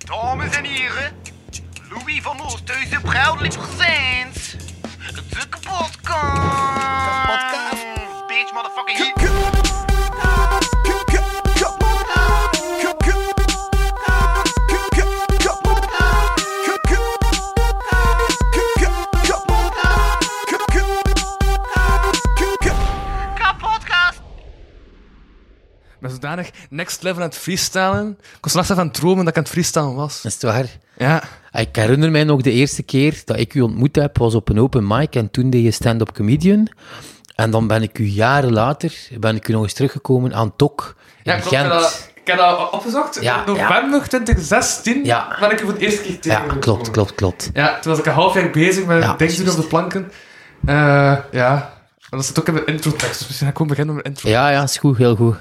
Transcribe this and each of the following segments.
Dames en heren, Louis van Oosthuizen proudly presents de kapotkast. Bitch, motherfucking hit. Ik ben zodanig next level aan het freestylen. Ik was straks even aan het dromen dat ik aan het freestylen was. Is het waar? Ja. Ik herinner mij nog de eerste keer dat ik u ontmoet heb, was op een open mic en toen deed je stand-up comedian. En dan ben ik u jaren later, nog eens teruggekomen aan TOK in Ja, klopt. Gent. Ik heb dat opgezocht. Ja, In november 2016 ben ik er voor de eerste keer tegen. Ja, klopt. Ja, toen was ik een half jaar bezig met dingen doen op de planken. Ja. Maar dat zit ook in mijn intro-tekst, dus misschien ga ik gewoon beginnen met mijn intro. Ja, is goed, heel goed.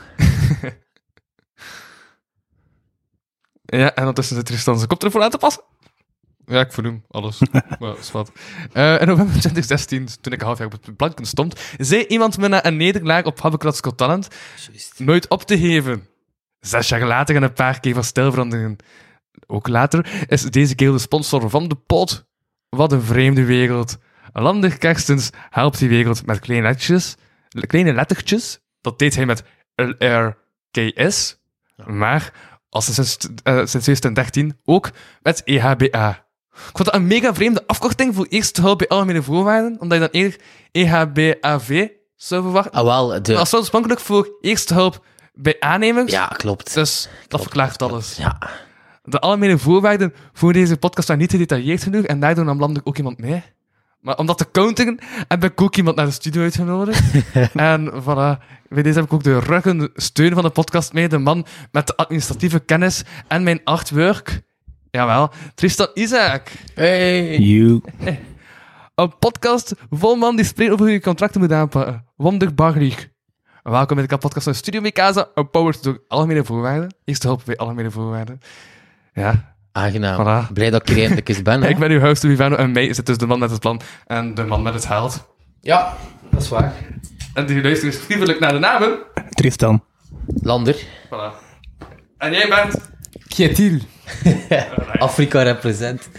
Ja, en ondertussen zit Tristan zijn koptelefoon aan te passen. Ja, ik vernoem alles. Maar is wat. In november 2016, toen ik een half jaar op het planken stond, zei iemand me na een nederlaag op Habbekrat's Got Talent nooit op te geven. 6 jaar later en een paar keer van stijlveranderingen. Ook later is deze keer de sponsor van de pod. Wat een vreemde wereld. Lander Kerstens helpt die wereld met kleine lettertjes. Dat deed hij met LRKS. Maar als sinds 2013 ook met EHBA. Ik vond dat een mega vreemde afkorting voor eerste hulp bij algemene voorwaarden, omdat je dan eerder EHBAV zou verwachten. Wel, Dat was oorspronkelijk voor eerste hulp bij aannemers. Ja, klopt. Dus dat verklaart alles. Ja. De algemene voorwaarden voor deze podcast waren niet gedetailleerd genoeg en daardoor nam Lander ook iemand mee. Maar om dat te counteren, heb ik ook iemand naar de studio uitgenodigd. En voilà, bij deze heb ik ook de ruggende steun van de podcast mee. De man met de administratieve kennis en mijn artwork. Jawel, Tristan Isaac. Hey. You. Een podcast vol man die spreekt over hoe je contracten moet aanpakken. Wonderbaarlijk. Welkom bij de podcast van Studio Mikasa, powered door algemene voorwaarden. Eerste hulp bij algemene voorwaarden. Ja. Aangenaam. Voilà. Blij dat ik er eindelijk eens ben. Hè? Ik ben uw host, Louis Vano, en mij zit dus de man met het plan en de man met het geld. Ja, dat is waar. En die luistert dus vriendelijk naar de namen. Tristan. Lander. Voilà. En jij bent... Kjetil. Afrika represent.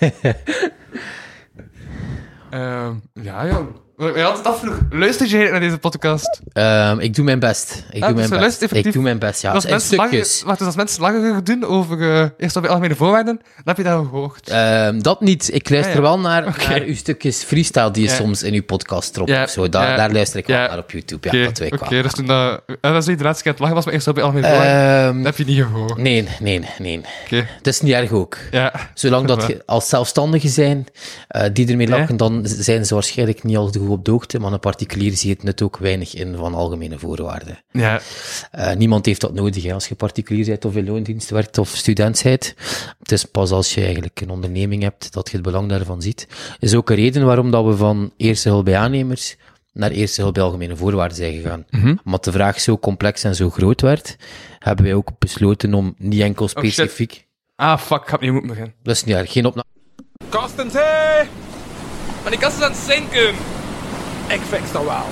Ja. Je had het afvroeg. Luister je naar deze podcast? Ik doe mijn best. Ik doe mijn best, ja. Als In mensen stukjes. als mensen langer doen over eerst op de algemene voorwaarden, dan heb je dat gehoord. Dat niet. Ik luister wel naar Okay. uw stukjes freestyle die je soms in uw podcast dropt. Ja. Of zo. Daar luister ik wel naar op YouTube. Ja, dat weet ik wel. Oké, dus toen dat is niet de laatste keer het lachen was, maar eerst op de algemene voorwaarden, dat heb je niet gehoord. Nee. Oké. Het is niet erg ook. Ja. Zolang dat je als zelfstandige zijn, die ermee lachen, dan zijn ze waarschijnlijk niet al te goed op de hoogte, maar een particulier ziet het nut ook weinig in van algemene voorwaarden. Ja. Niemand heeft dat nodig, hè, als je particulier bent of in loondienst werkt of student bent. Het is pas als je eigenlijk een onderneming hebt dat je het belang daarvan ziet. Is ook een reden waarom dat we van eerste hulp bij aannemers naar eerste hulp bij algemene voorwaarden zijn gegaan. Omdat de vraag zo complex en zo groot werd, hebben wij ook besloten om niet enkel specifiek... Fuck, ik ga opnieuw moeten beginnen. Dat is niet erg, geen opname. Kastens, hé! Maar die kast is aan het zinken. Ik fix dat wel.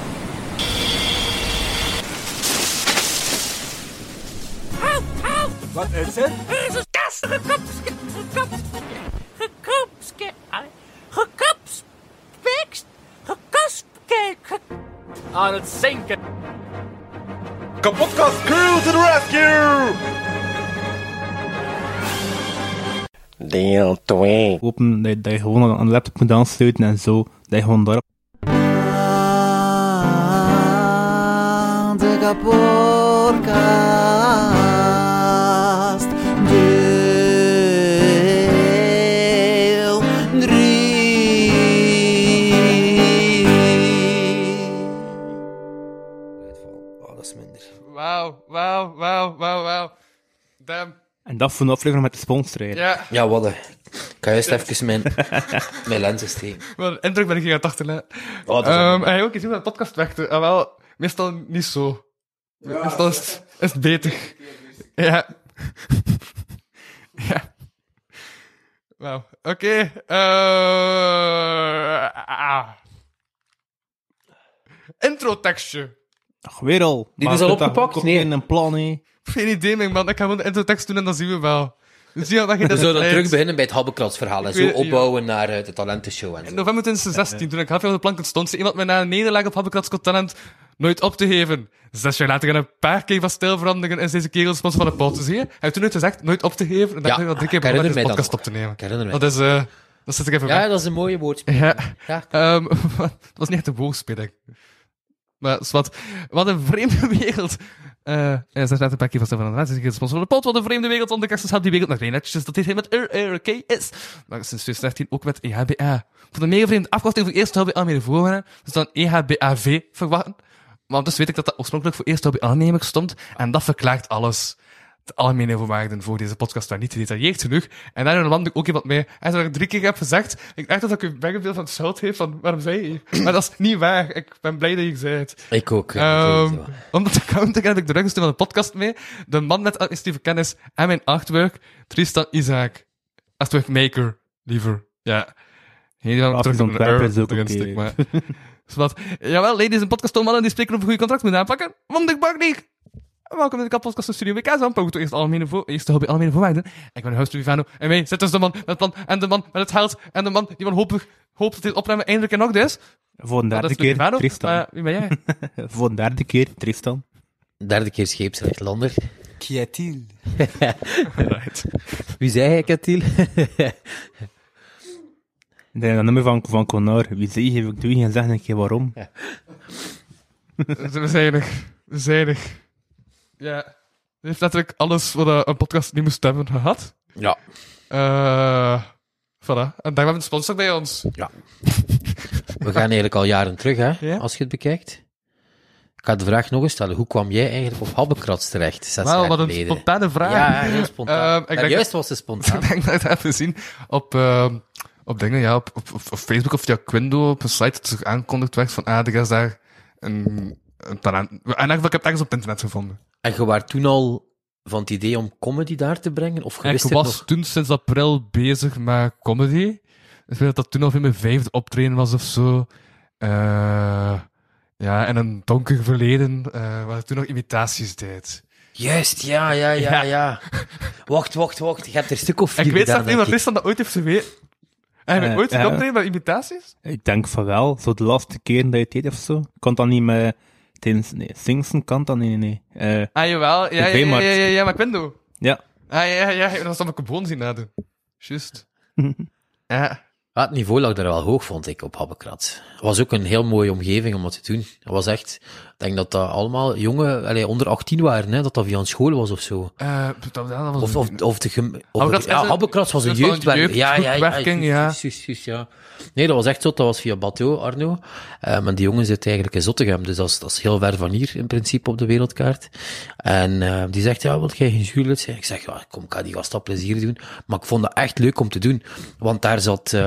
Wat is het? Er is een kast gekapspekst, aan het zinken. Kapotkast crew to the rescue! Deel 2. Open dat je gewoon aan de laptop moet aansluiten en zo. Dat je gewoon daarop. De kapotkast. Deel 3. Oh, dat is minder. Wauw. Damn. En dat voor een aflevering met de sponsor. Ja. Ja, wat. Ik ga juist even mijn lenzen steken. Wat een indruk ben ik hier aan het achterlaten. Oh, dat is En ook iets hoe dat podcast werkte. Wel, meestal niet zo. Meestal is het beter. Ja. Ja. Wauw. Oké. Intro-tekstje. Ach, weer al. Die is al opgepakt? Nee. In een plan, hè. Geen idee, man. Ik ga gewoon de introtekst doen en dan zien we wel. Zie je dat je We zouden dan uit- terug beginnen bij het Habbekratsverhaal en zo Ja. opbouwen naar de talentenshow en In zo. november 2016, toen ik half jaar op de plank stond, zei iemand mij na een nederlaag op Habbekrats Got Talent nooit op te geven. 6 jaar later gaan een paar keer van stijl veranderen en deze kerel sponsor van de pot. Zie je? Hij heeft toen nooit gezegd nooit op te geven. En dan Ja, heb ik al 3 keer ik herinner begonnen mij deze podcast dat op te nemen. Ik herinner me. Dat is, dat zit ik even Ja, weg. dat is een mooie woordspeling. Ja. Ja. Dat was niet echt een woordspeling. Maar wat een vreemde wereld. Hij zegt net een paar keer van Stefan András, is sponsor van de pot. Wat een vreemde wereld, want de kerstens had die wereld nog geen netjes. Dat deed hij met RRKS. Maar sinds 2013 ook met EHBA. Voor de mega vreemde afkorting voor eerste HBA meer voorgaan. Dus dan EHBAV verwachten. Maar dus weet ik dat dat oorspronkelijk voor eerste HBA-nemer stond. En dat verklaart alles. De algemene voorwaarden voor deze podcast waren niet gedetailleerd genoeg. En daar landde ik ook iemand mee. En zoals ik 3 keer heb gezegd, ik dacht dat ik u een van het schuld heeft van waarom zei je? Maar dat is niet waar. Ik ben blij dat je zei het. Ik ook. Ja, ik weet het wel. Omdat de counter heb ik de ruggensteun van de podcast mee. De man met artistieke kennis en mijn artwork, Tristan Isaac. Artwork maker, liever. Ja. Helemaal Grafisch terug naar ontwerper is ook erin oké. stuk, maar... Dus wat, jawel, ladies en podcast mannen die spreken over een goede contract moeten aanpakken. Want ik bak niet. Welkom in de podcast van Studio WK. Zo, we eerst de algemene voorwaarden. Ik ben de host Vivano. En wij zitten dus de man met het plan en de man met het geld en de man die van hoopt dat dit opnemen eindelijk in orde is. Voor een Dat derde is Louis keer Vivano. Tristan. Wie ben jij? Voor een derde keer Tristan. Derde keer scheepsrechtlander. Kietil. Right. Wie zei hij, Katiel? Ik denk dat nummer van Connor. Wie zei je, ik doe je en zeg een keer waarom. We zijn er. Ja. Het heeft letterlijk alles wat een podcast niet moest hebben gehad. Ja. Voilà. En daar hebben we een sponsor bij ons. Ja. We gaan eigenlijk al jaren terug, hè, Ja. als je het bekijkt. Ik ga de vraag nog eens stellen. Hoe kwam jij eigenlijk op Habbekrats terecht, 6 Wel, jaar wat een geleden? spontane vraag. Ja, heel spontaan. Ik denk Juist was ze spontaan. Ik denk dat ik dat heb gezien op dingen, ja, op Facebook of via Quindo, op een site dat zich aankondigd werd van, er is daar een talent. En eigenlijk, ik heb het ergens op het internet gevonden. En je was toen al van het idee om comedy daar te brengen? Of je En wist ik het was nog? toen sinds april bezig met comedy. Ik weet dat dat toen al in mijn 5e optreden was of zo. Ja, en een donker verleden, waar ik toen nog imitaties deed. Juist, ja. Wacht. Je hebt er een stuk of 4 Ik weet gedaan, zelf niet wat denk ik. Tristan dat ooit heeft geweten. Heb je ooit ja. optreden met imitaties? Ik denk van wel. Zo de laatste keer dat je het deed of zo. Kan dat niet met... Nee, Singsen kan dat niet, nee. Jawel. Ja, TV-markt. maar Quindo. Ja. Ja, dat zal ik op gewoon zien nadoen. Juist. Ja. Ja, het niveau lag daar wel hoog, vond ik, op Habbekrats. Het was ook een heel mooie omgeving om dat te doen. Het was echt... Ik denk dat dat allemaal jongen, onder 18 waren, hè, dat via een school was of zo. Dat was Of de Habbekrats is een- Habbekrats was een dat is wel jeugdwerk. jeugdwerking, ja. Ja. Nee, dat was echt zo. Dat was via Bateau, Arno. Maar die jongen zit eigenlijk in Zottegem. Dus dat is heel ver van hier, in principe, op de wereldkaart. En die zegt, ja, wil jij geen jurylid zijn? Ik zeg, ja, kom, ik ga die gast dat plezier doen. Maar ik vond dat echt leuk om te doen. Want daar zat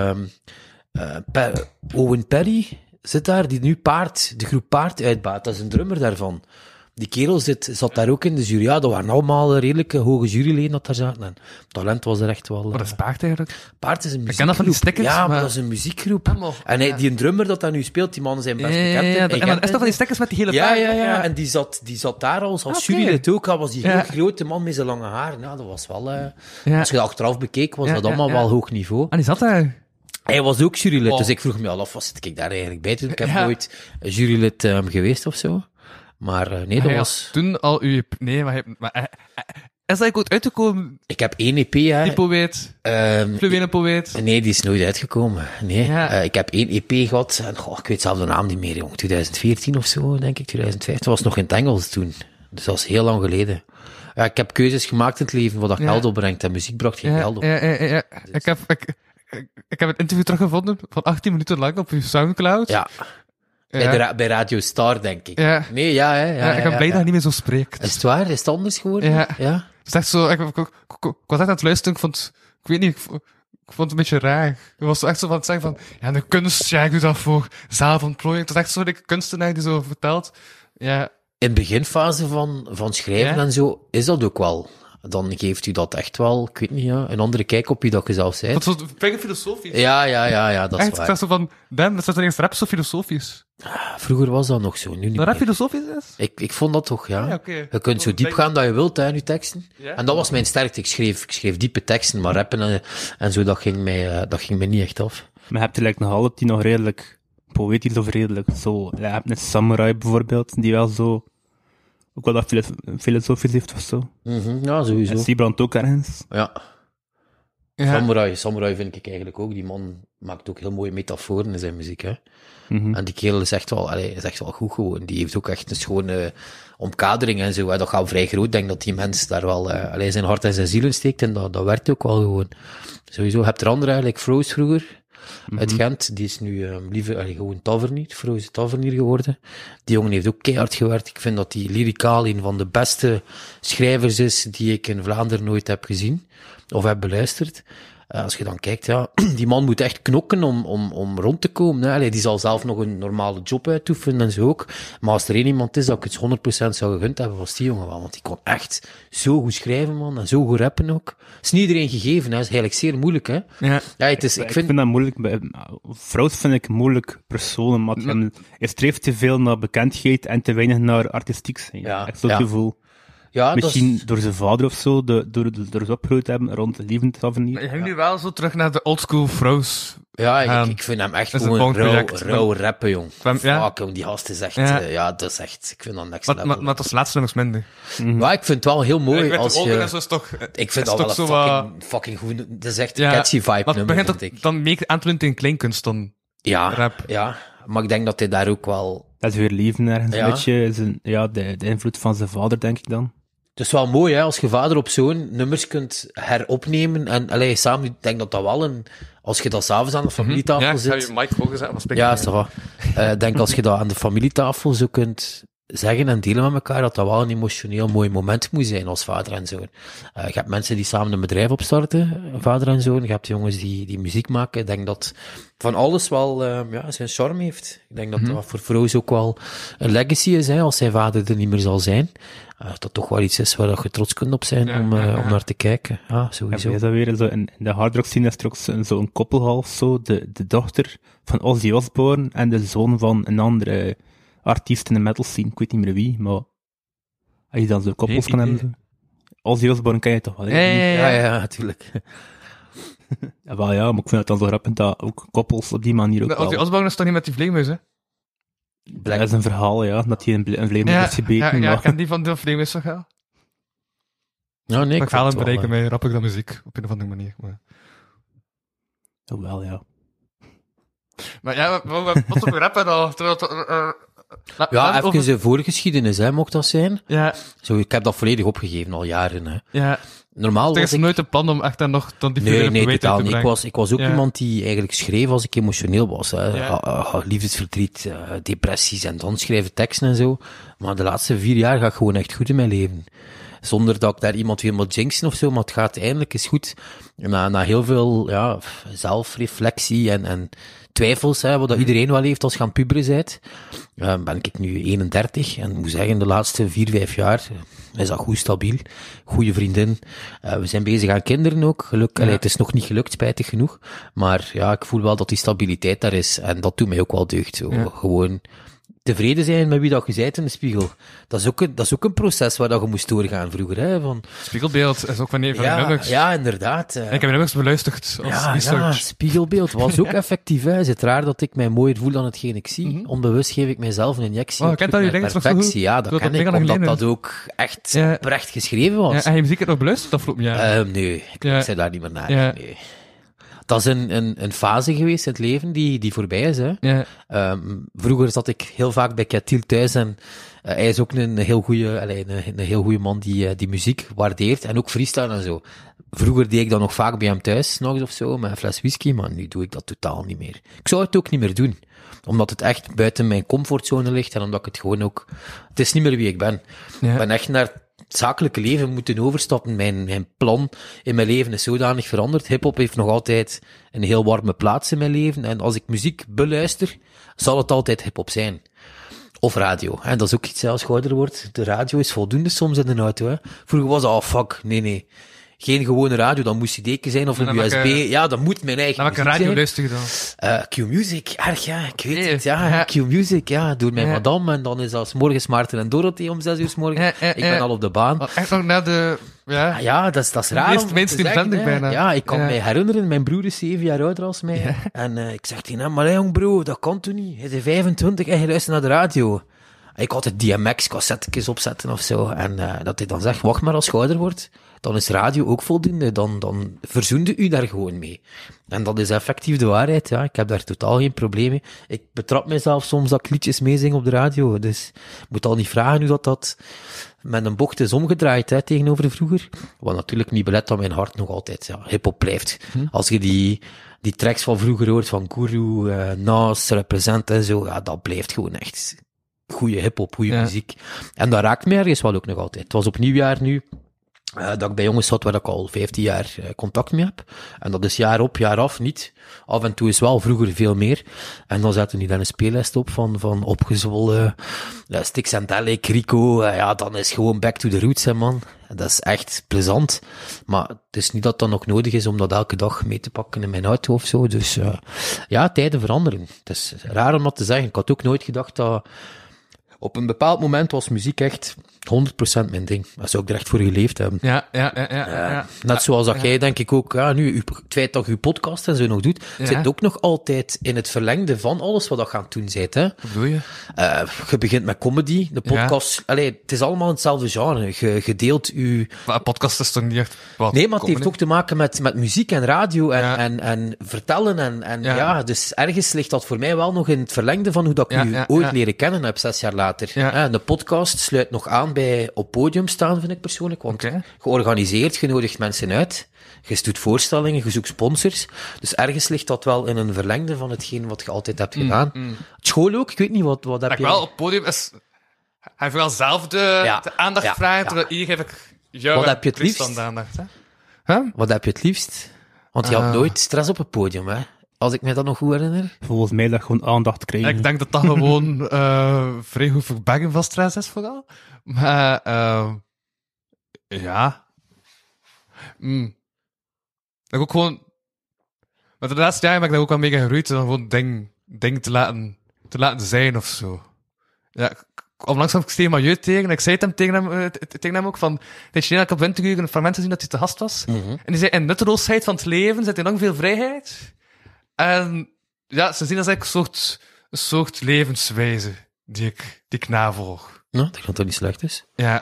Owen Perry, zit daar, die nu de groep Paard uitbaat. Dat is een drummer daarvan. Die kerel zat daar ook in de jury. Ja, dat waren allemaal redelijke hoge juryleden dat daar zaten. En talent was er echt wel... Wat is paard eigenlijk? Paard is een muziekgroep. ken dat van die stickers, ja, maar maar- dat is een muziekgroep. Allemaal, En ja. die een drummer dat daar nu speelt, die mannen zijn best bekend. hè. En Hij dan kent is dat van die hen. stekkers met die hele Ja, paard? ja. En die zat daar als Oké. jurylid ook. Hij was die heel Ja. grote man met zijn lange haar. Ja, dat was wel... Ja. Als je dat achteraf bekeek, was Ja, dat ja, allemaal ja. wel hoog niveau. En die zat daar. Hij was ook jurylid, Oh. dus ik vroeg me al af, wat zit ik daar eigenlijk bij te doen? Ik heb Ja. nooit een jurylid geweest of zo. Maar nee, dat Hij was... had toen al uw... Nee, maar is dat ook uitgekomen? Ik heb 1 EP, hè. Die poëet, fluwele poëet. Nee, die is nooit uitgekomen. Nee. Ja. Ik heb 1 EP gehad. En, ik weet zelf de naam niet meer, jong. 2014 of zo, denk ik. 2015. Dat was nog in het Engels toen. Dus dat is heel lang geleden. Ja, ik heb keuzes gemaakt in het leven wat dat Ja. geld opbrengt. En muziek bracht geen geld op. Ja. Ik heb het interview teruggevonden van 18 minuten lang op uw Soundcloud. Ja. Bij Radio Star, denk ik. Ja. Nee, ja, hè. Ja, ik ben blij dat je niet meer zo spreekt. Is het waar? Is het anders geworden? Ja. Ja. Het is echt zo... Ik was echt aan het luisteren, ik weet niet... Ik vond het een beetje raar. Het was echt zo van het zeggen van... Ja, de kunst, ja, ik doe dat voor zelfontplooiing. Het was echt zo de kunstenaar die zo vertelt. Ja, In de beginfase van schrijven Ja. en zo, is dat ook wel. dan geeft u dat echt wel, ik weet niet, ja, een andere kijk op wie dat je zelf bent. Dat is zo filosofisch. Ja, dat is Echt, ik waar. zeg zo van, damn, dat is toch eens rap zo filosofisch? Vroeger was dat nog zo, nu niet Dat rap meer. filosofisch is? Ik vond dat toch, ja. Ja, oké. Je kunt zo diep gaan dat je wilt, hè, in je teksten. Ja. En dat was mijn sterkte. Ik schreef diepe teksten, maar rappen en zo, dat ging mij niet echt af. Maar je hebt er like nog altijd die nog redelijk poëtisch of redelijk zo. Je hebt een samurai bijvoorbeeld, die wel zo, ook wel dat filosofisch heeft of zo. Ja, sowieso. En Siebrand ook ergens. Ja. Ja. Samurai vind ik eigenlijk ook. Die man maakt ook heel mooie metaforen in zijn muziek, hè. Mhm. En die kerel is echt wel goed gewoon. Die heeft ook echt een schone omkadering en zo. Hè. Dat gaat vrij groot. Ik denk dat die mens daar wel zijn hart en zijn ziel in steekt. En dat werkt ook wel gewoon. Sowieso. Je hebt er andere, like Froze vroeger. Uit Gent. Die is nu liever gewoon tavernier. Froze tavernier geworden. Die jongen heeft ook keihard gewerkt. Ik vind dat die lyricaal een van de beste schrijvers is die ik in Vlaanderen nooit heb gezien. Of heb beluisterd. Als je dan kijkt, ja, die man moet echt knokken om rond te komen. Hè. Allee, die zal zelf nog een normale job uitoefenen en zo ook. Maar als er één iemand is dat ik het 100% zou gegund hebben, was die jongen wel. Want die kon echt zo goed schrijven, man. En zo goed rappen ook. Het is niet iedereen gegeven, hè. Het is eigenlijk zeer moeilijk, hè. Ja. Ja, het is, Ik vind dat moeilijk. Vrouws vind ik moeilijk personen, maar hij streeft te veel naar bekendheid en te weinig naar artistiek zijn. Ja, Echt zo'n ja. gevoel. ja, Misschien door zijn vader of zo, door ze opgegroeid te hebben rond de levensavenier. Je ging nu wel zo terug naar de oldschool froze. ja, ik vind hem echt dat is een gewoon project. rauw rappen, jong. Ja. Fuck, jong, die gast is echt, Ja. dat is echt, ik vind dat next Maar level. dat is laatste nummers minder. Maar ik vind het wel heel mooi Ik weet als de Olden en je... zo is toch... Ik vind is dat wel toch een zo fucking goed... Dat is echt Ja, een catchy vibe Maar het nummer, begint vind ook ik. dan meer aan te doen in kleinkunst dan Ja, rap. ja, maar ik denk dat hij daar ook wel... Dat is weer leven ergens Ja. een beetje. De invloed van zijn vader, denk ik dan. Het is wel mooi, hè, als je vader op zo'n nummers kunt heropnemen. En samen, ik denk dat dat wel een... Als je dat s'avonds aan de familietafel Ja, ik zit... ga je mic hoger zetten, maar spreek Ja, niet. is toch wel. Ik denk als je dat aan de familietafel zo kunt zeggen en delen met elkaar, dat dat wel een emotioneel mooi moment moet zijn als vader en zoon. Je hebt mensen die samen een bedrijf opstarten, vader en zoon. Je hebt jongens die muziek maken. Ik denk dat van alles wel zijn charme heeft. Ik denk dat dat voor vrouwen ook wel een legacy is, hè, als zijn vader er niet meer zal zijn. Dat toch wel iets is waar dat je trots kunt op zijn om naar te kijken. Ja, Ja, sowieso. is dat weer zo, in de hardrock scene is er ook zo'n koppelhalf zo, de dochter van Ozzy Osbourne en de zoon van een andere artiest in de metal scene. Ik weet niet meer wie, maar als je dan zo'n koppels Geen kan idee. hebben. Ozzy Osbourne ken je toch wel, hè? Ja, natuurlijk. Ja, wel ja, maar ik vind het dan zo grappig dat ook koppels op die manier ook Ozzy wel... Osbourne is toch niet met die vleermuis, hè? Dat is een verhaal, ja, dat hij een vleermuis Ja, heeft gebeten. ja, maar- ik ken die van de vleermuis toch wel? Ja, nee, Ik ga vond hem het wel, bereiken met rapper dan muziek, op een of andere manier. Oh, wel, ja. Maar ja, wat voor rappen dan? Ja, even zijn voorgeschiedenis, hè, mocht dat zijn. Ja, Zo, ik heb dat volledig opgegeven al jaren. Hè. ja. Normaal Er was is ik... nooit een plan om echt dan nog dan die Nee, vervelende verwijten totaal te niet. brengen. Ik was ook Ja. iemand die eigenlijk schreef als ik emotioneel was. Hè. Ja. Liefdesverdriet, depressies en dan schrijven teksten en zo. Maar de laatste 4 jaar gaat gewoon echt goed in mijn leven. Zonder dat ik daar iemand weer moet jinxen of zo, maar het gaat eindelijk eens goed. Na heel veel zelfreflectie en twijfels, hè, wat dat iedereen wel heeft als je aan het puberen bent, ben ik nu 31 en ik moet zeggen, de laatste 4-5 jaar is dat goed stabiel. Goeie vriendin. We zijn bezig aan kinderen ook. Allee, het is nog niet gelukt, spijtig genoeg. Maar ja, ik voel wel dat die stabiliteit daar is en dat doet mij ook wel deugd. Zo. Ja. Gewoon tevreden zijn met wie dat je bent in de spiegel. Dat is ook een proces waar dat je moest doorgaan vroeger. Hè, van, Spiegelbeeld is ook van een van de nummers. ja, inderdaad. Ik heb de nummers beluisterd als Ja, research. spiegelbeeld was ook effectief. Hè. Is het raar dat ik mij mooier voel dan hetgeen ik zie? Onbewust geef ik mijzelf een injectie. Oh, op kent zoek dat, je naar denkt het nog zo perfectie. goed? Ja, dat Dat ken dat ik, mega lang omdat geleden dat ook echt Ja. oprecht geschreven was. Ja, en je muziek nog beluisterd afgelopen jaar? Nee, ik Ja. zei daar niet meer naar. Ja. Nee. Dat is een fase geweest in het leven die voorbij is. Hè. Ja. Vroeger zat ik heel vaak bij Katiel thuis en hij is ook een heel goede man die muziek waardeert en ook freestyle en zo. Vroeger deed ik dat nog vaak bij hem thuis, 's nachts of zo, met een fles whisky, maar nu doe ik dat totaal niet meer. Ik zou het ook niet meer doen, omdat het echt buiten mijn comfortzone ligt en omdat ik het gewoon ook... Het is niet meer wie ik ben. Ja. Ik ben echt naar het zakelijke leven moeten overstappen. Mijn plan in mijn leven is zodanig veranderd. Hip-hop heeft nog altijd een heel warme plaats in mijn leven. En als ik muziek beluister, zal het altijd hip-hop zijn. Of radio. En dat is ook iets als je ouder wordt. De radio is voldoende soms in de auto. Hè. Vroeger was het, fuck, nee. Geen gewone radio, dan moest CD zijn of een USB. Ja, dat moet mijn eigen Dan welke radio luister je dan? Q-Music, erg ja, ik weet het. Ja, Q-Music, ja, door mijn madame. En dan is dat 's morgens Maarten en Dorothee om 6 uur 's morgens. Ik ben al op de baan. Echt nog naar de... Ja, ja, dat is raar. Meest mainstream zending bijna. Ja, ik kan mij herinneren, mijn broer is 7 jaar ouder als mij. Ja. En ik zeg tegen hem, maar jong bro, dat kan toch niet? Hij is 25 en je luistert naar de radio. Ik had het DMX-cassettekjes opzetten of zo. En dat hij dan zegt, wacht maar als je ouder wordt, dan is radio ook voldoende. Dan verzoende u daar gewoon mee. En dat is effectief de waarheid. Ja. Ik heb daar totaal geen probleem mee. Ik betrap mezelf soms dat ik liedjes meezing op de radio. Dus ik moet al niet vragen hoe dat met een bocht is omgedraaid tegenover vroeger. Wat natuurlijk niet belet dat mijn hart nog altijd hip-hop blijft. Als je die tracks van vroeger hoort, van Guru, Nas, Represent en zo, ja, dat blijft gewoon echt goede hip-hop, goede muziek. En dat raakt me ergens wel ook nog altijd. Het was op nieuwjaar nu, dat ik bij jongens zat waar ik al 15 jaar contact mee heb. En dat is jaar op, jaar af niet. Af en toe is wel, vroeger veel meer. En dan zetten die dan een speellijst op van opgezwollen Stix and Delic, Rico. Ja, dan is gewoon back to the roots, hè, man. Dat is echt plezant. Maar het is niet dat dat nog nodig is om dat elke dag mee te pakken in mijn auto of zo. Dus ja, tijden veranderen. Het is raar om dat te zeggen. Ik had ook nooit gedacht dat... Op een bepaald moment was muziek echt 100% mijn ding. Dat zou ik er echt voor geleefd hebben. Ja. Net zoals dat jij, denk ik ook, nu, het feit dat je podcast en zo nog doet, zit ook nog altijd in het verlengde van alles wat je aan het doen bent. Hè. Wat bedoel je? Je begint met comedy, de podcast, het is allemaal hetzelfde genre. Je deelt je... Maar een podcast is toch niet echt wat? Nee, maar het heeft ook te maken met muziek en radio en vertellen en dus ergens ligt dat voor mij wel nog in het verlengde van hoe dat ik u ooit leren kennen heb, 6 jaar later. Ja. De podcast sluit nog aan bij op podium staan, vind ik persoonlijk, want georganiseerd, je nodigt mensen uit, je doet voorstellingen, je zoekt sponsors, dus ergens ligt dat wel in een verlengde van hetgeen wat je altijd hebt gedaan. Het school ook, ik weet niet, wat heb je... wel op podium is... Hij wil zelf de aandacht vragen, terwijl hier geef ik jou wat heb je het liefst? Van de aandacht. Hè? Huh? Wat heb je het liefst? Want je had nooit stress op het podium, hè? Als ik me dat nog goed herinner. Volgens mij dat gewoon aandacht krijgen. Ik denk dat dat gewoon vrij goed verbergen van stress is, vooral. Maar, ja. Dat ook gewoon... Maar de laatste jaren ben ik daar ook wel mee gegroeid, om gewoon ding te laten zijn, of zo. Ja, onlangs kwam ik Steven Mailleu tegen, en ik zei het tegen hem ook, van, weet je, dat ik op Winteruur een fragment gezien dat hij te gast was. En die zei, in nutteloosheid van het leven zit er lang veel vrijheid. En ja, ze zien dat eigenlijk een soort levenswijze die ik navolg. Ja, ik denk dat dat niet slecht is. Ja.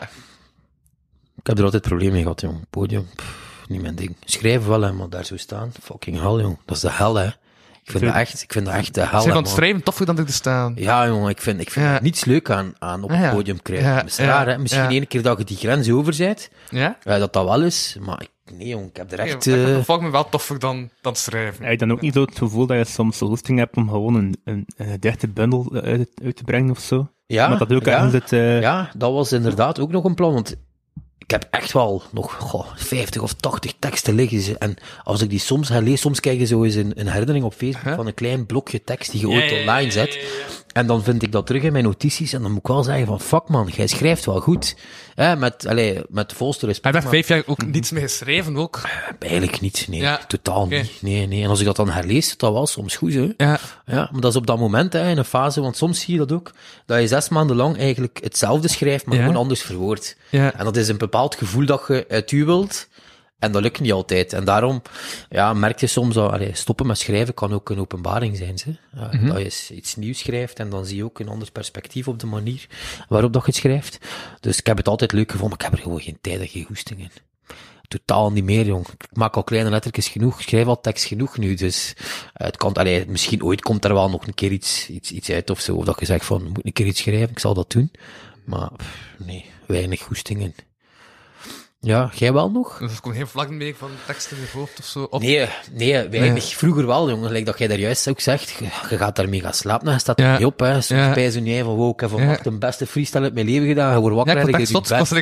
Ik heb er altijd problemen mee gehad, jong. Podium, niet mijn ding. Schrijven wel, hè, maar daar zo staan, fucking hell, jong. Dat is de hel, hè. Ik vind dat echt de hel. Ze van het schrijven toffer dan er te staan. Ja, jongen, ik vind er niets leuk aan op het podium krijgen. Dat is raar, hè. Misschien ene keer dat je die grens over bent, dat wel is, maar nee, jongen, ik heb er echt... Dat valt me wel toffer dan schrijven. Heb je dan ook niet zo het gevoel dat je soms de hosting hebt om gewoon een dichte bundel uit te brengen of zo? Ja, maar dat ook ja, dat was inderdaad ook nog een plan, want ik heb echt wel nog 50 of 80 teksten liggen. En als ik die soms herlees, soms krijg je zo eens een herinnering op Facebook van een klein blokje tekst die je ooit online zet. En dan vind ik dat terug in mijn notities en dan moet ik wel zeggen van, fuck man, jij schrijft wel goed. Met de volste respect. Hij heeft 5 jaar ook niets meer geschreven, ook? Eigenlijk niet, nee. Totaal niet. Nee. En als ik dat dan herlees, dat wel soms goed, hè. Ja, maar dat is op dat moment, hè, in een fase, want soms zie je dat ook, dat je 6 maanden lang eigenlijk hetzelfde schrijft, maar gewoon anders verwoord. Ja. En dat is een bepaald gevoel dat je uit u wilt, en dat lukt niet altijd. En daarom merk je soms dat stoppen met schrijven kan ook een openbaring zijn. Dat je iets nieuws schrijft en dan zie je ook een ander perspectief op de manier waarop dat je het schrijft. Dus ik heb het altijd leuk gevonden, maar ik heb er gewoon geen tijd en geen goesting in. Totaal niet meer, jong. Ik maak al kleine lettertjes genoeg, ik schrijf al tekst genoeg nu, dus het kan, misschien ooit komt er wel nog een keer iets uit of zo, of dat je zegt van, moet een keer iets schrijven, ik zal dat doen. Maar, nee, weinig goesting in. Ja, jij wel nog? Dus er komt geen vlaggen mee van teksten in je hoofd of zo? Nee, weinig. Vroeger wel, jongen. Gelijk dat jij daar juist ook zegt, je gaat daarmee gaan slapen en je staat er niet op, hè. Soms spijzen jij van, wow, ik heb vannacht de beste freestyle uit mijn leven gedaan, je wordt wakker en je doet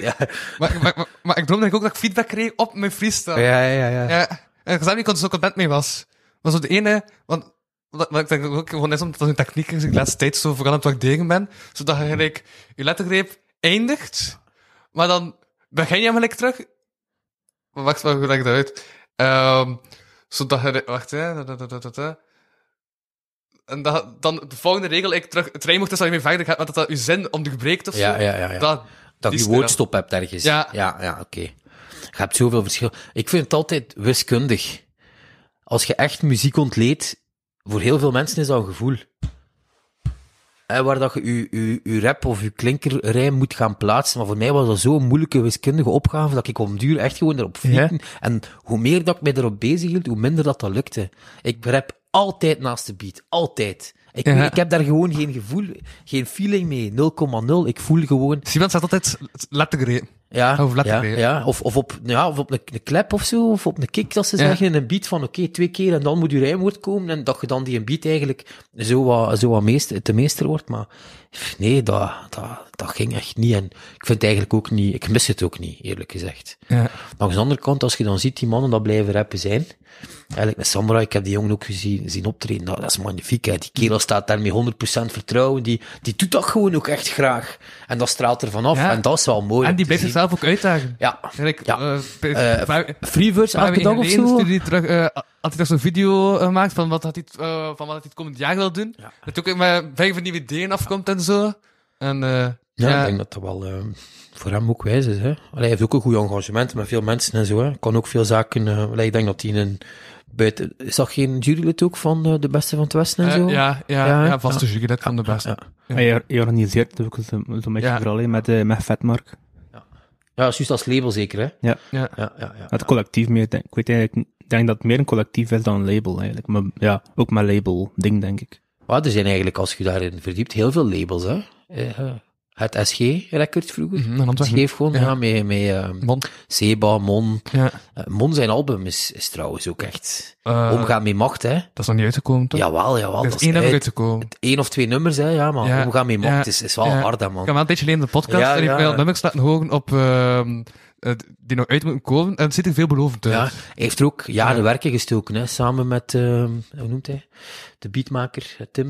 Maar ik droomde ook dat ik feedback kreeg op mijn freestyle. Ja. En ik zag niet dat ik zo content mee was. Maar zo de ene, want wat ik denk ook gewoon is omdat dat een techniek is, ik de laatste tijd zo vooral aan het waarderen ben, zodat je gelijk je lettergreep eindigt, maar dan begin je hem gelijk terug. Wacht, hoe leg ik dat uit? Zodat je... Wacht, hè. En dat, dan de volgende regel eigenlijk terug... Het rijmocht is dat je mee verder gaat, maar dat je zin onderbreekt of zo. Ja. Dat die je woordstop hebt ergens. Ja. Oké. Je hebt zoveel verschil. Ik vind het altijd wiskundig. Als je echt muziek ontleedt, voor heel veel mensen is dat een gevoel. Waar dat je je rap of je klinkerrijm moet gaan plaatsen. Maar voor mij was dat zo'n moeilijke wiskundige opgave, dat ik op den duur echt gewoon erop vliegen. Ja. En hoe meer dat ik mij erop bezig hield, hoe minder dat lukte. Ik rap altijd naast de beat. Altijd. Ik heb daar gewoon geen gevoel, geen feeling mee. 0,0. Ik voel gewoon... Simon zegt altijd lettergreep. Of op een klep of zo, of op een kick, dat ze zeggen, in een beat van oké, 2 keer en dan moet je rijmwoord komen, en dat je dan die een beat eigenlijk zo wat te meester wordt, maar nee, dat ging echt niet, en ik vind het eigenlijk ook niet, ik mis het ook niet, eerlijk gezegd. Ja. Maar aan de andere kant, als je dan ziet die mannen dat blijven rappen zijn, eigenlijk met Samurai, ik heb die jongen ook zien optreden, dat is magnifiek, hè. Die kerel staat daar met 100% vertrouwen, die doet dat gewoon ook echt graag, en dat straalt er vanaf, en dat is wel mooi. En die blijft zichzelf ook uitdagen. Ja. Freeverse elke dag of zo. Had hij toch zo'n video maakt van wat hij het komend jaar wil doen. Ja. Dat ook met 5 nieuwe ideeën afkomt en zo. En, ik denk dat dat wel voor hem ook wijs is. Hè? Hij heeft ook een goed engagement met veel mensen en zo. Hè? Kan ook veel zaken... ik denk dat hij buiten... Is dat geen jurylid ook van de Beste van het Westen en zo? Ja, vaste jurylid van de Beste. Hij organiseert ook zo'n beetje vooral met Vetmark. Ja, juist als label zeker, hè? Ja. Het collectief meer, ik denk dat het meer een collectief is dan een label, eigenlijk. Maar ja, ook mijn label-ding, denk ik. Er zijn eigenlijk, als je daarin verdiept, heel veel labels, hè? Het SG Records vroeger. Schreef gewoon, met Mon. Seba, Mon. Ja. Mon zijn album is trouwens ook echt Omgaan met Macht, hè? Dat is nog niet uitgekomen, toch? Jawel. Dat is 1 nummer uitgekomen. 1 of 2 nummers, hè, ja, maar Omgaan met Macht is wel hard, hè, man. Ik heb wel een tijdje geleden in de podcast, en ik heb wel nummers laten horen op... die nog uit moeten komen, en het ziet er veelbelovend uit. Ja, hij heeft er ook jaren werk in gestoken, hè, samen met, hoe noemt hij? De beatmaker, Tim.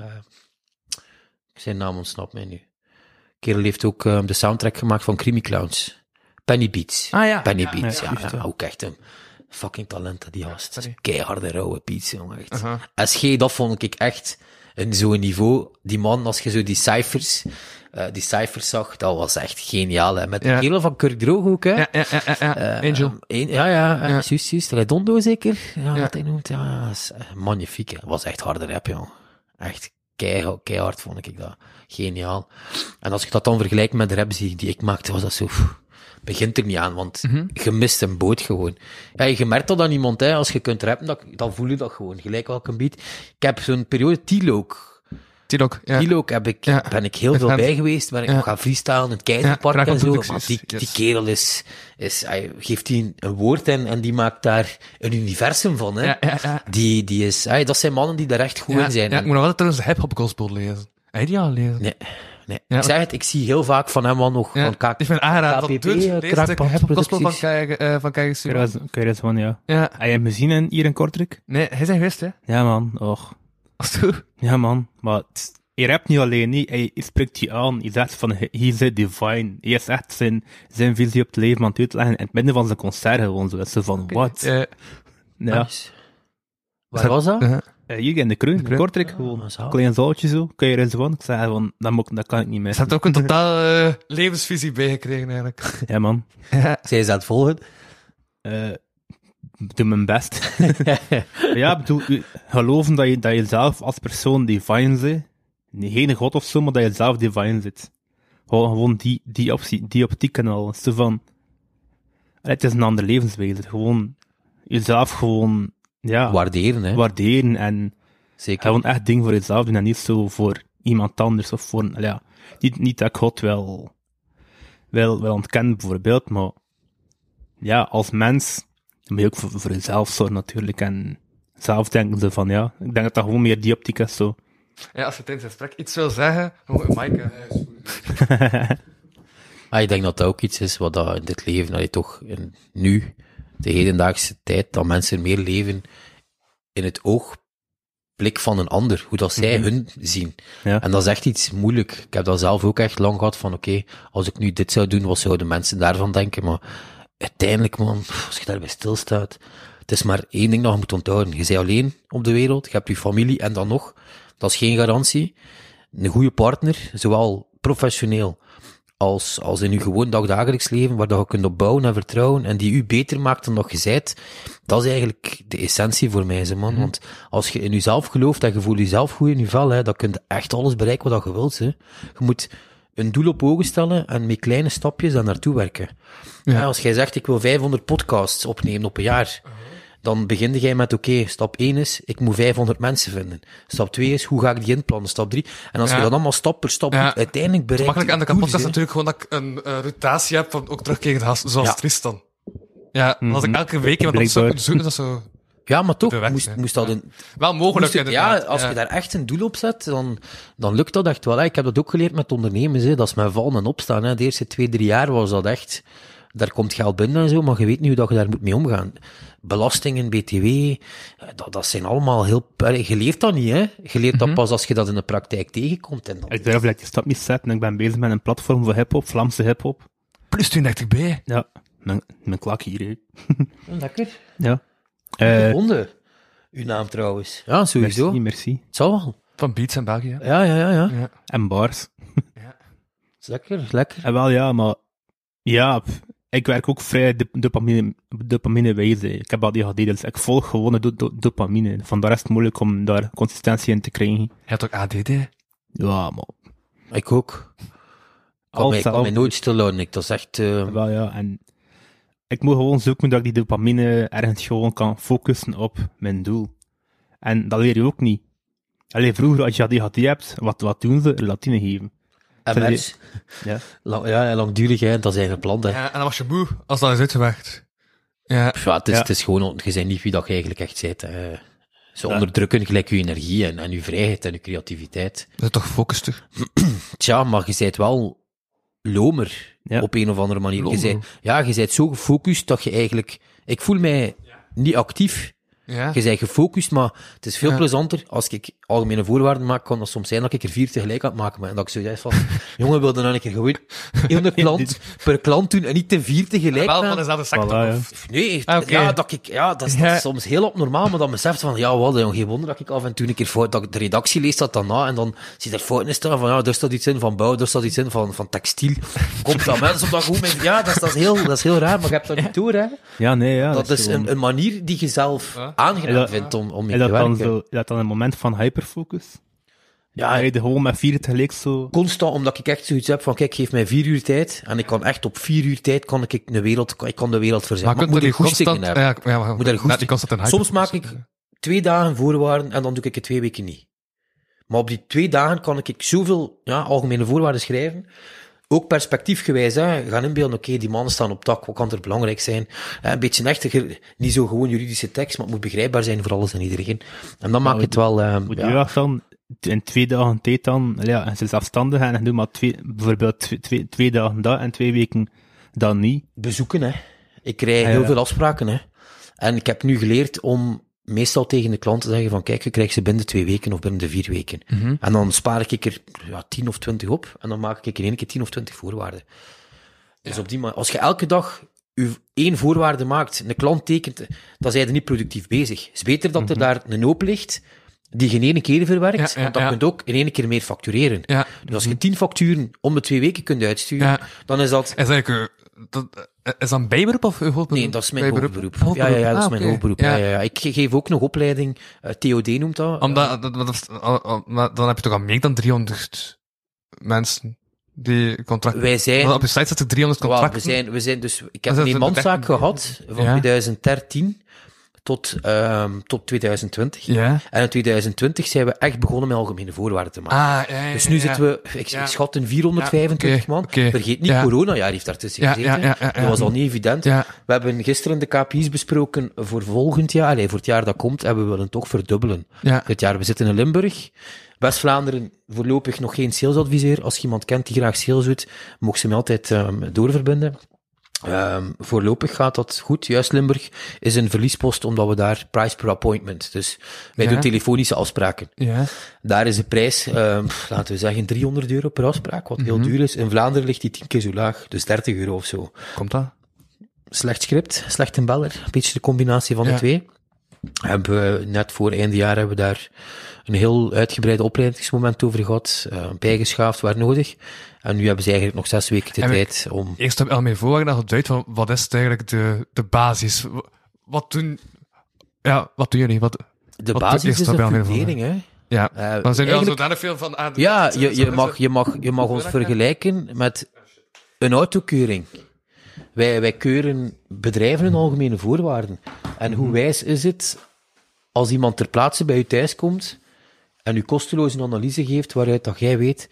Zijn naam ontsnapt mij nu. Kerel heeft ook de soundtrack gemaakt van Creamy Clowns. Penny Beats. Penny Beats, ook echt een fucking talent, die gast. Keiharde, rauwe beats, jongen, echt. SG, dat vond ik echt in zo'n niveau. Die man, als je zo die cijfers zag, dat was echt geniaal, hè. Met de kerel van Kirk Droog ook, hè. Angel. Juist. Redondo zeker? Wat hij noemt. Ja, dat is magnifiek, hè. Dat was echt harde rap, joh. Echt keihard vond ik dat. Geniaal. En als ik dat dan vergelijk met de rap die ik maakte, was dat zo... begint er niet aan, want je mist een boot gewoon. Ja, je merkt dat aan iemand, hè. Als je kunt rappen, dan voel je dat gewoon. Gelijk welke beat. Ik heb zo'n periode T-Loc ben ik heel veel bij geweest, ben ik nog gaan freestylen in het Keizerpark en zo. Maar die kerel hij geeft die een woord en die maakt daar een universum van, hè. Die is, dat zijn mannen die daar echt goed in zijn. Ja, ik moet nog altijd trouwens de hip-hop gospel lezen. Heb je die al lezen? Nee. Ik zeg het, ik zie heel vaak van hem wel nog van ik ben aangeraden van hip-hop gospel van Keizer. Kun je dat van, ja. Heb je hem gezien hier in Kortrijk? Nee, hij is geweest, hè? Ja, man. Och. Ja, man. Maar hij rapt niet alleen, niet. Hij spreekt je aan. Hij zegt van, he is divine. Hij is echt zijn visie op het leven aan het uitleggen. In het midden van zijn concert gewoon zo. Dat is van, wat? Ja. Nice. Waar was dat? Hier in de Kruin, in Kortrijk, gewoon een klein zaaltje zo. Kun je er eens van? Ik zei van, dat kan ik niet meer. Ze had ook een totaal levensvisie bijgekregen, eigenlijk. Ja, man. Zij is aan het volgen? Doe mijn best. Ja, bedoel, geloven dat je zelf als persoon divine zit. Geen god of zo, maar dat je zelf divine zit. Gewoon die optiek en al. Zo van, het is een andere levenswijze. Gewoon, jezelf gewoon, waarderen en zeker. Gewoon echt dingen voor jezelf doen en niet zo voor iemand anders of voor, niet dat ik God wel ontken bijvoorbeeld, maar ja, als mens moet je ook voor jezelf zorgen natuurlijk en zelf denken ze van, ik denk dat gewoon meer die optiek is zo. Ja, als je tijdens het gesprek iets wil zeggen, Maaike. Ik denk dat dat ook iets is wat dat in dit leven, dat je toch nu, de hedendaagse tijd, dat mensen meer leven in het oog blik van een ander, hoe dat zij hun zien. Ja. En dat is echt iets moeilijk. Ik heb dat zelf ook echt lang gehad van, oké, als ik nu dit zou doen, wat zouden mensen daarvan denken? Maar uiteindelijk, man, als je daarbij stilstaat, het is maar één ding dat je moet onthouden. Je bent alleen op de wereld, je hebt je familie en dan nog, dat is geen garantie. Een goede partner, zowel professioneel als in je gewoon dagdagelijks leven, waar dat je kunt op bouwen en vertrouwen, en die u beter maakt dan dat je zijt, dat is eigenlijk de essentie voor mij, man. Want als je in jezelf gelooft en je voelt jezelf goed in je vel, dan kun je echt alles bereiken wat je wilt. Hè. Je moet een doel op ogen stellen en met kleine stapjes daar naartoe werken. Ja, als jij zegt, ik wil 500 podcasts opnemen op een jaar, dan begin jij met, oké, stap 1 is, ik moet 500 mensen vinden. Stap 2 is, hoe ga ik die inplannen? Stap 3. En als je dat allemaal stap per stap doet, uiteindelijk bereikt makkelijk aan de doel, kapot is natuurlijk gewoon dat ik een rotatie heb van ook terugkeren gast, zoals Tristan. Ja, als ik elke week iemand op zoek zoeken, dat zo... Ja, maar toch, Weg, moest dat een... Wel mogelijk, Ja, als je daar echt een doel op zet, dan lukt dat echt wel. Hè. Ik heb dat ook geleerd met ondernemers, hè. Dat is met vallen en opstaan. Hè. De eerste 2-3 jaar was dat echt... Daar komt geld binnen en zo, maar je weet niet hoe dat je daar moet mee omgaan. Belastingen, BTW, dat zijn allemaal heel... Je leert dat niet, hè. Je leert dat pas als je dat in de praktijk tegenkomt. En dan... Ik durf dat die stap niet zetten. Ik ben bezig met een platform voor hip-hop, Vlaamse hip-hop. Plus 32 B. Ja, mijn klak hier, hè. Lekker. Ja. Gevonden. Uw naam trouwens. Ja, sowieso. Merci. Het zal wel. Van Beats en België. Ja. En bars. Lekker. En wel, ja, maar... Ja, ik werk ook vrij dopamine-wijze. Ik heb ADHD, dus ik volg gewoon de dopamine. Vandaar is het moeilijk om daar consistentie in te krijgen. Je hebt ook ADD? Ja, maar... Ik ook. Ik kan mij nooit stilhouden. Dat is echt... Wel, ja, en... Ik moet gewoon zoeken dat ik die dopamine ergens gewoon kan focussen op mijn doel. En dat leer je ook niet. Alleen vroeger, als je ADHD hebt, wat doen ze? Relatine geven. MS. Ja. Langdurigheid, dat is eigenlijk plan, hè. Ja, en dan was je moe, als dat is uitgewerkt. Ja. Ja, het is gewoon, je bent niet wie dat je eigenlijk echt bent. Ze onderdrukken gelijk je energie en je vrijheid en je creativiteit. Dat is toch focus, toch? Tja, maar je bent wel lomer, op een of andere manier. Je bent zo gefocust dat je eigenlijk... Ik voel mij niet actief. Ja. Je bent gefocust, maar het is veel plezanter. Als ik algemene voorwaarden maak, kan dat soms zijn dat ik er 4 tegelijk aan het maken ben. En dat ik zo zeg van, jongen, wil dan een keer gewoon 1 klant per klant doen en niet te 4 tegelijk. Wel van dezelfde sector. Voilà, ja. Of... Nee, dat is soms heel abnormaal, maar dan beseft van, geen wonder dat ik af en toe een keer fout, dat de redactie leest dat dan na, en dan zie je er fouten in staan van, daar staat iets in van bouw, daar staat iets in van textiel. Komt dat mensen op dat goed mee? Ja, dat is heel raar, maar je hebt dat niet door, hè. Ja, nee, ja. Dat is gewoon... een manier die je zelf aangenaam vindt om mee te werken. Is dat dan een moment van hyperfocus? Ja, je gewoon met 4 tegelijk zo... Constant, omdat ik echt zoiets heb van, kijk, geef mij 4 uur tijd, en ik kan echt op 4 uur tijd, kan de wereld verzetten. Maar ik moet er goesting in hebben. Soms maak ik 2 dagen voorwaarden, en dan doe ik het 2 weken niet. Maar op die 2 dagen kan ik zoveel algemene voorwaarden schrijven, ook perspectiefgewijs, gaan inbeelden, oké, die mannen staan op tak, wat kan er belangrijk zijn? Een beetje echter, niet zo gewoon juridische tekst, maar het moet begrijpbaar zijn voor alles en iedereen. En dan maakt het wel... Moet je dan in 2 dagen tijd dan, en ze zelfstandig en doe maar bijvoorbeeld 2 dagen dat en 2 weken dan niet. Bezoeken, hè. Ik krijg heel veel afspraken, hè. En ik heb nu geleerd om meestal tegen de klant te zeggen van, kijk, je krijgt ze binnen 2 weken of binnen de 4 weken. En dan spaar ik er 10 of 20 op, en dan maak ik in 1 keer 10 of 20 voorwaarden. Dus op die manier, als je elke dag 1 voorwaarde maakt, een klant tekent, dan zijn je niet productief bezig. Het is beter dat er daar een hoop ligt, die je in 1 keer verwerkt, want dan kun je ook in 1 keer meer factureren. Ja. Dus als je 10 facturen om de 2 weken kunt uitsturen, dan is dat... Is dat een bijberoep of hoofdberoep? Nee, dat is mijn hoofdberoep. Ja, dat is mijn hoofdberoep. Ja. Ik geef ook nog opleiding, TOD noemt dat. Dan heb je toch al meer dan 300 mensen die contracten... Wij zijn... Op je site staat er 300 contracten. We zijn dus... Ik heb een eenmanszaak gehad van 2013 tot 2020. Ja. En in 2020 zijn we echt begonnen met algemene voorwaarden te maken. Dus nu zitten we, ik schat, in 425 man. Vergeet niet, coronajaar heeft daartussen gezeten. Dat was al niet evident. We hebben gisteren de KPI's besproken voor volgend jaar. Voor het jaar dat komt, en we willen toch verdubbelen. Dit jaar, we zitten in Limburg. West-Vlaanderen, voorlopig nog geen salesadviseur. Als je iemand kent die graag sales doet, mocht ze mij altijd doorverbinden. Voorlopig gaat dat goed. Juist Limburg is een verliespost, omdat we daar price per appointment. Dus wij doen telefonische afspraken. Ja. Daar is de prijs, laten we zeggen, €300 per afspraak, wat heel duur is. In Vlaanderen ligt die 10 keer zo laag, dus €30 of zo. Komt dat? Slecht script, slecht beller, een beetje de combinatie van de twee. Hebben we net voor einde jaar hebben we daar een heel uitgebreide opleidingsmoment over gehad, bijgeschaafd waar nodig. En nu hebben ze eigenlijk nog 6 weken de tijd om... Eerst heb je al mijn voorwaarden geduid van wat is het eigenlijk de basis? Wat doen jullie? De basis is een fundering, hè. Ja, dan zijn er al eigenlijk- zodanig veel van... Ja, je mag ons vergelijken met een autokeuring. Wij keuren bedrijven in algemene voorwaarden. En hoe wijs is het als iemand ter plaatse bij u thuis komt en u kosteloos een analyse geeft waaruit dat jij weet,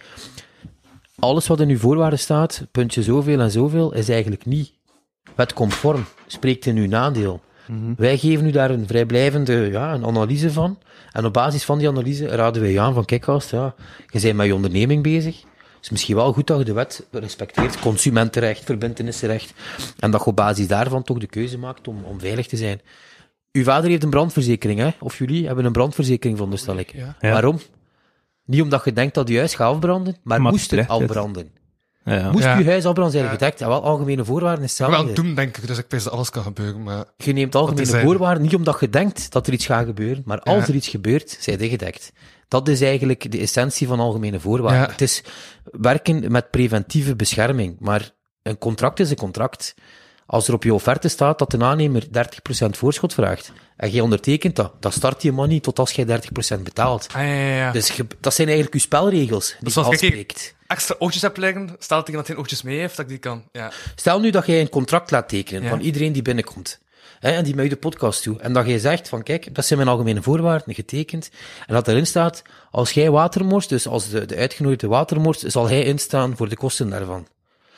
alles wat in uw voorwaarden staat, puntje zoveel en zoveel, is eigenlijk niet wetconform, spreekt in uw nadeel. Wij geven u daar een vrijblijvende een analyse van. En op basis van die analyse raden wij aan van, kijk gast, je bent met je onderneming bezig. Het is misschien wel goed dat je de wet respecteert, consumentenrecht, verbintenissenrecht, en dat je op basis daarvan toch de keuze maakt om veilig te zijn. Uw vader heeft een brandverzekering, hè? Of jullie hebben een brandverzekering, veronderstel ik. Ja. Ja. Waarom? Niet omdat je denkt dat je huis gaat afbranden, maar Maar moest het terecht is. afbranden. Ja. Moest Ja. je huis afbranden, zijn gedekt. En wel, algemene voorwaarden is Wel hetzelfde. doen, denk ik, dus ik wist dat alles kan gebeuren, maar... Je neemt Wat algemene is hij? voorwaarden niet omdat je denkt dat er iets gaat gebeuren, maar als er iets gebeurt, zijn die gedekt. Dat is eigenlijk de essentie van algemene voorwaarden. Ja. Het is werken met preventieve bescherming, maar een contract is een contract. Als er op je offerte staat dat de aannemer 30% voorschot vraagt, en jij ondertekent dat, dan start je money tot als jij 30% betaalt. Ja. Dus dat zijn eigenlijk je spelregels die Dus je als ik afspreekt. extra oogjes heb liggen, stel tegen dat hij oogjes mee heeft, dat ik die kan... Ja. Stel nu dat jij een contract laat tekenen Ja. van iedereen die binnenkomt. Hè, en die met je de podcast toe. En dat jij zegt van, kijk, dat zijn mijn algemene voorwaarden, getekend. En dat erin staat, als jij water morst, dus als de uitgenodigde water morst, zal hij instaan voor de kosten daarvan.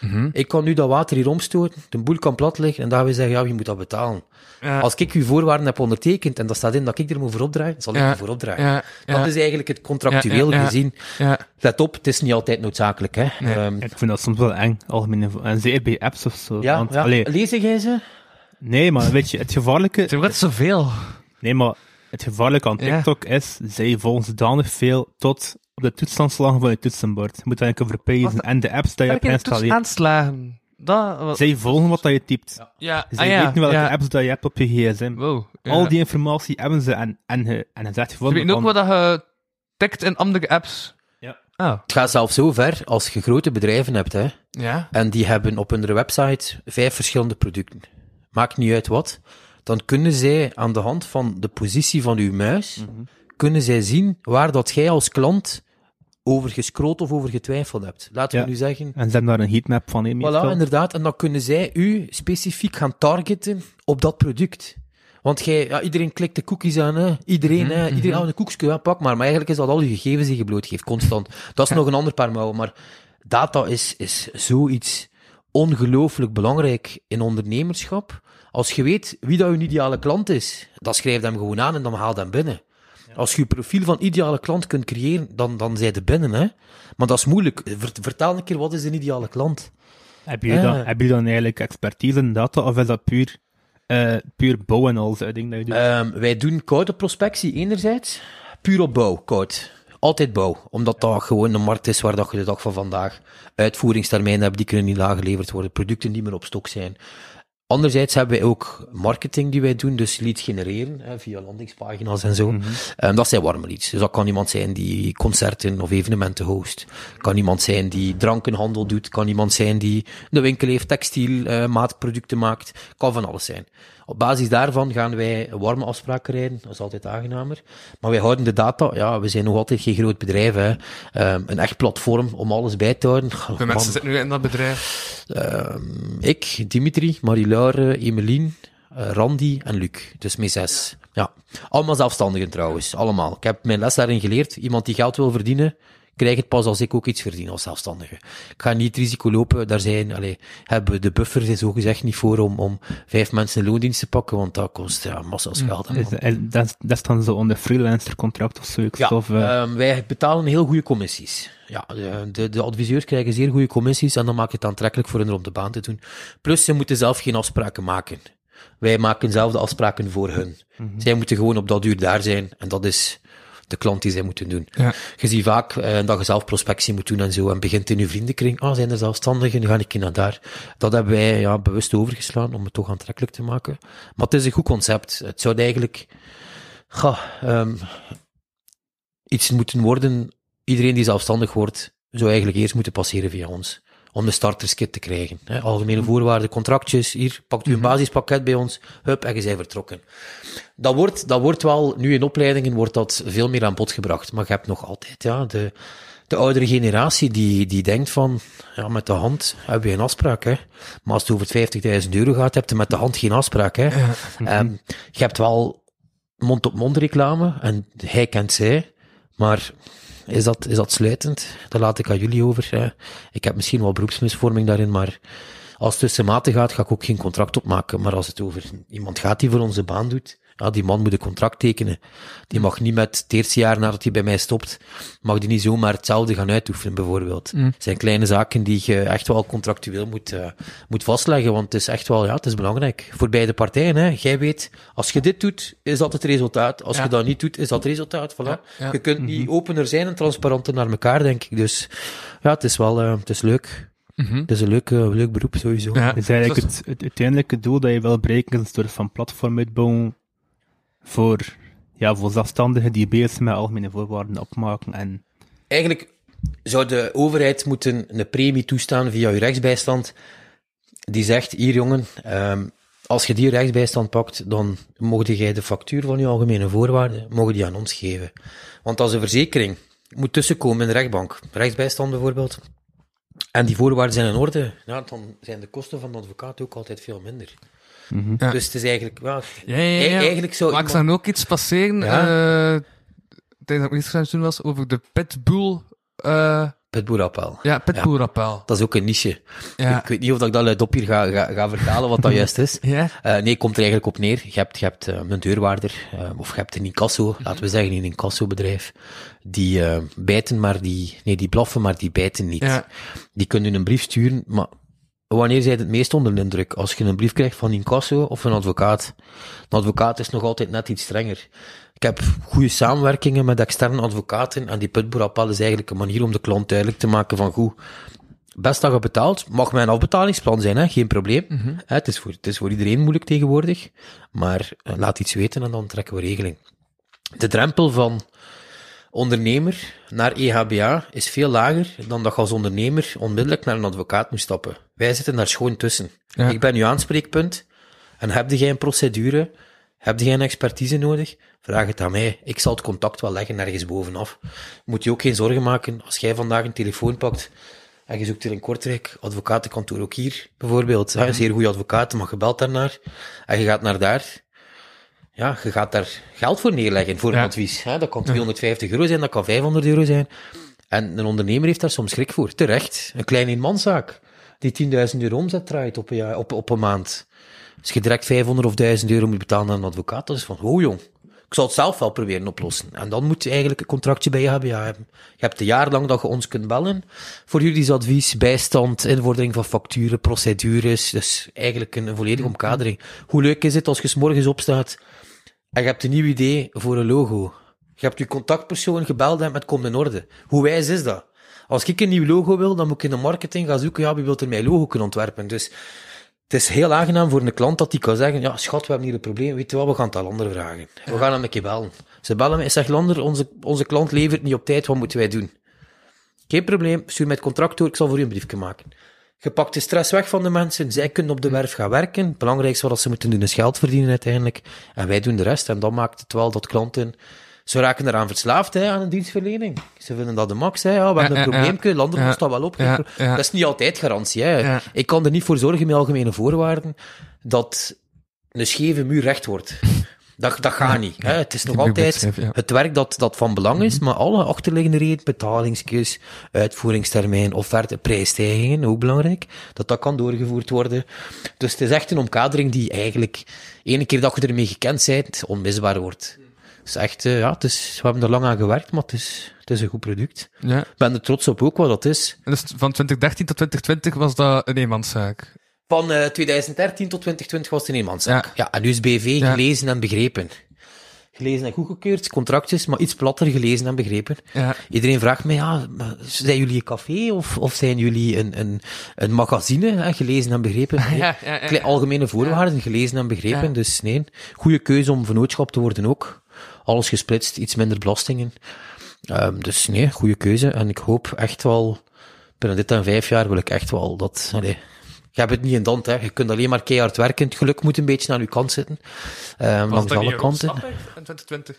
Ik kan nu dat water hier omstoten, de boel kan plat liggen, en dan gaan we zeggen, ja, je moet dat betalen. Ja. Als ik uw voorwaarden heb ondertekend, en dat staat in dat ik er moet voor opdragen, zal ik Ja. er voor opdragen. Ja. Dat is eigenlijk het contractueel Ja. gezien. Ja. Let op, het is niet altijd noodzakelijk, hè. Ik vind dat soms wel eng, algemene en zeker bij apps of zo. Ja, Want, ja. allee, Lees jij ze? nee, maar weet je, het gevaarlijke... Er wordt zoveel. Nee, maar het gevaarlijke aan Ja. TikTok is, zij volgen zodanig veel tot op de toetsaanslagen van je toetsenbord. Je moet eigenlijk overpezen. En de apps die je hebt geïnstalleerd. aanslagen. Dat was... Zij volgen wat dat je typt. Ja. Zij weten welke apps dat je hebt op je gsm. Wow. Ja. Al die informatie hebben ze en je zegt Ze gewoon... weten ook wat dat je tikt in andere apps. Ja. Oh. Het gaat zelfs zo ver als je grote bedrijven hebt, hè. Ja. En die hebben op hun website 5 verschillende producten. Maakt niet uit wat. Dan kunnen zij aan de hand van de positie van uw muis, kunnen zij zien waar dat jij als klant over gescrold of over getwijfeld hebt. Laten we Ja. nu zeggen... En ze hebben daar een heatmap van in. Voilà, inderdaad. En dan kunnen zij u specifiek gaan targeten op dat product. Want iedereen klikt de cookies aan, hè. Iedereen een koekje, pak maar. Maar eigenlijk is dat al je gegevens die je blootgeeft, constant. Dat is nog een ander paar mouwen, maar data is zoiets ongelooflijk belangrijk in ondernemerschap. Als je weet wie dat je ideale klant is, dan schrijf hem gewoon aan en dan haal hem binnen. Als je je profiel van ideale klant kunt creëren, dan zijn je binnen, hè. Maar dat is moeilijk. Vertel een keer, wat is een ideale klant? Heb je dan eigenlijk expertise in data, of is dat puur bouw en al zo'n ding dat je doet? Wij doen koude prospectie enerzijds, puur op bouw, koud. Altijd bouw, omdat dat gewoon een markt is waar dat je de dag van vandaag uitvoeringstermijnen hebt, die kunnen niet nageleverd worden, producten die meer op stok zijn. Anderzijds hebben wij ook marketing die wij doen, dus leads genereren, via landingspagina's en zo. Dat zijn warme leads. Dus dat kan iemand zijn die concerten of evenementen host. Kan iemand zijn die drankenhandel doet. Kan iemand zijn die de winkel heeft, textiel, maatproducten maakt. Kan van alles zijn. Op basis daarvan gaan wij warme afspraken rijden. Dat is altijd aangenamer. Maar wij houden de data. We zijn nog altijd geen groot bedrijf. Hè. Een echt platform om alles bij te houden. Hoeveel mensen zitten nu in dat bedrijf? Ik, Dimitri, Marie-Laure, Emeline, Randy en Luc. Dus met 6. Ja. Allemaal zelfstandigen trouwens. Allemaal. Ik heb mijn les daarin geleerd. Iemand die geld wil verdienen, krijg het pas als ik ook iets verdien als zelfstandige. Ik ga niet het risico lopen, hebben we de buffer zo gezegd niet voor om 5 mensen in loondienst te pakken, want dat kost massa's geld. Dat is dan zo onder freelancer contract of zoiets? Ja, of, wij betalen heel goede commissies. Ja, de adviseurs krijgen zeer goede commissies en dan maakt het aantrekkelijk voor hen om de baan te doen. Plus, ze moeten zelf geen afspraken maken. Wij maken zelf de afspraken voor hun. Zij moeten gewoon op dat uur daar zijn en dat is de klant die zij moeten doen. Ja. Je ziet vaak dat je zelf prospectie moet doen en zo en begint in je vriendenkring, zijn er zelfstandigen, nu ga ik naar daar. Dat hebben wij bewust overgeslaan om het toch aantrekkelijk te maken. Maar het is een goed concept. Het zou eigenlijk iets moeten worden. Iedereen die zelfstandig wordt, zou eigenlijk eerst moeten passeren via ons. Om de starterskit te krijgen. Algemene voorwaarden, contractjes, hier, pakt u een basispakket bij ons, hup, en je bent vertrokken. Dat wordt wel, nu in opleidingen wordt dat veel meer aan bod gebracht. Maar je hebt nog altijd, de oudere generatie die denkt van, met de hand hebben we een afspraak, hè. Maar als het over €50.000 gaat, heb je met de hand geen afspraak, hè. Je hebt wel mond-op-mond reclame, en hij kent zij, maar is dat sluitend? Dat laat ik aan jullie over. Hè. Ik heb misschien wel beroepsmisvorming daarin, maar als het tussen maten gaat, ga ik ook geen contract opmaken. Maar als het over iemand gaat die voor onze baan doet, die man moet een contract tekenen. Die mag niet met het eerste jaar nadat hij bij mij stopt, mag die niet zomaar hetzelfde gaan uitoefenen, bijvoorbeeld. Het zijn kleine zaken die je echt wel contractueel moet vastleggen, want het is echt wel, het is belangrijk. Voor beide partijen, hè. Jij weet, als je dit doet, is dat het resultaat. Als je dat niet doet, is dat het resultaat. Voilà. Je kunt niet opener zijn en transparanter naar elkaar, denk ik. Dus, het is wel, het is leuk. Het is een leuk beroep, sowieso. Ja, het is eigenlijk het uiteindelijke doel dat je wil bereiken, is een soort van platform uitbouwen voor zelfstandigen die bezig zijn met algemene voorwaarden opmaken. En eigenlijk zou de overheid moeten een premie toestaan via je rechtsbijstand, die zegt, hier jongen, als je die rechtsbijstand pakt, dan mocht jij de factuur van je algemene voorwaarden, mogen die aan ons geven. Want als een verzekering moet tussenkomen in de rechtbank, rechtsbijstand bijvoorbeeld, en die voorwaarden zijn in orde, dan zijn de kosten van de advocaat ook altijd veel minder. Ja. Dus het is eigenlijk, eigenlijk zou maar ik zag ook iets passeren, dat ik iets gaan doen was, over de Pitbull... Pitbull-rappel. Ja, Pitbull-rappel. Dat is ook een niche. Ja. Ik weet niet of ik dat luidop hier ga vertalen, wat dat juist is. Ja. Nee, komt er eigenlijk op neer. Je hebt een deurwaarder, of je hebt een incasso, laten we zeggen, een incassobedrijf. Die bijten, maar die blaffen, maar die bijten niet. Ja. Die kunnen een brief sturen, maar wanneer zij het meest onder de indruk? Als je een brief krijgt van incasso of een advocaat. Een advocaat is nog altijd net iets strenger. Ik heb goede samenwerkingen met externe advocaten en die Pitbull-rappel is eigenlijk een manier om de klant duidelijk te maken van goed, best dat je betaalt, mag mijn afbetalingsplan zijn, hè? Geen probleem. Het is voor iedereen moeilijk tegenwoordig, maar laat iets weten en dan trekken we regeling. De drempel van ondernemer naar EHBA is veel lager dan dat je als ondernemer onmiddellijk naar een advocaat moet stappen. Wij zitten daar schoon tussen. Ja. Ik ben uw aanspreekpunt en heb jij een procedure, heb jij een expertise nodig? Vraag het aan mij. Ik zal het contact wel leggen ergens bovenaf. Moet je ook geen zorgen maken als jij vandaag een telefoon pakt en je zoekt er in Kortrijk, advocatenkantoor ook hier bijvoorbeeld. Een zeer goede advocaat, maar je belt daarnaar en je gaat naar daar. Ja, je gaat daar geld voor neerleggen voor een advies. Dat kan €250 zijn, dat kan €500 zijn. En een ondernemer heeft daar soms schrik voor. Terecht. Een kleine eenmanszaak die €10.000 omzet draait op een maand. Als je direct €500 of €1.000 moet betalen aan een advocaat, dat is van, jong, ik zal het zelf wel proberen oplossen. En dan moet je eigenlijk een contractje bij je HBA hebben. Je hebt een jaar lang dat je ons kunt bellen voor juridisch advies, bijstand, invordering van facturen, procedures. Dus eigenlijk een volledige omkadering. Hoe leuk is het als je 's morgens opstaat en je hebt een nieuw idee voor een logo. Je hebt je contactpersoon gebeld en het komt in orde. Hoe wijs is dat? Als ik een nieuw logo wil, dan moet ik in de marketing gaan zoeken, wie wil er mijn logo kunnen ontwerpen? Dus het is heel aangenaam voor een klant dat die kan zeggen, schat, we hebben hier een probleem, weet je wat, we gaan het aan Lander vragen. We gaan hem een keer bellen. Ze bellen mij, ik zeg, Lander, onze klant levert niet op tijd, wat moeten wij doen? Geen probleem, stuur mij het contract door, ik zal voor u een briefje maken. Je pakt de stress weg van de mensen, zij kunnen op de werf gaan werken. Het belangrijkste wat ze moeten doen is geld verdienen uiteindelijk. En wij doen de rest, en dan maakt het wel dat klanten, ze raken eraan verslaafd, aan een dienstverlening. Ze vinden dat de max, we hebben een probleempje, Lander lost dat wel op. Dat is niet altijd garantie, Ik kan er niet voor zorgen met algemene voorwaarden dat een scheve muur recht wordt. Dat gaat niet. Hè. Het is nog heb je altijd beschreven, ja. het werk dat van belang is, maar alle achterliggende redenen, betalingsjes, uitvoeringstermijn, offerte, prijsstijgingen, ook belangrijk, dat kan doorgevoerd worden. Dus het is echt een omkadering die eigenlijk, ene keer dat je ermee gekend bent, onmisbaar wordt. Het is echt, we hebben er lang aan gewerkt, maar het is een goed product. Ja. Ik ben er trots op ook wat dat is. En dus van 2013 tot 2020 was dat een eenmanszaak. Van 2013 tot 2020 was het een eenmanszaak. Ja. En nu is BV Ja. gelezen en begrepen. Gelezen en goedgekeurd, contractjes, maar iets platter gelezen en begrepen. Ja. Iedereen vraagt mij, maar zijn jullie een café of zijn jullie een magazine, hè, gelezen en begrepen? Nee. Ja. Algemene voorwaarden, gelezen en begrepen, Ja. dus nee. Goede keuze om vennootschap te worden ook. Alles gesplitst, iets minder belastingen. Dus nee, goede keuze. En ik hoop echt wel, binnen dit en 5 jaar wil ik echt wel dat... Je hebt het niet in de hand, hè. Je kunt alleen maar keihard werken. Het geluk moet een beetje aan je kant zitten. Langs alle kanten. In 2020?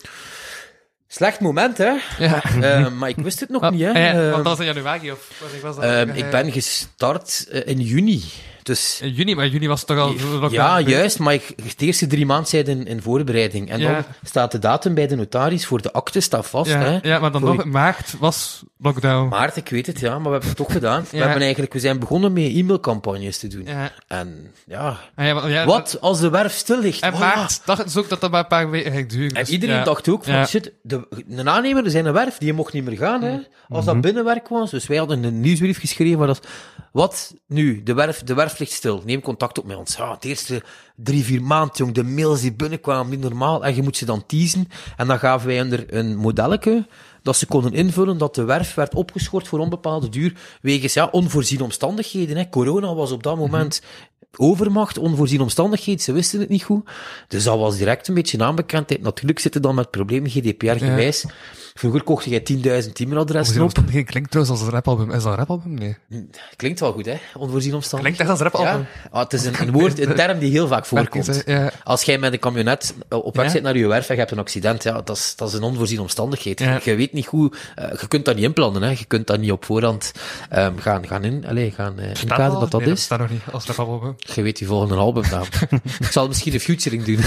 Slecht moment, hè. Ja. Maar ik wist het nog niet, hè. Ja, want dat was in januari, of wanneer was dat? Ik ben gestart in juni. Dus, In juni, maar juni was het toch al... ja, juist, maar de eerste 3 maanden zijn in voorbereiding. En Ja. dan staat de datum bij de notaris voor de akte, staat vast, hè. Ja, maar dan Voor nog, maart was lockdown. Maart, ik weet het, ja, maar we hebben het toch gedaan. Ja. We zijn begonnen met e-mailcampagnes te doen. Ja. En ja, Ja, wat als de werf stil ligt? En Voilà. maart dachten ze ook dat dat maar een paar weken ging duren. En dus, iedereen ja. dacht ook van, Ja. shit, een aannemer, er zijn een werf, die mocht niet meer gaan, hè. Als dat binnenwerk was. Dus wij hadden een nieuwsbrief geschreven, waar dat, wat nu? De werf ligt stil. Neem contact op met ons. Ja, het eerste 3-4 maanden, jong, de mails die binnenkwamen, niet normaal. En je moet ze dan teasen. En dan gaven wij onder een modelletje, dat ze konden invullen dat de werf werd opgeschort voor onbepaalde duur, wegens onvoorziene omstandigheden. Hè. Corona was op dat moment overmacht, onvoorziene omstandigheden, ze wisten het niet goed. Dus dat was direct een beetje aanbekendheid. Natuurlijk zitten dan met problemen, GDPR-gewijs. Vroeger kocht je 10.000 e-mailadressen op. Geen klinkt trouwens als een rapalbum. Is dat een rapalbum? Nee. Klinkt wel goed, hè? Onvoorziene omstandigheden. Klinkt echt als een rapalbum. Ja? Het is een woord, een term die heel vaak voorkomt. Ja. Als jij met een camionet op weg Ja. zit naar je werf en je hebt een accident, dat is een onvoorziene omstandigheid. Ja. Je weet niet hoe, je kunt dat niet inplannen, hè. Je kunt dat niet op voorhand gaan inkaderen dat dat Nee, dat is. staat nog niet als rapalbum. Je weet die volgende albumnaam. Ik zal misschien een featuring doen.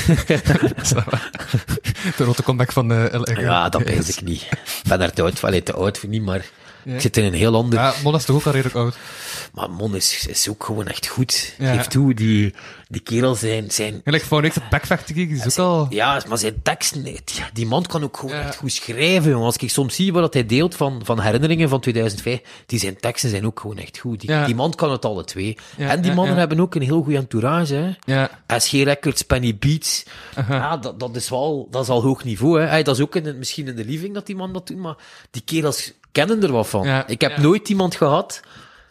De rote comeback van LR. Ja, dat weet ik niet. Ik ben daar te oud voor niet, maar Ja. ik zit in een heel ander... Ja, Mon is toch ook al redelijk oud. Maar Mon is ook gewoon echt goed. Ja. Geef toe, die kerel zijn Gelijk voor niks, het backfacting, die is ook al... ja, maar zijn teksten, die man kan ook gewoon Ja. echt goed schrijven, jongen. Als ik soms zie wat hij deelt van herinneringen van 2005, zijn teksten zijn ook gewoon echt goed. Ja. Die man kan het alle twee. Ja, En die ja, mannen ja. hebben ook een heel goede entourage, hè. Ja. SG Records, Penny Beats. Ja, dat is al hoog niveau, hè. Hey, dat is ook misschien in de living dat die man dat doet, maar die kerels kennen er wat van. Ja. Ik heb Ja. nooit iemand gehad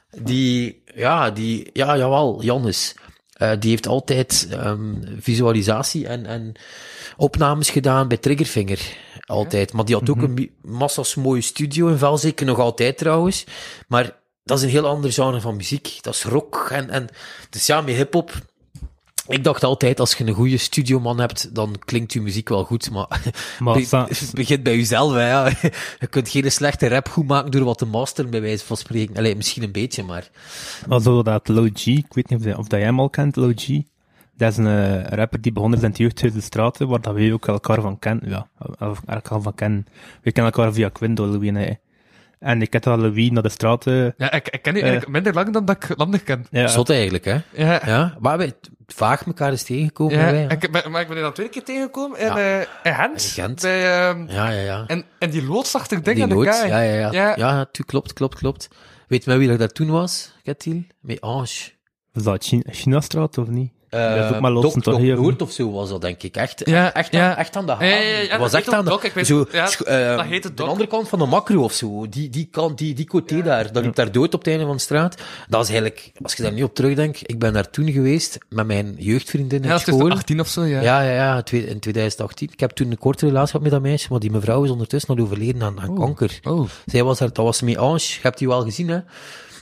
jawel, Jannes. Die heeft altijd visualisatie en opnames gedaan bij Triggerfinger. Altijd. Maar die had ook een massas mooie studio in Velzeker, nog altijd trouwens. Maar dat is een heel ander genre van muziek. Dat is rock en dus ja, met hip-hop. Ik dacht altijd, als je een goede studioman hebt, dan klinkt je muziek wel goed, maar het begint bij jezelf, hè, ja. Je kunt geen slechte rap goed maken door wat te masteren, bij wijze van spreken. Allee, misschien een beetje, maar... Also dat Low G, ik weet niet of dat jij hem al kent, Low G. Dat is een rapper die begon in de jeugd uit de straten, waar dat wij ook elkaar van kennen. Ja, elkaar van kennen. We kennen elkaar via Quindo, Louis en hij. En ik heb al Louis naar de straten... Ja, ik ken die eigenlijk minder lang dan dat ik Landig ken. Ja, Zot eigenlijk, hè? Ja. Ja, maar wij vaag elkaar eens tegengekomen. Ja, wij, hè? maar ik ben er dan 2 keer tegengekomen in Gent. In Gent. Bij, Ja. en die loodsachtig ding Die aan de loods, kaai. ja. Ja, klopt. Weet je met wie dat daar toen was, Ketil? Met Ange. was dat China-straat of niet? Dat is ook maar lossen, toch? Dok Hier. Noord of zo was dat, denk ik. Echt, Ja, echt, ja. echt aan de haan. Ja, Dat was dat echt heet aan de... ook Dok, ik weet- zo, ja, dat heet het de Dok. andere kant van de macro of zo. Die coté daar. Dat liep daar dood op het einde van de straat. Dat is eigenlijk, als je daar nu op terugdenkt, ik ben daar toen geweest met mijn jeugdvriendin Ja, uit dat is school. 18 of zo, ja. Ja, in 2018. Ik heb toen een korte relatie gehad met dat meisje, maar die mevrouw is ondertussen al overleden aan kanker. Oh. Zij was daar, dat was met Ange, je hebt die wel gezien, hè?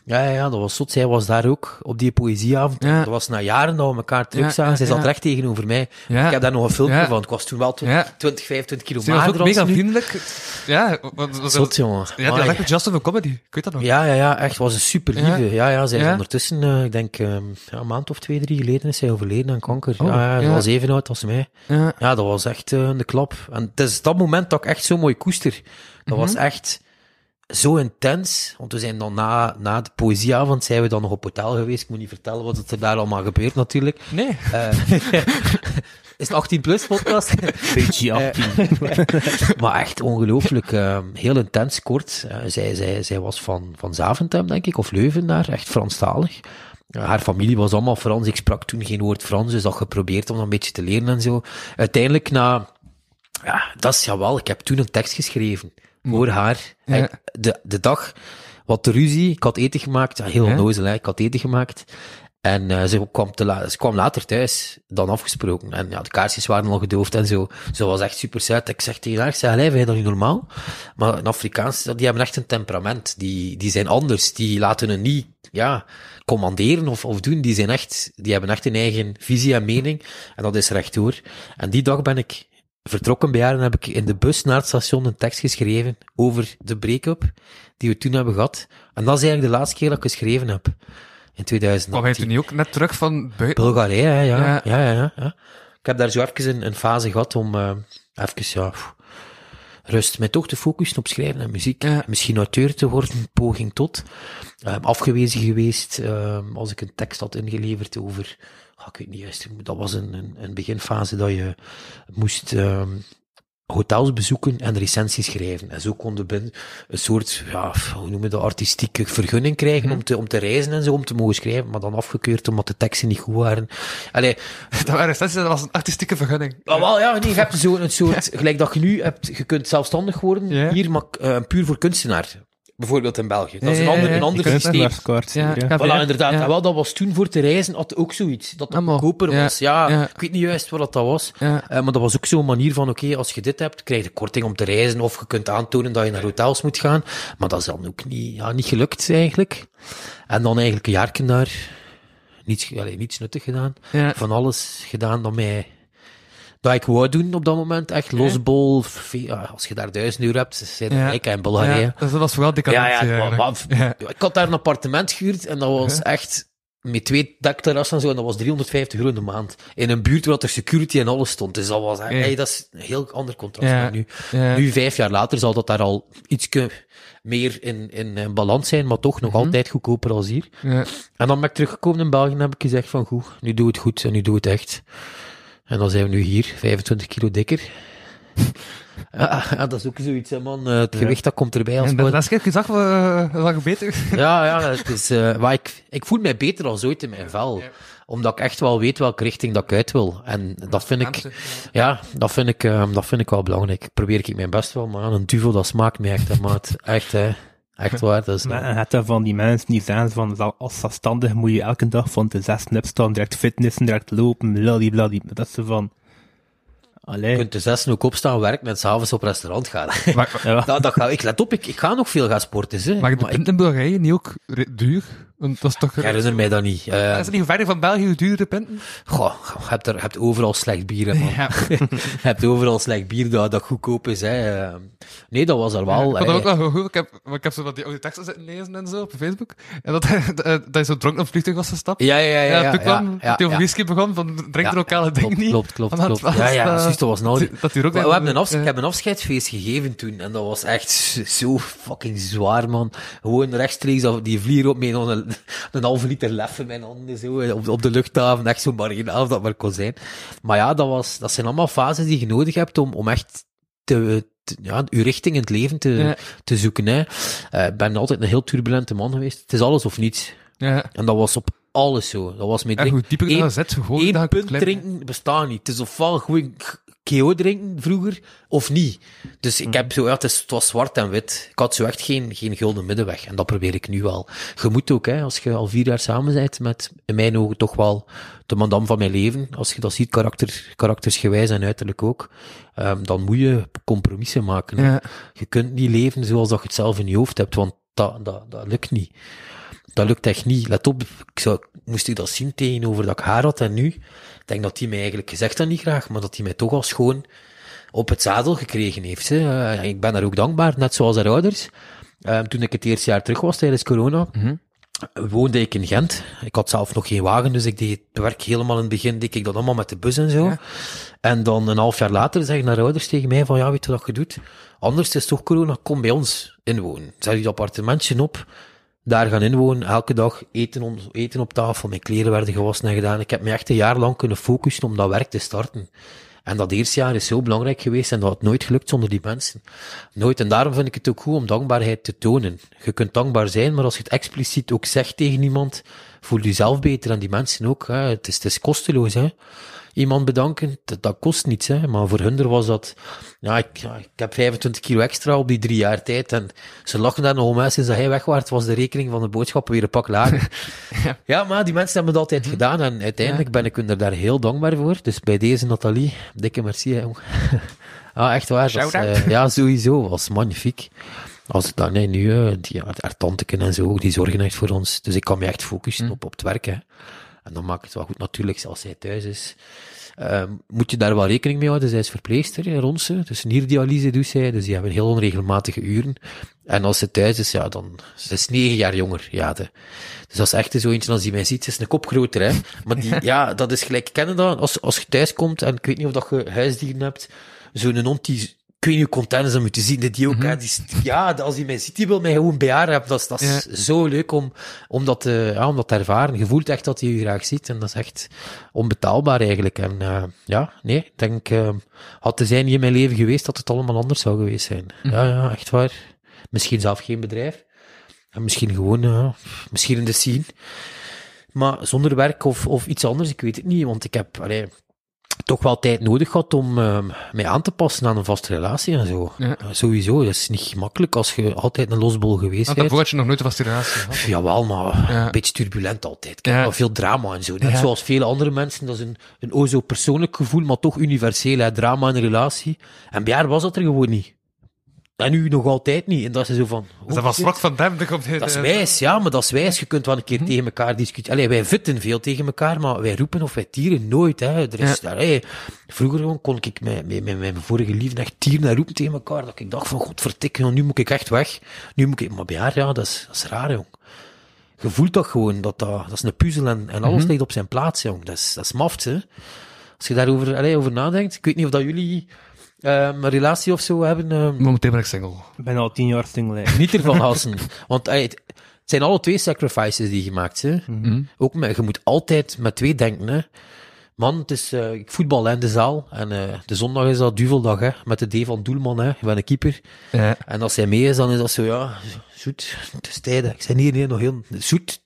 Ja, dat was zot. Zij was daar ook op die poëzieavond. Ja. Dat was na jaren dat we elkaar terug zagen. Zij zat recht tegenover mij. Ja. Ik heb daar nog een filmpje Ja. van. Ik was toen wel 20, 25 kilo Ze was ook magerder als mega nu. vriendelijk. Ja, Zot, jongen. Ja, die Amai. had echt met Justin van Comedy. Ik weet dat nog. Ja, echt. Was een super lieve. Ja, zij is Ja. ondertussen, ik denk, een maand of 2, 3 geleden is zij overleden aan kanker. Oh, Ze ja. was even oud als mij. Ja. Ja, dat was echt de klap. En het is dat moment dat ik echt zo mooi koester. Dat was echt zo intens. Want we zijn dan na de poëzieavond zijn we dan nog op hotel geweest. Ik moet niet vertellen wat er daar allemaal gebeurt natuurlijk. Nee. Is het 18 plus podcast? PG-18. Maar echt ongelooflijk. Heel intens kort. Zij was van Zaventem, denk ik, of Leuven daar. Echt Franstalig. Haar familie was allemaal Frans. Ik sprak toen geen woord Frans, dus dat geprobeerd om dat een beetje te leren en zo. Uiteindelijk dat is jawel, ik heb toen een tekst geschreven voor haar. Ja. De dag, wat de ruzie, ik had eten gemaakt, heel onnozel, hè, ik had eten gemaakt. En ze kwam later thuis, dan afgesproken. En ja, de kaarsjes waren al gedoofd en zo. Ze was echt super zuid. Ik zeg tegen haar, vind je dat niet normaal? Maar in Afrikaans, die hebben echt een temperament. Die zijn anders. Die laten hun niet, commanderen of doen. Die hebben echt een eigen visie en mening. En dat is rechtdoor. En die dag ben ik vertrokken bij haar en heb ik in de bus naar het station een tekst geschreven over de break-up die we toen hebben gehad. En dat is eigenlijk de laatste keer dat ik geschreven heb. In 2018. Kwam hij toen niet ook net terug van buiten? Bulgarije, Ja. ja. Ik heb daar zo even een fase gehad om rust, mij toch te focussen op schrijven en muziek. Ja. Misschien auteur te worden, poging tot. Afgewezen geweest, als ik een tekst had ingeleverd over, ik weet niet juist, dat was een beginfase dat je moest hotels bezoeken en recensies schrijven. En zo konden binnen een soort, hoe noemen we dat, artistieke vergunning krijgen om te reizen en zo, om te mogen schrijven, maar dan afgekeurd omdat de teksten niet goed waren. Allee, Dat was een artistieke vergunning. je hebt zo'n soort, gelijk dat je nu hebt, je kunt zelfstandig worden, Ja. hier, maar puur voor kunstenaar. Bijvoorbeeld in België. Dat is Ja, een ander systeem. Kunstenaarskaart. Ja. Ja. Voilà, inderdaad. Ja. En wel, dat was toen voor te reizen, had ook zoiets. Dat Allemaal. goedkoper Ja. was. Ja. Ik weet niet juist wat dat was. Ja. Maar dat was ook zo'n manier van, oké, als je dit hebt, krijg je korting om te reizen, of je kunt aantonen dat je naar hotels moet gaan. Maar dat is dan ook niet gelukt, eigenlijk. En dan eigenlijk een jaar daar niets nuttig gedaan. Ja. Van alles gedaan dat ik wou doen op dat moment. Echt losbol. Als je daar €1000 hebt, zijn er rijk in Bulgarije. Ja, dus dat was vooral decadent. Ik had daar een appartement gehuurd en dat was echt met 2 dakterrassen en zo, en dat was €350 in de maand. In een buurt waar er security en alles stond. Dus dat was dat is een heel ander contrast met nu. Ja. Nu, 5 jaar later, zal dat daar al iets meer in balans zijn, maar toch nog altijd goedkoper als hier. Ja. En dan ben ik teruggekomen in België en heb ik gezegd van, goed, nu doe het goed en nu doe het echt. En dan zijn we nu hier, 25 kilo dikker. Dat is ook zoiets, hè, man. Het gewicht, dat komt erbij als En de laatste keer gezag was je beter. het is, maar ik voel mij beter dan ooit in mijn vel. Omdat ik echt wel weet welke richting dat ik uit wil. En dat vind ik, dat vind ik wel belangrijk. Probeer ik mijn best wel, maar een duvel, dat smaakt me echt, hè, maat. Echt waar. Dat is, Maar het zijn van die mensen die zeggen van, als zelfstandig moet je elke dag van de 6 opstaan, direct fitnessen, direct lopen, bladibladie. Dat is zo van... je kunt de 6 ook opstaan, werken en 's avonds op restaurant gaan. Maar, Dat ga ik. Let op, ik ga nog veel gaan sporten. Hè. maar de pint in Bulgarije niet ook duur? Want dat is toch... Ik herinner mij dat niet. Is het niet verder van België hoe duur de pinten? Je hebt overal slecht bier, hè, man. Ja. Je hebt overal slecht bier dat goedkoop is. Hè. Nee, dat was er wel. Ik vond dat ook wel heel goed. Ik heb zo wat die oude teksten zitten lezen en zo op Facebook. En dat je zo dronken op het vliegtuig was gestapt. Ja. Toen kwam dat hij over whisky begon, van drink de lokale ding niet. Klopt. Van dat was, Precies, dat was nou... dat hij ook Ik heb een afscheidsfeest gegeven toen, en dat was echt zo fucking zwaar, man. Gewoon rechtstreeks die vlieger op met een halve liter lef in mijn handen, zo, op de luchthaven, echt zo marginaal of dat maar kon zijn. Maar ja, dat zijn allemaal fases die je nodig hebt om echt je richting in het leven te zoeken. Hè. Ik ben altijd een heel turbulente man geweest. Het is alles of niets. Ja. En dat was op alles zo. Dat was met Hoe dieper je dat zet, hoe hoger dat één je punt klimt. drinken bestaat niet. Het is ofwel gewoon KO drinken vroeger, of niet. Dus ik heb zo, het was zwart en wit. Ik had zo echt geen gulden middenweg. En dat probeer ik nu wel. Je moet ook, hè, als je al 4 jaar samen bent met, in mijn ogen, toch wel de madame van mijn leven. Als je dat ziet, karaktersgewijs en uiterlijk ook, dan moet je compromissen maken. Hè. Ja. Je kunt niet leven zoals dat je het zelf in je hoofd hebt, want Dat lukt niet. Dat lukt echt niet. Let op, moest ik dat zien tegenover dat ik haar had en nu, ik denk dat hij mij eigenlijk gezegd dat niet graag, maar dat hij mij toch als gewoon op het zadel gekregen heeft. Hè. Ik ben daar ook dankbaar, net zoals haar ouders. Toen ik het eerste jaar terug was tijdens corona, woonde ik in Gent. Ik had zelf nog geen wagen, dus ik deed het werk helemaal in het begin, deed ik dat allemaal met de bus en zo. Ja. En dan een half jaar later zeggen haar ouders tegen mij van, ja, weet je wat je doet? Anders is toch corona, kom bij ons inwonen. Zet je appartementje op, daar gaan inwonen, elke dag eten op tafel, mijn kleren werden gewassen en gedaan. Ik heb me echt een jaar lang kunnen focussen om dat werk te starten. En dat eerste jaar is zo belangrijk geweest en dat had nooit gelukt zonder die mensen. Nooit. En daarom vind ik het ook goed om dankbaarheid te tonen. Je kunt dankbaar zijn, maar als je het expliciet ook zegt tegen iemand, voel je zelf beter en die mensen ook. Hè. Het is kosteloos, hè. Iemand bedanken, dat kost niets, hè. Maar voor hun was dat, ik heb 25 kilo extra op die 3 jaar tijd en ze lachen daar nog om, hè. Sinds dat hij weg was, was de rekening van de boodschappen weer een pak lager. Ja, maar die mensen hebben het altijd gedaan en uiteindelijk ben ik hun er daar heel dankbaar voor. Dus bij deze Nathalie, dikke merci, hè, jong. Echt waar. Ja, sowieso, was magnifiek. Als het dan, nu, haar tanteken en zo, die zorgen echt voor ons. Dus ik kan me echt focussen op het werk, hè. En dan maakt het wel goed, natuurlijk, als zij thuis is. Moet je daar wel rekening mee houden. Zij is verpleegster in Ronse, dus nierdialyse doet zij, dus die hebben heel onregelmatige uren. En als ze thuis is, dan, ze is 9 jaar jonger, dus dat is echt zo eentje als die mij ziet, ze is een kop groter, hè. Maar die, dat is gelijk, kennen dat, als je thuis komt, en ik weet niet of dat je huisdieren hebt, zo'n hond die, ik weet niet hoe content is om je te zien, die ook, als die mij ziet, die wil mij gewoon bij haar hebben. Dat is zo leuk om dat te ervaren. Je voelt echt dat hij je graag ziet, en dat is echt onbetaalbaar eigenlijk. En ik denk, had zij niet in mijn leven geweest, dat het allemaal anders zou geweest zijn. Ja, echt waar. Misschien zelf geen bedrijf. En misschien gewoon, misschien in de scene. Maar zonder werk of iets anders, ik weet het niet, want ik heb, toch wel tijd nodig gehad om mij aan te passen aan een vaste relatie en zo. Ja. Sowieso, dat is niet gemakkelijk als je altijd een losbol geweest bent. Daarvoor had je nog nooit een vaste relatie gehad. Jawel, maar een beetje turbulent altijd. Ik heb wel veel drama en zo. Net zoals vele andere mensen, dat is een zo persoonlijk gevoel, maar toch universeel, hè. Drama in een relatie. En bij haar was dat er gewoon niet. En nu nog altijd niet. En dat is zo van... Dus dat was zwak van hem. Dat is wijs, maar dat is wijs. Je kunt wel een keer tegen elkaar discussiëren. Wij vitten veel tegen elkaar, maar wij roepen of wij tieren nooit. Hè. Er is, vroeger kon ik met mijn vorige liefde echt tieren en roepen tegen elkaar. Dat ik dacht van, godverdikke, nu moet ik echt weg. Maar bij haar, dat is raar, jong. Je voelt dat gewoon, dat is een puzzel en alles ligt op zijn plaats, jong. Dat is maft, hè. Als je daarover over nadenkt. Ik weet niet of dat jullie... een relatie of zo hebben. Momenteel ben ik single. Ik ben al 10 jaar single. Niet ervan hassen. Want het zijn alle 2 sacrifices die je maakt. Hè. Ook je moet altijd met 2 denken. Hè. Man, het is, ik voetbal in de zaal. En de zondag is dat duveldag, hè. Met de D van doelman, hè. Ik ben een keeper. Ja. En als hij mee is, dan is dat zo, zoet. Het is tijd. Ik zei hier nog heel zoet.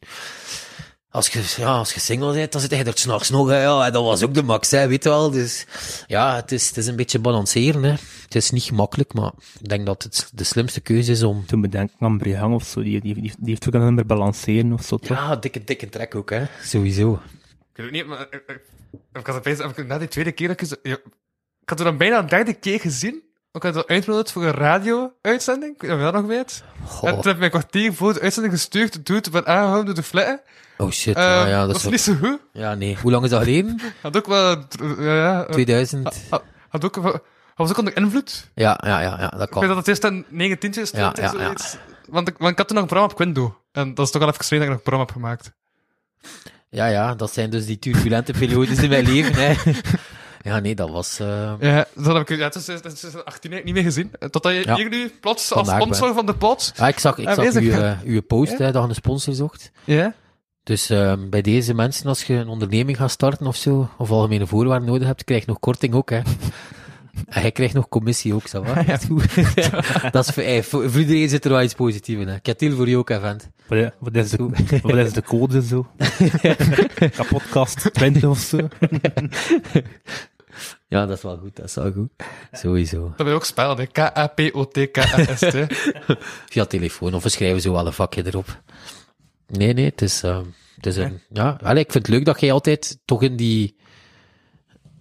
Als je single bent, dan zit je er 's nachts nog, hè, en dat was ook de max, hè, weet je wel. Dus, het is een beetje balanceren, hè. Het is niet gemakkelijk, maar ik denk dat het de slimste keuze is om... Toen bedenken aan Brihang of zo, die heeft ook een nummer balanceren of zo, toch? Ja, dikke trek ook, hè. Sowieso. Ik weet het niet, maar ik had het na die tweede keer, ik had het dan bijna een 3e keer gezien. Ik had het uitgenodigd voor een radio-uitzending. Ik weet niet of je dat nog weet. En toen heb ik mij een kwartier voor de uitzending gestuurd. Doet ben aangehouden door de fletten. Oh shit, dat is niet zo goed. Ja, nee. Hoe lang is dat geleden? Had ook wel... 2000. Was ook onder invloed. Ja, dat kan. Ik weet dat het eerst aan 19 is. Zoiets. Want ik had toen nog een programma op Quindo. En dat is toch al even geleden dat ik nog een programma heb gemaakt. Ja, dat zijn dus die turbulente periodes in mijn leven, hè. Ja, nee, dat was... Ja, dat heb ik tussen 18 niet meer gezien. Totdat je hier nu plots als sponsor van de pod... Ja, ik zag uw post, hè, dat je een sponsor zocht. Ja. Dus bij deze mensen, als je een onderneming gaat starten of zo, of algemene voorwaarden nodig hebt, krijg je nog korting ook, hè. En hij krijgt nog commissie ook, zo. Ja. Dat is voor iedereen zit er wel iets positiefs in, hè. Ik heb het heel voor je ook, hè, vent. Wat is de code zo? Kapotkast 20 of zo? Ja, dat is wel goed. Sowieso. Dat wil je ook spellen, hè. K-A-P-O-T-K-A-S-T. Via telefoon, of we schrijven zo wel een vakje erop. Nee, het is een... Ja, ik vind het leuk dat jij altijd toch in die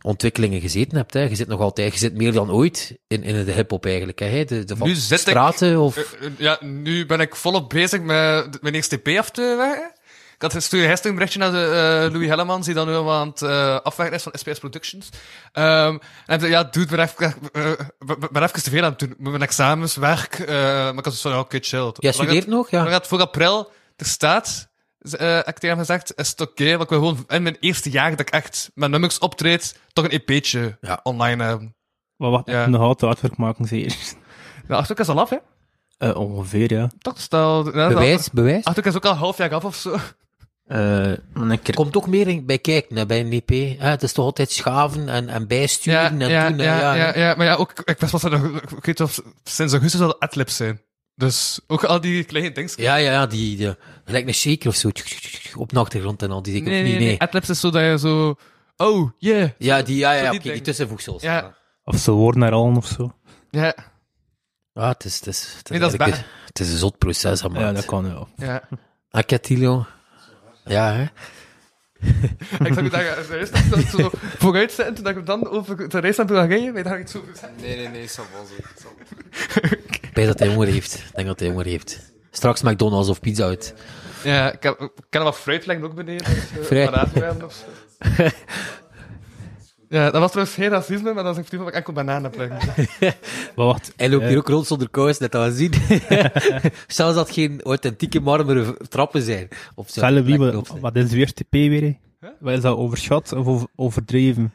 ontwikkelingen gezeten hebt. Hè. Je zit nog altijd, je zit meer dan ooit in de hip-hop eigenlijk. Hè. De Nu zit straten of... Ja, nu ben ik volop bezig met mijn eerste EP af te werken. Ik had gisteren een berichtje naar de Louis Hellemans, die dan nu aan het afwerken is van SPS Productions. En hij zei, ja, dude, ben even te veel aan het doen. Met mijn examens, werk. Maar ik had dus van, ja, oké, chill. Jij studeert nog? Ja. Maar voor april er staat, heb ik tegen hem gezegd, is het oké, want ik wil gewoon in mijn eerste jaar dat ik echt met nummers optreed, toch een EP'tje online hebben. Maar wacht, Ja. nog altijd artwork maken zeer. De achterhoek is al af, hè? Ongeveer, ja. Toch, stel... Bewijs? Achterhoek is ook al een half jaar af of zo. Een keer... Komt ook meer bij kijken, hè, bij een EP. Hè. Het is toch altijd schaven en bijsturen en doen. Ja, maar ja, ook, ik wist wat ik weet of sinds augustus zal het Adlibs zijn. Dus ook al die kleine dingetjes. Ja, die gelijk een shaker of zo, op de achtergrond en al die dingen. Nee. Adlibs is zo dat je zo, oh, yeah. Ja, die dingen. die tussenvoegsels. Ja. Of zo woorden naar allen of zo. Ja, Het is Nee, dat is eigenlijk het is een zot proces, man. Ja, dat kan wel. ja. Akatilo. Ja, hè. Ik zag dat ik zo vooruit zitten, toen dat ik dan over de reis naar Bulgarije, weet je daar iets over zeggen? Nee, zal wel zo. Ik denk dat hij honger heeft. Straks McDonald's of Pizza Hut. Ja, ik kan wat fruit leggen ook beneden. Fruit. Bananen werden of zo. Ja, dat was trouwens geen racisme, maar dat is een vriend dat ik enkel bananen heb liggen. Maar wacht. Hij loopt hier ook rond zonder kous, net dat we zien. Zelfs dat geen authentieke marmeren trappen zijn. Op zo'n Stel wie, plek loopt, hè. wat is weer TP weer? Hè? Wat is dat, overschat of overdreven?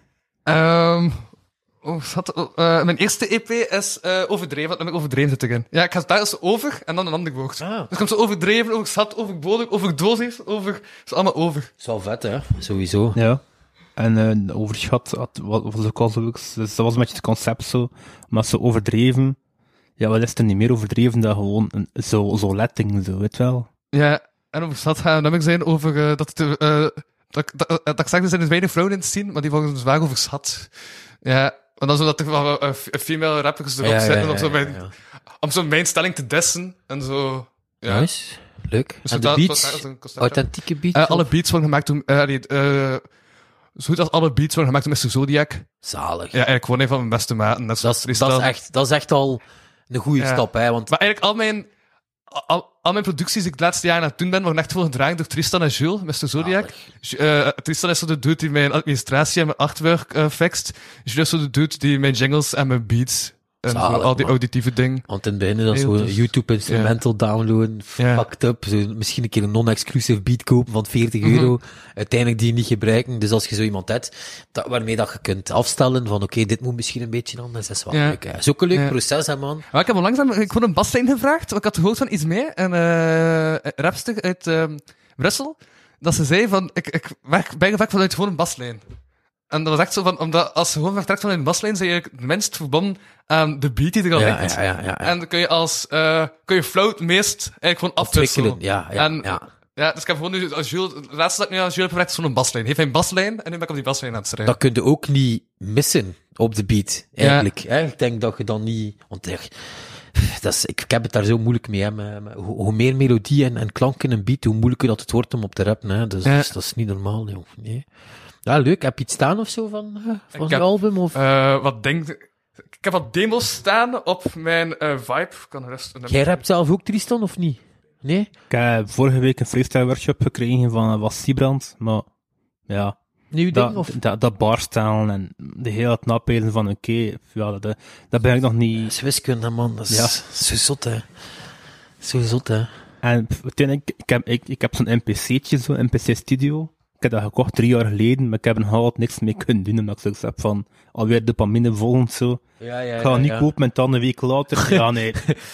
Mijn eerste EP is overdreven, wat heb ik overdreven zitten in. Ja, ik ga daar eens over en dan een ander woord. Ah. Dus ik kom zo overdreven, overschat, overbodig, overdosis, is allemaal over. Dat is wel vet, hè? Sowieso. Ja. En overschat was ook al zo. Dus dat was een beetje het concept zo. Maar zo overdreven. Ja, wat is er niet meer overdreven dan gewoon zo letting, zo, weet je wel. Ja, en overschat gaat een zijn over dat ik zeg, er zijn dus weinig vrouwen in het zien, maar die worden dus vaak overschat. Ja, en dan zo dat er wel female rappers erop zitten om zo mijn stelling te dissen en zo. Ja. Nice. Leuk. Dus En de dat beats? is een concept, Authentieke beats? alle beats worden gemaakt door... zo goed als alle beats worden gemaakt door Mr. Zodiac. Zalig. Ja, eigenlijk gewoon een van mijn beste maten. Dat is echt al een goede stap, hè? Want Maar eigenlijk al mijn producties die ik het laatste jaar aan het doen ben, worden echt veel gedragen door Tristan en Jules, Mr. Zodiac. Tristan is zo de dude die mijn administratie en mijn artwork fixt. Jules is zo de dude die mijn jingles en mijn beats en zo, Zalig, al die man. auditieve dingen. Want in het begin dan Heel zo dus- YouTube instrumental downloaden, fucked up, zo misschien een keer een non-exclusive beat kopen van €40, uiteindelijk die niet gebruiken. Dus als je zo iemand hebt, waarmee dat je kunt afstellen van oké, dit moet misschien een beetje anders, dat is wel leuk. Hè. Dat is ook een leuk proces, hè, man. Maar ik heb onlangs gewoon een baslijn gevraagd, want ik had gehoord van iets mee, een rapster uit Brussel, dat ze zei van, ik ben gevraagd vanuit gewoon een baslijn. En dat was echt zo van, omdat als je gewoon vertrekt vanuit een baslijn, zijn je het minst verbonden aan de beat die er al ligt. Ja. En dan kun je flow het meest eigenlijk gewoon afwisselen. Ontwikkelen, Ja, dus ik heb gewoon nu, als Jules, het laatste dat ik nu aan Jules heb gevraagd is gewoon een baslijn. Heeft hij een baslijn en nu ben ik op die baslijn aan het schrijven. Dat kun je ook niet missen op de beat, eigenlijk. Hè? Ik denk dat je dan niet... Want ik heb het daar zo moeilijk mee. Hè? Hoe meer melodie en klank in een beat, hoe moeilijker dat het wordt om op te rappen. Hè? Dus dat is niet normaal, joh. Nee. Ja, leuk. Heb je iets staan of zo van je album? Of? Ik heb wat demos staan op mijn Vibe. Jij rapt zelf ook, Tristan, of niet? Nee? Ik heb vorige week een freestyle workshop gekregen van Was Siebrand, maar ja, Nieuw ding, of? dat barstellen en de hele napezen van oké, dat ben ik nog niet... Dat is wiskunde, man. Dat is zo zot, hè. Zo zot, hè. En uiteindelijk, ik heb zo'n NPC'tje, zo'n NPC Studio. Ik heb dat gekocht 3 jaar geleden, maar ik heb er nog altijd niks mee kunnen doen, omdat ik zoiets heb van, alweer dopamine volgend zo. Ik ga het niet kopen en dan een week later. Ja, nee.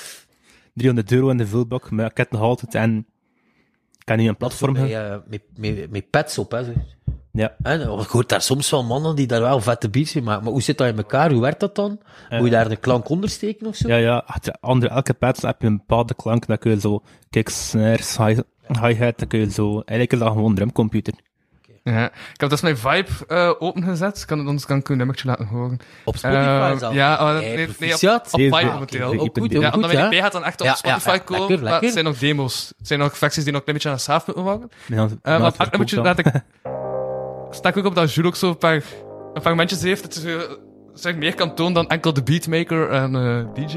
€300 in de vulbak, maar ik heb het nog altijd en ik kan nu een platform hebben. Met pets op, hè. Zo. Ja. En je hoort daar soms wel mannen die daar wel vette beats in maken. Maar hoe zit dat in elkaar? Hoe werkt dat dan? Moet je daar een klank onder steken of zo? Ja, achter elke pad heb je een bepaalde klank, dan kun je zo, kijk, snares, hi-hat, dan kun je zo, eigenlijk is dat gewoon een drumcomputer. Ja, ik heb dus mijn Vibe opengezet. Anders kan ik een nummertje laten horen. Op Spotify zelf? Ja, proficiat. op Vibe Zeven. momenteel. Ook goed, Ja, ook omdat goed, mijn ja. EP gaat dan echt op Spotify komen. lekker. Maar het zijn nog demos. Het zijn nog versies die nog een beetje aan de saaf moeten worden. Maar Maar het nummertje laat ik... Sta ik ook op dat Jules ook zo een paar een fragmentjes heeft dat ze zich meer kan tonen dan enkel de beatmaker en DJ.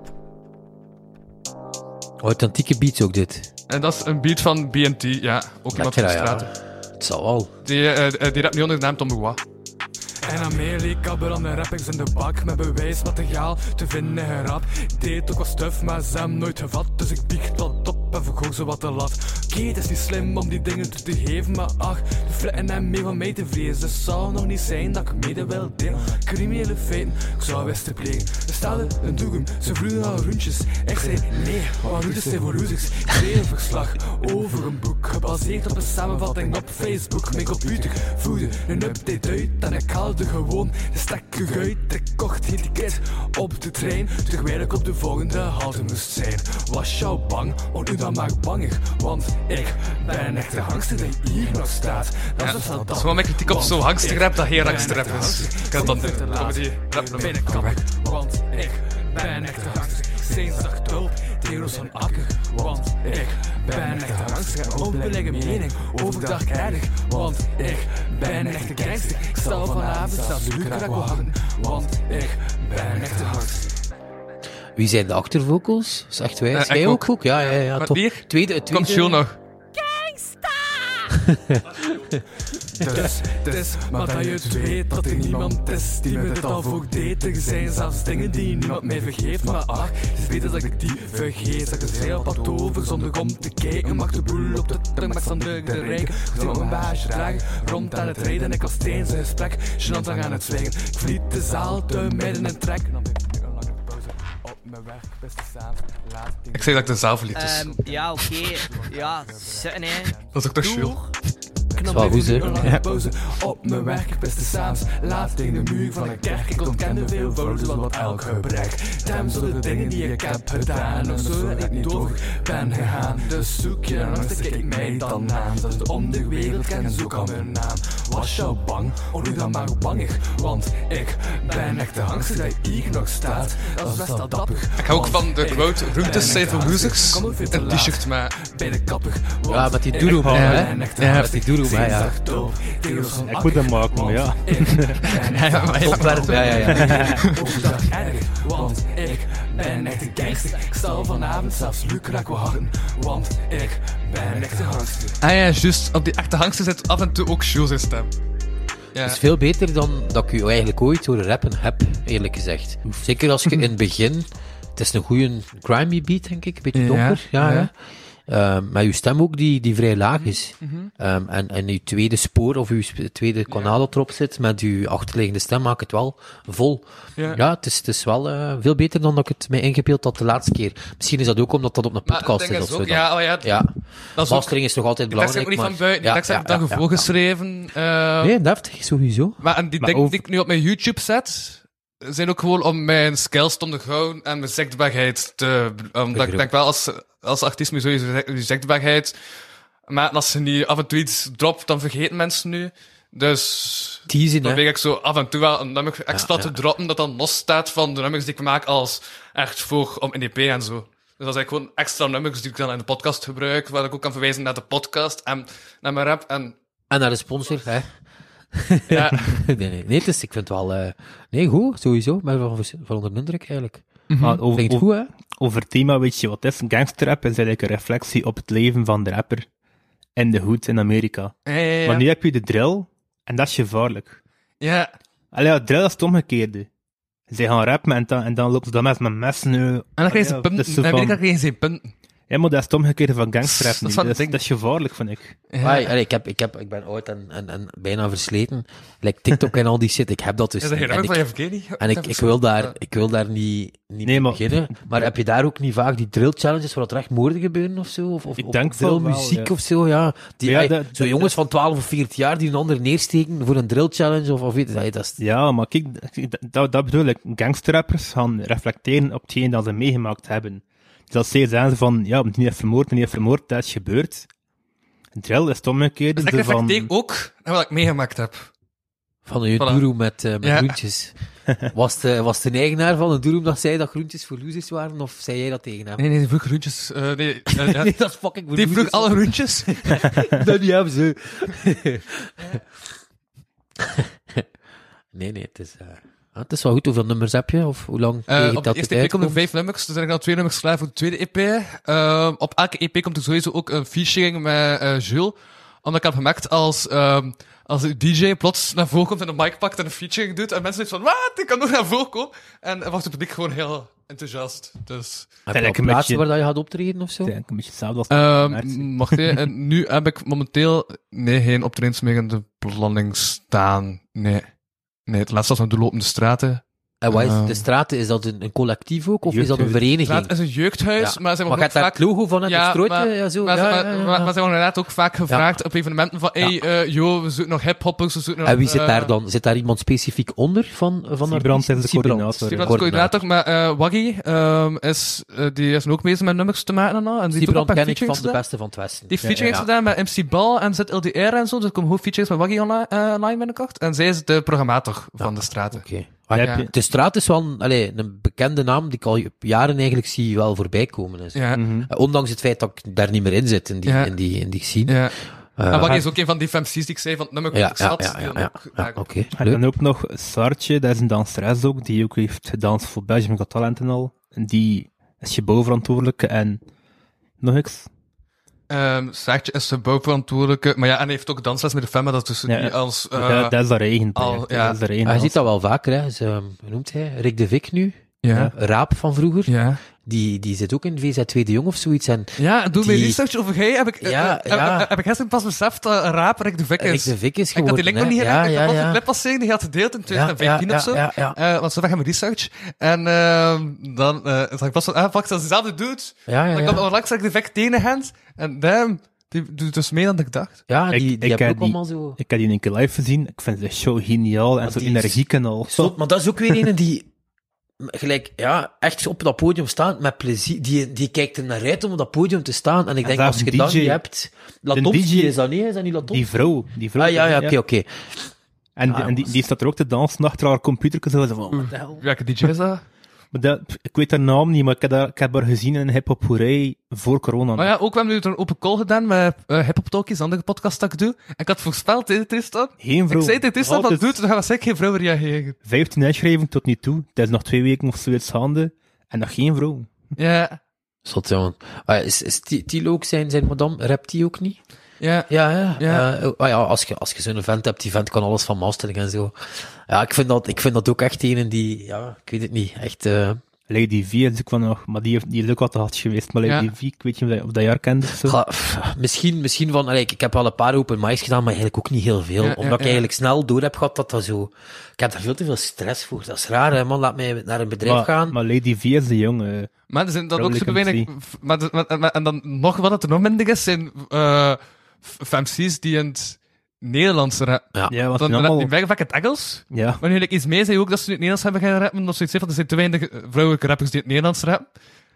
Authentieke beats ook dit. En dat is een beat van BNT, ja. Ook iemand van de Lekker, ja. straat. Het zal wel. Die rapt nu onder de naam Tom Bois. En Amerika brandde rappings in de bak met bewijsmateriaal te vinden in rap. Ik deed ook wat stuf, maar ze hebben nooit gevat. Dus ik bieg wat op en vergoor ze wat te lat. Oké, het is niet slim om die dingen toe te geven, maar ach, de fletten en mee van mij te vrezen. Het zou nog niet zijn dat ik mede wil delen. Criminele feiten, ik zou wisten plegen. Er stelde een doegem, ze vroegen al rondjes. Ik zei nee, want routes zijn voor losers. Ik schreef een verslag over een boek, gebaseerd op een samenvatting op Facebook. Mijn computer voerde een update uit en ik haalde gewoon de stekker uit. Ik kocht geen ticket op de trein, terwijl ik op de volgende halte moest zijn. Was jou bang? Oh, nu dan maak bangig, want ik ben echt de hangster die hier nog staat. Dat is Dat is wel mijn kritiek op zo'n hangsterrap dat geen hangsterrap is. Ik had dat comedy rap ben ik kapper, want ik ben echt de hangster. Sinds dag 12, Theo's van Akker, want ik ben echt de hangster. Onbelegde mening, overdag erg, want ik ben echt de gangster. Ik stel vanavond zelfs Lucas hangen, want ik ben echt de hangster. Wie zijn de achtervocals? Is echt wij? Jij ik ook? Ja, Maar top. hier? Tweede. Komt Jules nog. Dus, maar dat je het weet dat er niemand is die me dit al voor deed. Er zijn zelfs dingen die niemand mij vergeeft, maar ach, het is beter dat ik die vergeet. Dat ik een zeilpad over zonder om te kijken. Mag de boel op de tung met zonder de rijk. Gezien op mijn baasje dragen, rond aan het rijden. Ik was tijdens een gesprek, gênant lang aan het zwijgen. Ik verliet de zaal te midden in trek. Dan ben ik een lange pauze op mijn werk, beste samen. Ik zeg dat ik de zaal verliet, dus. Ja, oké. Ja, zitten hè. Dat is ook toch Jules? Dat is wel goed, hè? Pauze op mijn werk, ik beste saams. Laat tegen de muur van een kerk. Ik ontkende veel fouten, wel wat elk gebrek. Daarom zullen de dingen die ik heb gedaan, nog zo dat ik niet over ben gegaan. Dus zoek je en angst, kijk mij dan aan. Zelfs de onderwereld ken zoek al mijn naam. Was jou bang? Oh, nu dan maar bangig. Want ik ben echt de hangster die hier nog staat. Dat is best al dapper. Ik hou ook van de quote, routes zijn voor losers. Een t-shirt met... Bij de kapper. Ja, met die doeroep, hè? Ja, met die doeroep, ja. Ik moet dat maken, maar ja. Ontwerp, ja. Overdag erg, want ik ben echt een gangster. Ik zal vanavond zelfs Lucas hangen, want ik ben echt een hangster. Ah ja, juist. Op die echte hangster zit af en toe ook Jules in stem. Ja. Het is veel beter dan dat ik u eigenlijk ooit horen rappen heb, eerlijk gezegd. Zeker als je in het begin... Het is een goede grimy beat, denk ik. Een beetje donker. Ja. Maar uw stem ook die vrij laag is. En uw tweede spoor, of uw tweede kanaal dat erop zit, met uw achterliggende stem, maakt het wel vol. Ja, het is wel veel beter dan dat ik het mij ingebeeld had de laatste keer. Misschien is dat ook omdat dat op een podcast is of zo. Dat is mastering is nog altijd belangrijk. Ik denk ook niet van buiten. Ik heb dat voorgeschreven. Nee, deftig, sowieso. Maar en die dingen die ik nu op mijn YouTube zet, zijn ook gewoon om mijn skills te onderhouden en mijn zichtbaarheid te... Omdat ik denk wel, als artiest moet sowieso je zichtbaarheid. Maar als je niet af en toe iets dropt, dan vergeten mensen nu. Dus teasen, dan weet ik zo af en toe wel een nummer extra te droppen dat dan los staat van de nummers die ik maak als echt voor om NDP en zo. Dus dat zijn gewoon extra nummers die ik dan in de podcast gebruik, waar ik ook kan verwijzen naar de podcast en naar mijn rap. En naar de sponsor, hè. Ja. nee, dus ik vind het wel... nee, goed, sowieso. Maar van onder de indruk, eigenlijk. Over, goed, hè? Over het thema, weet je wat is? Gangsterrap is eigenlijk een reflectie op het leven van de rapper in de hood in Amerika. Ja. Maar nu heb je de drill, en dat is gevaarlijk. Ja. Allee, drill is het omgekeerde. Zij gaan rappen en dan lopen ze dan met messen. En dan krijgen ze punten. In Amerika krijgen ze punten. Ja, maar dat is het omgekeerde van gangsterrap. Dat is gevaarlijk, vind ik. Ja. Ik ben oud en bijna versleten. Like TikTok en al die shit, ik heb dat dus. Is dat geen nummer van Evgeny? En ik wil daar niet mee beginnen. Maar heb je daar ook niet vaak die drill challenges waar er echt moorden gebeuren of zo? Of drill muziek of zo, ja. Zo jongens van 12 of 14 jaar die een ander neersteken voor een drill challenge of weet je, dat is... Ja, maar kijk, dat bedoel ik. Gangsterrappers gaan reflecteren op hetgeen dat ze meegemaakt hebben. Dus als ze zeggen van, ja, niet heeft vermoord, dat is gebeurd. En drill is het omgekeerde. Dus ik reflecteer ook naar wat ik meegemaakt heb. Van een doeroe met groentjes. Was de eigenaar van een doeroe dat zei dat groentjes voor losers waren, of zei jij dat tegen hem? Nee, die vroeg groentjes. Nee, dat is fucking voor die vroeg alle groentjes. Dat niet hebben ze. Nee, het is wel goed. Hoeveel nummers heb je? Of hoe lang tegen Op dat de het eerste EP komen er uitkomt? 5 nummers, dus er zijn al 2 nummers klaar voor de tweede EP. Op elke EP komt er sowieso ook een featuring met Jules. Omdat ik heb gemerkt als de DJ plots naar voren komt en een mic pakt en een featuring doet, en mensen zeggen van, wat, ik kan nog naar voren komen. En dan wordt het publiek gewoon heel enthousiast. Dus... Heb je al Eigenlijk een plaatsen beetje- waar je gaat optreden of zo? Het is eigenlijk een beetje hetzelfde als Mag je? En nu heb ik momenteel geen optredens meer in de planning staan. Nee, het laatste was met de lopende straten. En wat is de straten? Is dat een collectief ook? Of is dat een vereniging? Het is een jeugdhuis, Ja. maar ze Maar worden je ook hebt daar vaak... het logo van, het strooitje, ja, zo. Maar, Ja, maar, ja, ja, maar ja. ze worden inderdaad ook vaak gevraagd op evenementen van, we zoeken nog hiphoppers, we zoeken nog... En wie zit daar dan? Zit daar iemand specifiek onder van Siebrand is de coördinator. Siebrand is coördinator, maar Waggy die is ook bezig met nummers te maken en al. En die doet ook Siebrand een paar ken ik van featurings de gedaan. beste van het Westen. Die featurings gedaan met MC Bal en ZLDR en zo, dus er komen goed featurings met Waggy online binnenkort. En zij is de programmator van de straten. Oké. Ja. De straat is wel een bekende naam die ik al jaren eigenlijk zie wel voorbij komen. Dus. Ja. Ondanks het feit dat ik daar niet meer in zit, in die scene. Ja. En Waggy is ook een van die FMC's die ik zei van het nummer Ja, op stad. Oké. En Leuk. dan ook nog Sartje, dat is een danseres ook, die ook heeft gedanst voor Belgium Got Talent en al. En die is je bouwverantwoordelijke en nog iets. Saartje is de bouwverantwoordelijke, maar ja, en hij heeft ook dansles met de FEM, dat is dus Ja, niet als... dat is haar eigen project. ja. Dat is haar eigen Maar je dans. ziet dat wel vaker, hè. Dus, hoe noemt hij? Rick de Vic nu. Ja. Raap van vroeger. Ja. Die zit ook in VZ Tweede Jong of zoiets. En Ja, doe mijn Die- research over hij, heb ik gisteren pas beseft dat Raap Rick de Vic Rick is. de Vic is Ik had die link nog geworden, niet hè. gelegd, ik had pas een Ja. clip passeren, die had gedeeld in 2015 of zo. Ja. Want zo gaan we research. En dan zag ik pas van, fuck, dat is dezelfde dude. Dan kwam onlangs Rick de Vic tegen hand, en damn, die doet dus meer dan ik dacht. Ja, die Ik hebben heb ook allemaal zo... Ik heb die een keer live gezien. Ik vind de show geniaal en zo die is- energiek en al. Zot, maar dat is ook weer een die gelijk, echt op dat podium staat met plezier. Die kijkt er naar uit om op dat podium te staan. En ik denk, zelfs als je een dat DJ niet hebt... Latomski DJ is dat niet? Is dat niet Latomski? Die vrouw. Ah, ja, oké. En die staat er ook te dansen achter haar computer. Zo van, what the hell? Welke DJ is dat? Maar ik weet haar naam niet, maar ik heb haar gezien in een hip-hop hoerij voor corona. Maar ja, ook we hebben nu een open call gedaan met Hip Hop Talkies, een andere podcast dat ik doe. En ik had voorspeld tegen Tristan. Geen vrouw. Ik zei tegen Tristan, wat Altijd doet, dan gaan we zeker geen vrouw reageren. 15 uitschrijvingen tot nu toe. Het is nog 2 weken of zoiets gaande. En nog geen vrouw. Ja. Zot, jongen. Is Tilo ook zijn madame? Rapt die ook niet? Ja. Ja. Als je zo'n vent hebt, die vent kan alles van mastering en zo. Ja, ik vind dat ook echt een die, ik weet het niet, echt... Lady V is ook wel nog, maar die is ook al te hard geweest. Maar Lady V, ik weet niet of dat jaar kent of zo. Misschien van, ik heb wel een paar open mics gedaan, maar eigenlijk ook niet heel veel. Omdat ik eigenlijk snel door heb gehad dat zo... Ik heb daar veel te veel stress voor. Dat is raar, hè, man. Laat mij naar een bedrijf gaan. Maar Lady V is de jonge. Maar er zijn dan ook Vrouwelijke super weinig... En dan nog wat het er nog minder is, zijn FMC's die in het Nederlands rappen. Ja, wat Dan allemaal... in vaak het Engels. Ja. Maar nu ik iets mee zei ook dat ze in het Nederlands hebben gaan rappen, dat ze iets zeggen van, er zijn te weinig vrouwelijke rappers die in het Nederlands rappen.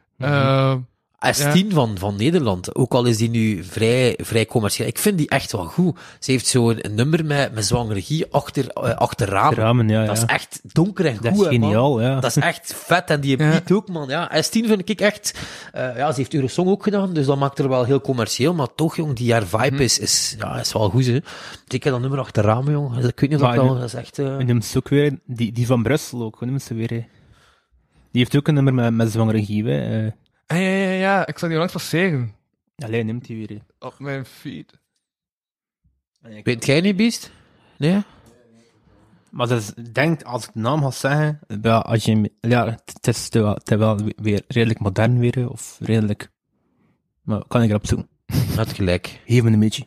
S10 van Nederland, ook al is die nu vrij commercieel. Ik vind die echt wel goed. Ze heeft zo'n nummer met zwangere Guy achter ramen. Ramen, ja. Dat is echt donker en goed, Dat is hè, man. geniaal, ja. Dat is echt vet. En die beat ook, man. Ja, S10 vind ik echt... ze heeft Eurosong ook gedaan, dus dat maakt er wel heel commercieel. Maar toch, jong, die haar vibe is wel goed, hè. Zeker dat nummer achter ramen, jong. Ik weet niet of dat is echt... En noemt ze ook weer... Die van Brussel ook, hoe noemt ze weer? Hè? Die heeft ook een nummer met zwangere Guy, hè. Ja, ik zal die langs passeren. Alleen neemt hij weer. Hè. Op mijn feed. Weet jij niet, Beast? Nee? Maar dus, denk, als ik de naam ga zeggen, als je... Ja, het is wel weer redelijk modern weer, of redelijk... Maar kan ik erop zoeken? Net gelijk. Geef me een beetje.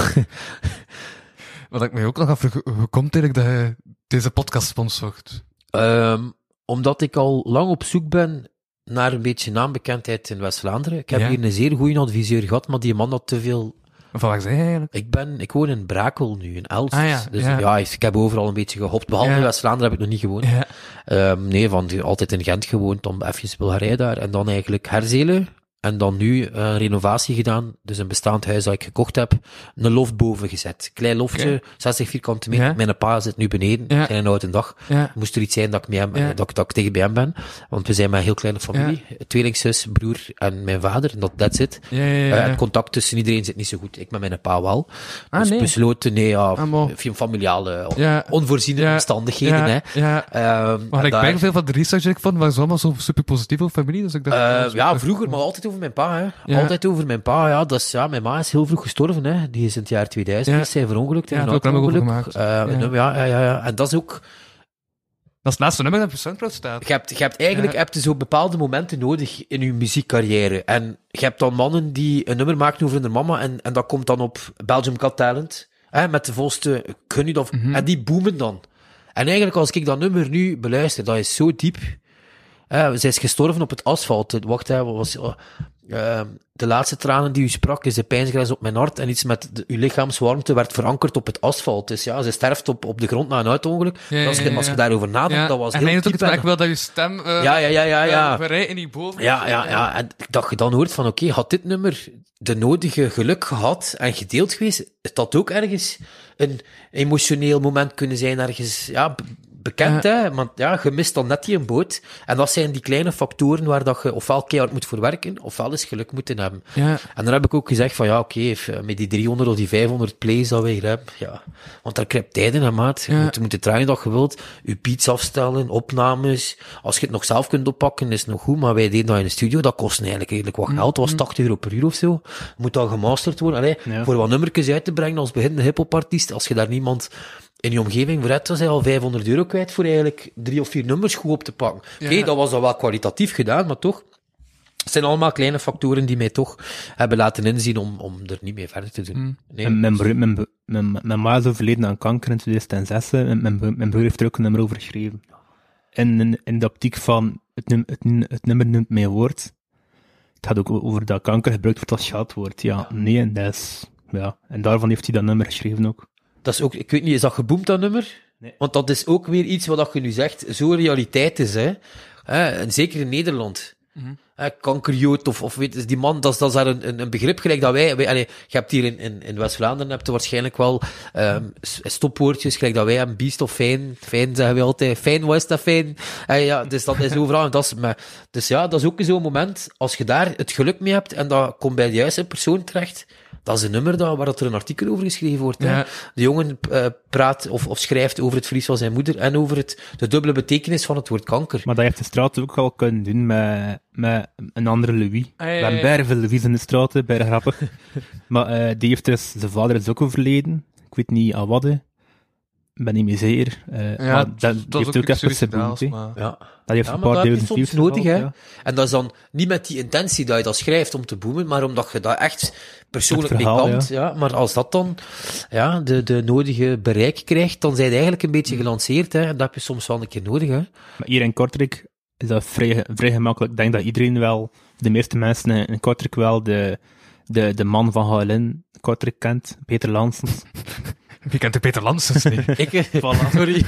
Wat ik mij ook nog afvraag, hoe komt het eigenlijk dat je deze podcast sponsort? Omdat ik al lang op zoek ben naar een beetje naambekendheid in West-Vlaanderen. Ik heb hier een zeer goede adviseur gehad, maar die man had te veel... Van waar zijn je eigenlijk? Ik woon in Brakel nu, in Elst. Dus ja. ik heb overal een beetje gehopt. Behalve in West-Vlaanderen heb ik nog niet gewoond. Ja. Nee, altijd in Gent gewoond, om even Bulgarije daar. En dan eigenlijk Herzelen. En dan nu een renovatie gedaan, dus een bestaand huis dat ik gekocht heb, een loft boven gezet. Klein loftje, 60 vierkante meter. Ja. Mijn pa zit nu beneden, Ja. een oude dag. Ja. Moest er iets zijn dat ik, met hem, Ja. dat ik tegen bij hem ben. Want we zijn met een heel kleine familie. Tweelingzus, broer en mijn vader. En that's it. Ja. Het contact tussen iedereen zit niet zo goed. Ik met mijn pa wel. Ah, Dus nee. besloten, maar- familiale, Ja. onvoorziene Ja. omstandigheden. Hè. Ja. Maar ik denk veel van de research die ik vond, was allemaal zo super positief over familie. Dus ik dacht, ja, vroeger, maar altijd over mijn pa, hè. Ja. Altijd over mijn pa, ja. Dat is, ja. Mijn ma is heel vroeg gestorven, hè. Die is in het jaar 2000, Ja. is zij verongelukt. Ja, in een daar heb ik ook over auto-ongeluk. gemaakt. Ja. En dat is ook... dat is het laatste nummer dat op Soundcloud staat. Je hebt eigenlijk heb je zo bepaalde momenten nodig in je muziekcarrière. En je hebt dan mannen die een nummer maken over hun mama, en dat komt dan op Belgium Got Talent, hè, met de volste, kun je dat, en die boomen dan. En eigenlijk, als ik dat nummer nu beluister, dat is zo diep. Zij is gestorven op het asfalt. Wacht, hè, wat was... de laatste tranen die u sprak, is de pijnsgrens op mijn hart, en iets met uw lichaamswarmte werd verankerd op het asfalt. Dus ja, ze sterft op de grond na een auto-ongeluk. Als je daarover nadenkt, dat was en heel hij diep. doet ook, ik wil dat je stem Ja. verrijdt in die boven. Ja. En dat je dan hoort van, oké, had dit nummer de nodige geluk gehad en gedeeld geweest, dat ook ergens een emotioneel moment kunnen zijn, ergens, ja, bekend, hè, want ja, je mist dan net die een boot. En dat zijn die kleine factoren waar dat je ofwel keihard moet voor werken, ofwel eens geluk moeten hebben. Ja. En dan heb ik ook gezegd van, ja, oké, met die 300 of die 500 plays dat wij hier hebben, ja, want daar krijg je tijden aan, maat. Je moet het draaien dat je wilt, je beats afstellen, opnames, als je het nog zelf kunt oppakken, is het nog goed, maar wij deden dat in de studio, dat kost eigenlijk redelijk wat geld, dat was €80 per uur of zo, moet dan gemasterd worden. Allee, voor wat nummertjes uit te brengen als beginnende hip-hop-artiest, als je daar niemand in je omgeving voor hebt, was hij al €500 kwijt voor eigenlijk 3 of 4 nummers goed op te pakken. Oké, dat was dan wel kwalitatief gedaan, maar toch, het zijn allemaal kleine factoren die mij toch hebben laten inzien om er niet mee verder te doen. Nee. En mijn ma is overleden aan kanker in 2006. En mijn broer heeft er ook een nummer over geschreven. In de optiek van, het nummer noemt mijn woord. Het gaat ook over dat kanker gebruikt wordt als scheldwoord. Ja, nee, en dat is, ja. En daarvan heeft hij dat nummer geschreven ook. Dat is ook, ik weet niet, is dat geboomd, dat nummer? Nee. Want dat is ook weer iets wat je nu zegt, zo'n realiteit is, hè. En zeker in Nederland. Kankerjood, of weet je, die man, dat is daar een begrip gelijk dat wij allee, je hebt hier in West-Vlaanderen, hebt je waarschijnlijk wel stopwoordjes, gelijk dat wij hebben, biest of fijn zeggen we altijd, fijn, wat is dat fijn? Ja, dus dat is overal, dus ja, dat is ook zo'n moment, als je daar het geluk mee hebt, en dat komt bij de juiste persoon terecht, dat is een nummer waar dat er een artikel over geschreven wordt. Hè. Ja. De jongen praat of schrijft over het verlies van zijn moeder en over de dubbele betekenis van het woord kanker. Maar dat heeft de straat ook al kunnen doen met een andere Louis. We hebben bijna veel Louis in de straten, bijna grappig. Maar die heeft dus, zijn vader is ook overleden. Ik weet niet aan wat, ik ben niet meer zeker. Maar dat heeft ook even zijn bloed. Ja. Dat heeft Ja, een maar paar dat heb je duizend soms views nodig, hè. gehaald, ja. En dat is dan niet met die intentie dat je dat schrijft om te boomen, maar omdat je dat echt persoonlijk Het verhaal, mee kan. Ja. Maar als dat dan de nodige bereik krijgt, dan zijn je eigenlijk een beetje gelanceerd, hè. En dat heb je soms wel een keer nodig, hè. Maar hier in Kortrijk is dat vrij gemakkelijk. Ik denk dat iedereen wel, de meeste mensen in Kortrijk wel de man van HLN Kortrijk kent, Peter Lansens. Wie kent de Peter Lansens niet? Ik, sorry.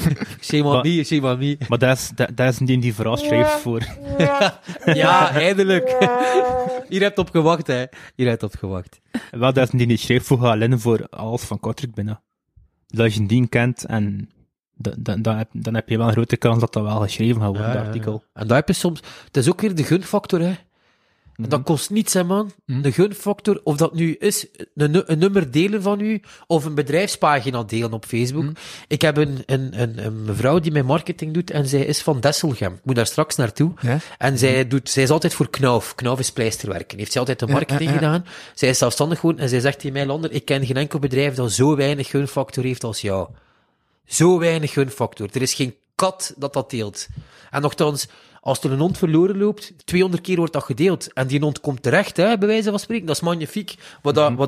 Shame on me. Maar dat is die vooral schrijft voor. Ja, eindelijk. Hier heb je op gewacht, hè. Hier heb je op gewacht. Wel, dat is die schrijft voor HLN voor alles van Kortrijk binnen. Dus als je die kent, en dan heb je wel een grote kans dat dat wel geschreven gaat worden, dat artikel. En dat heb je soms... Het is ook weer de gunfactor, hè. En dat kost niets, hè, man. De gunfactor, of dat nu is een nummer delen van u, of een bedrijfspagina delen op Facebook. Ik heb een mevrouw die mijn marketing doet, en zij is van Desselgem. Ik moet daar straks naartoe. Ja? En zij is altijd voor Knauf. Knauf is pleisterwerken. Heeft zij altijd de marketing gedaan. Zij is zelfstandig geworden, en zij zegt tegen mij, Lander, ik ken geen enkel bedrijf dat zo weinig gunfactor heeft als jou. Zo weinig gunfactor. Er is geen kat dat deelt. En nochtans, als er een hond verloren loopt, 200 keer wordt dat gedeeld. En die hond komt terecht, hè, bij wijze van spreken. Dat is magnifiek, wat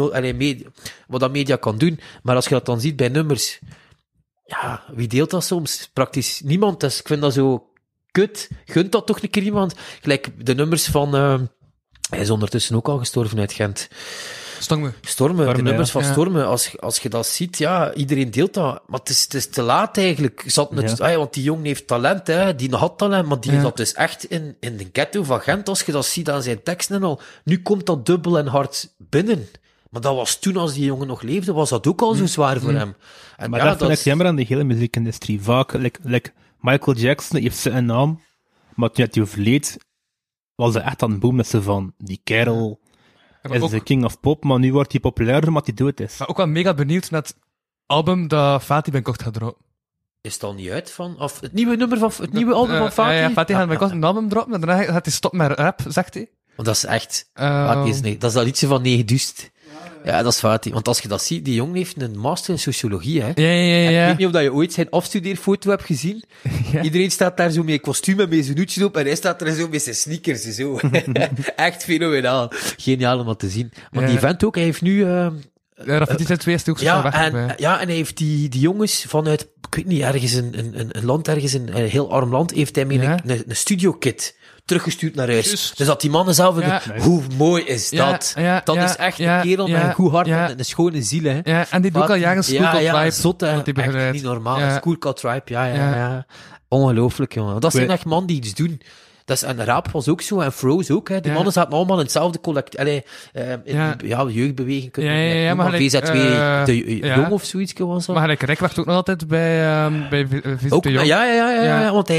dat media kan doen. Maar als je dat dan ziet bij nummers, ja, wie deelt dat soms? Praktisch niemand. Dus ik vind dat zo kut. Gunt dat toch een keer iemand? Gelijk de nummers van... hij is ondertussen ook al gestorven uit Gent. Stormen. Stormen, de nummers van ja. Stormen, als je dat ziet, ja, iedereen deelt dat. Maar het is te laat eigenlijk. Want die jongen heeft talent, hè. Die had talent, maar die zat dus echt in de ghetto van Gent, als je dat ziet aan zijn teksten en al. Nu komt dat dubbel en hard binnen. Maar dat was toen, als die jongen nog leefde, was dat ook al zo zwaar voor hem. En Maar dat vind ik jammer aan de hele muziekindustrie. Vaak, like Michael Jackson heeft zijn naam, maar toen hij overleed, was hij echt aan het boom met ze van, die kerel is de king of pop, maar nu wordt hij populairder omdat hij dood is. Maar ook wel mega benieuwd naar het album dat Fatih binnenkort gaat droppen. Is het al niet uit van... Of het nieuwe nummer van... Het nieuwe album van Fatih? Ja, Fatih gaat binnenkort een album droppen, en daarna gaat hij stoppen met rap, zegt hij. Want dat is echt... dat is dat liedje van 9000. Ja, dat is Fatih. Want als je dat ziet, die jongen heeft een master in sociologie, hè. Ja. Ik weet niet of je ooit zijn afstudeerfoto hebt gezien. Ja. Iedereen staat daar zo met kostuum en met zijn hoedje op, en hij staat er zo met zijn sneakers en zo. Echt fenomenaal. Geniaal om dat te zien. Maar die vent ook, hij heeft nu... Rafiti zijn twee stukjes van weg. En hij heeft die jongens vanuit, ik weet niet, ergens een land, ergens een heel arm land, heeft hij mee een studiokit teruggestuurd naar huis. Just. Dus dat die mannen zelf... Hoe mooi is dat? Dat is echt een kerel met een goed hart en een schone ziel, hè. Ja, en die doet ook al jaren School Cut Tribe. Zot, hè. Echt niet normaal. School Cut Tribe, ja. Ongelooflijk, jongen. Dat zijn echt mannen die iets doen. En Raap was ook zo, en Froze ook, hè. Die mannen zaten allemaal in hetzelfde collectief. De jeugdbeweging. Maar VZ2 de Jong of zoiets was dat. Maar gelijk Rek werkt ook nog altijd bij VZ2 ook, Jong. Ja, want hij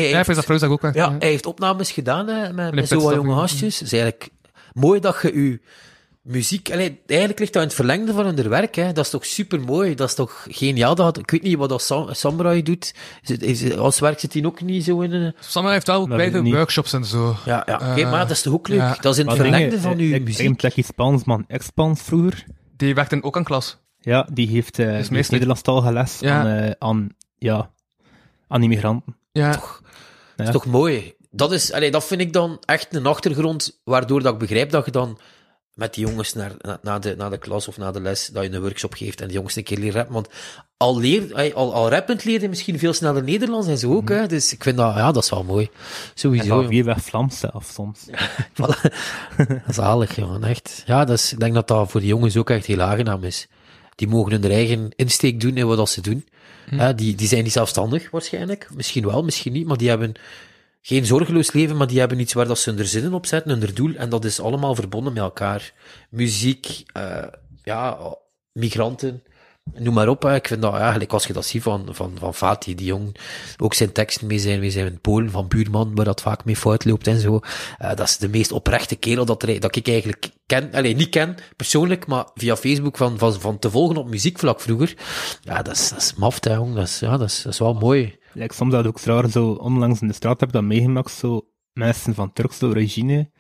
hij heeft opnames gedaan, hè, met zo wat jonge gastjes. Het is eigenlijk mooi dat je je muziek... eigenlijk ligt dat in het verlengde van hun werk, hè. Dat is toch supermooi. Dat is toch geniaal. Ik weet niet wat dat Samurai doet. Als werk zit hij ook niet zo in een... Samurai heeft wel bij de workshops en zo. Oké, maar dat is toch ook leuk? Ja. Dat is in het verlengde van uw muziek. Ik Lekkie Spansman, ex-Spans vroeger. Die werkte ook aan klas. Ja, die heeft Nederlandstalige les aan immigranten. Ja. Dat is toch mooi? Dat vind ik dan echt een achtergrond, waardoor dat ik begrijp dat je dan met die jongens naar de klas of naar de les, dat je een workshop geeft en die jongens een keer leren rappen. Want al rappend leer je misschien veel sneller Nederlands en zo ook, hè. Dus ik vind dat is wel mooi. Sowieso. En weer weg Vlaams zelf soms. Zalig, jongen, echt. Ja, ik denk dat dat voor die jongens ook echt heel aangenaam is. Die mogen hun eigen insteek doen in wat ze doen. Die zijn niet zelfstandig, waarschijnlijk. Misschien wel, misschien niet, maar die hebben geen zorgeloos leven, maar die hebben iets waar dat ze hun zinnen op zetten, hun doel, en dat is allemaal verbonden met elkaar. Muziek, migranten, noem maar op. Hè. Ik vind dat eigenlijk, als je dat ziet van Fatih, die jong, ook zijn teksten mee zijn Polen van Buurman, waar dat vaak mee fout loopt en zo. Dat is de meest oprechte kerel dat ik eigenlijk ken. Niet ken, persoonlijk, maar via Facebook van te volgen op muziekvlak vroeger. Ja, dat is maf, hè, jong. Dat is wel mooi. Soms dat ook raar, zo onlangs in de straat heb ik dat meegemaakt, zo mensen van Turkse origine,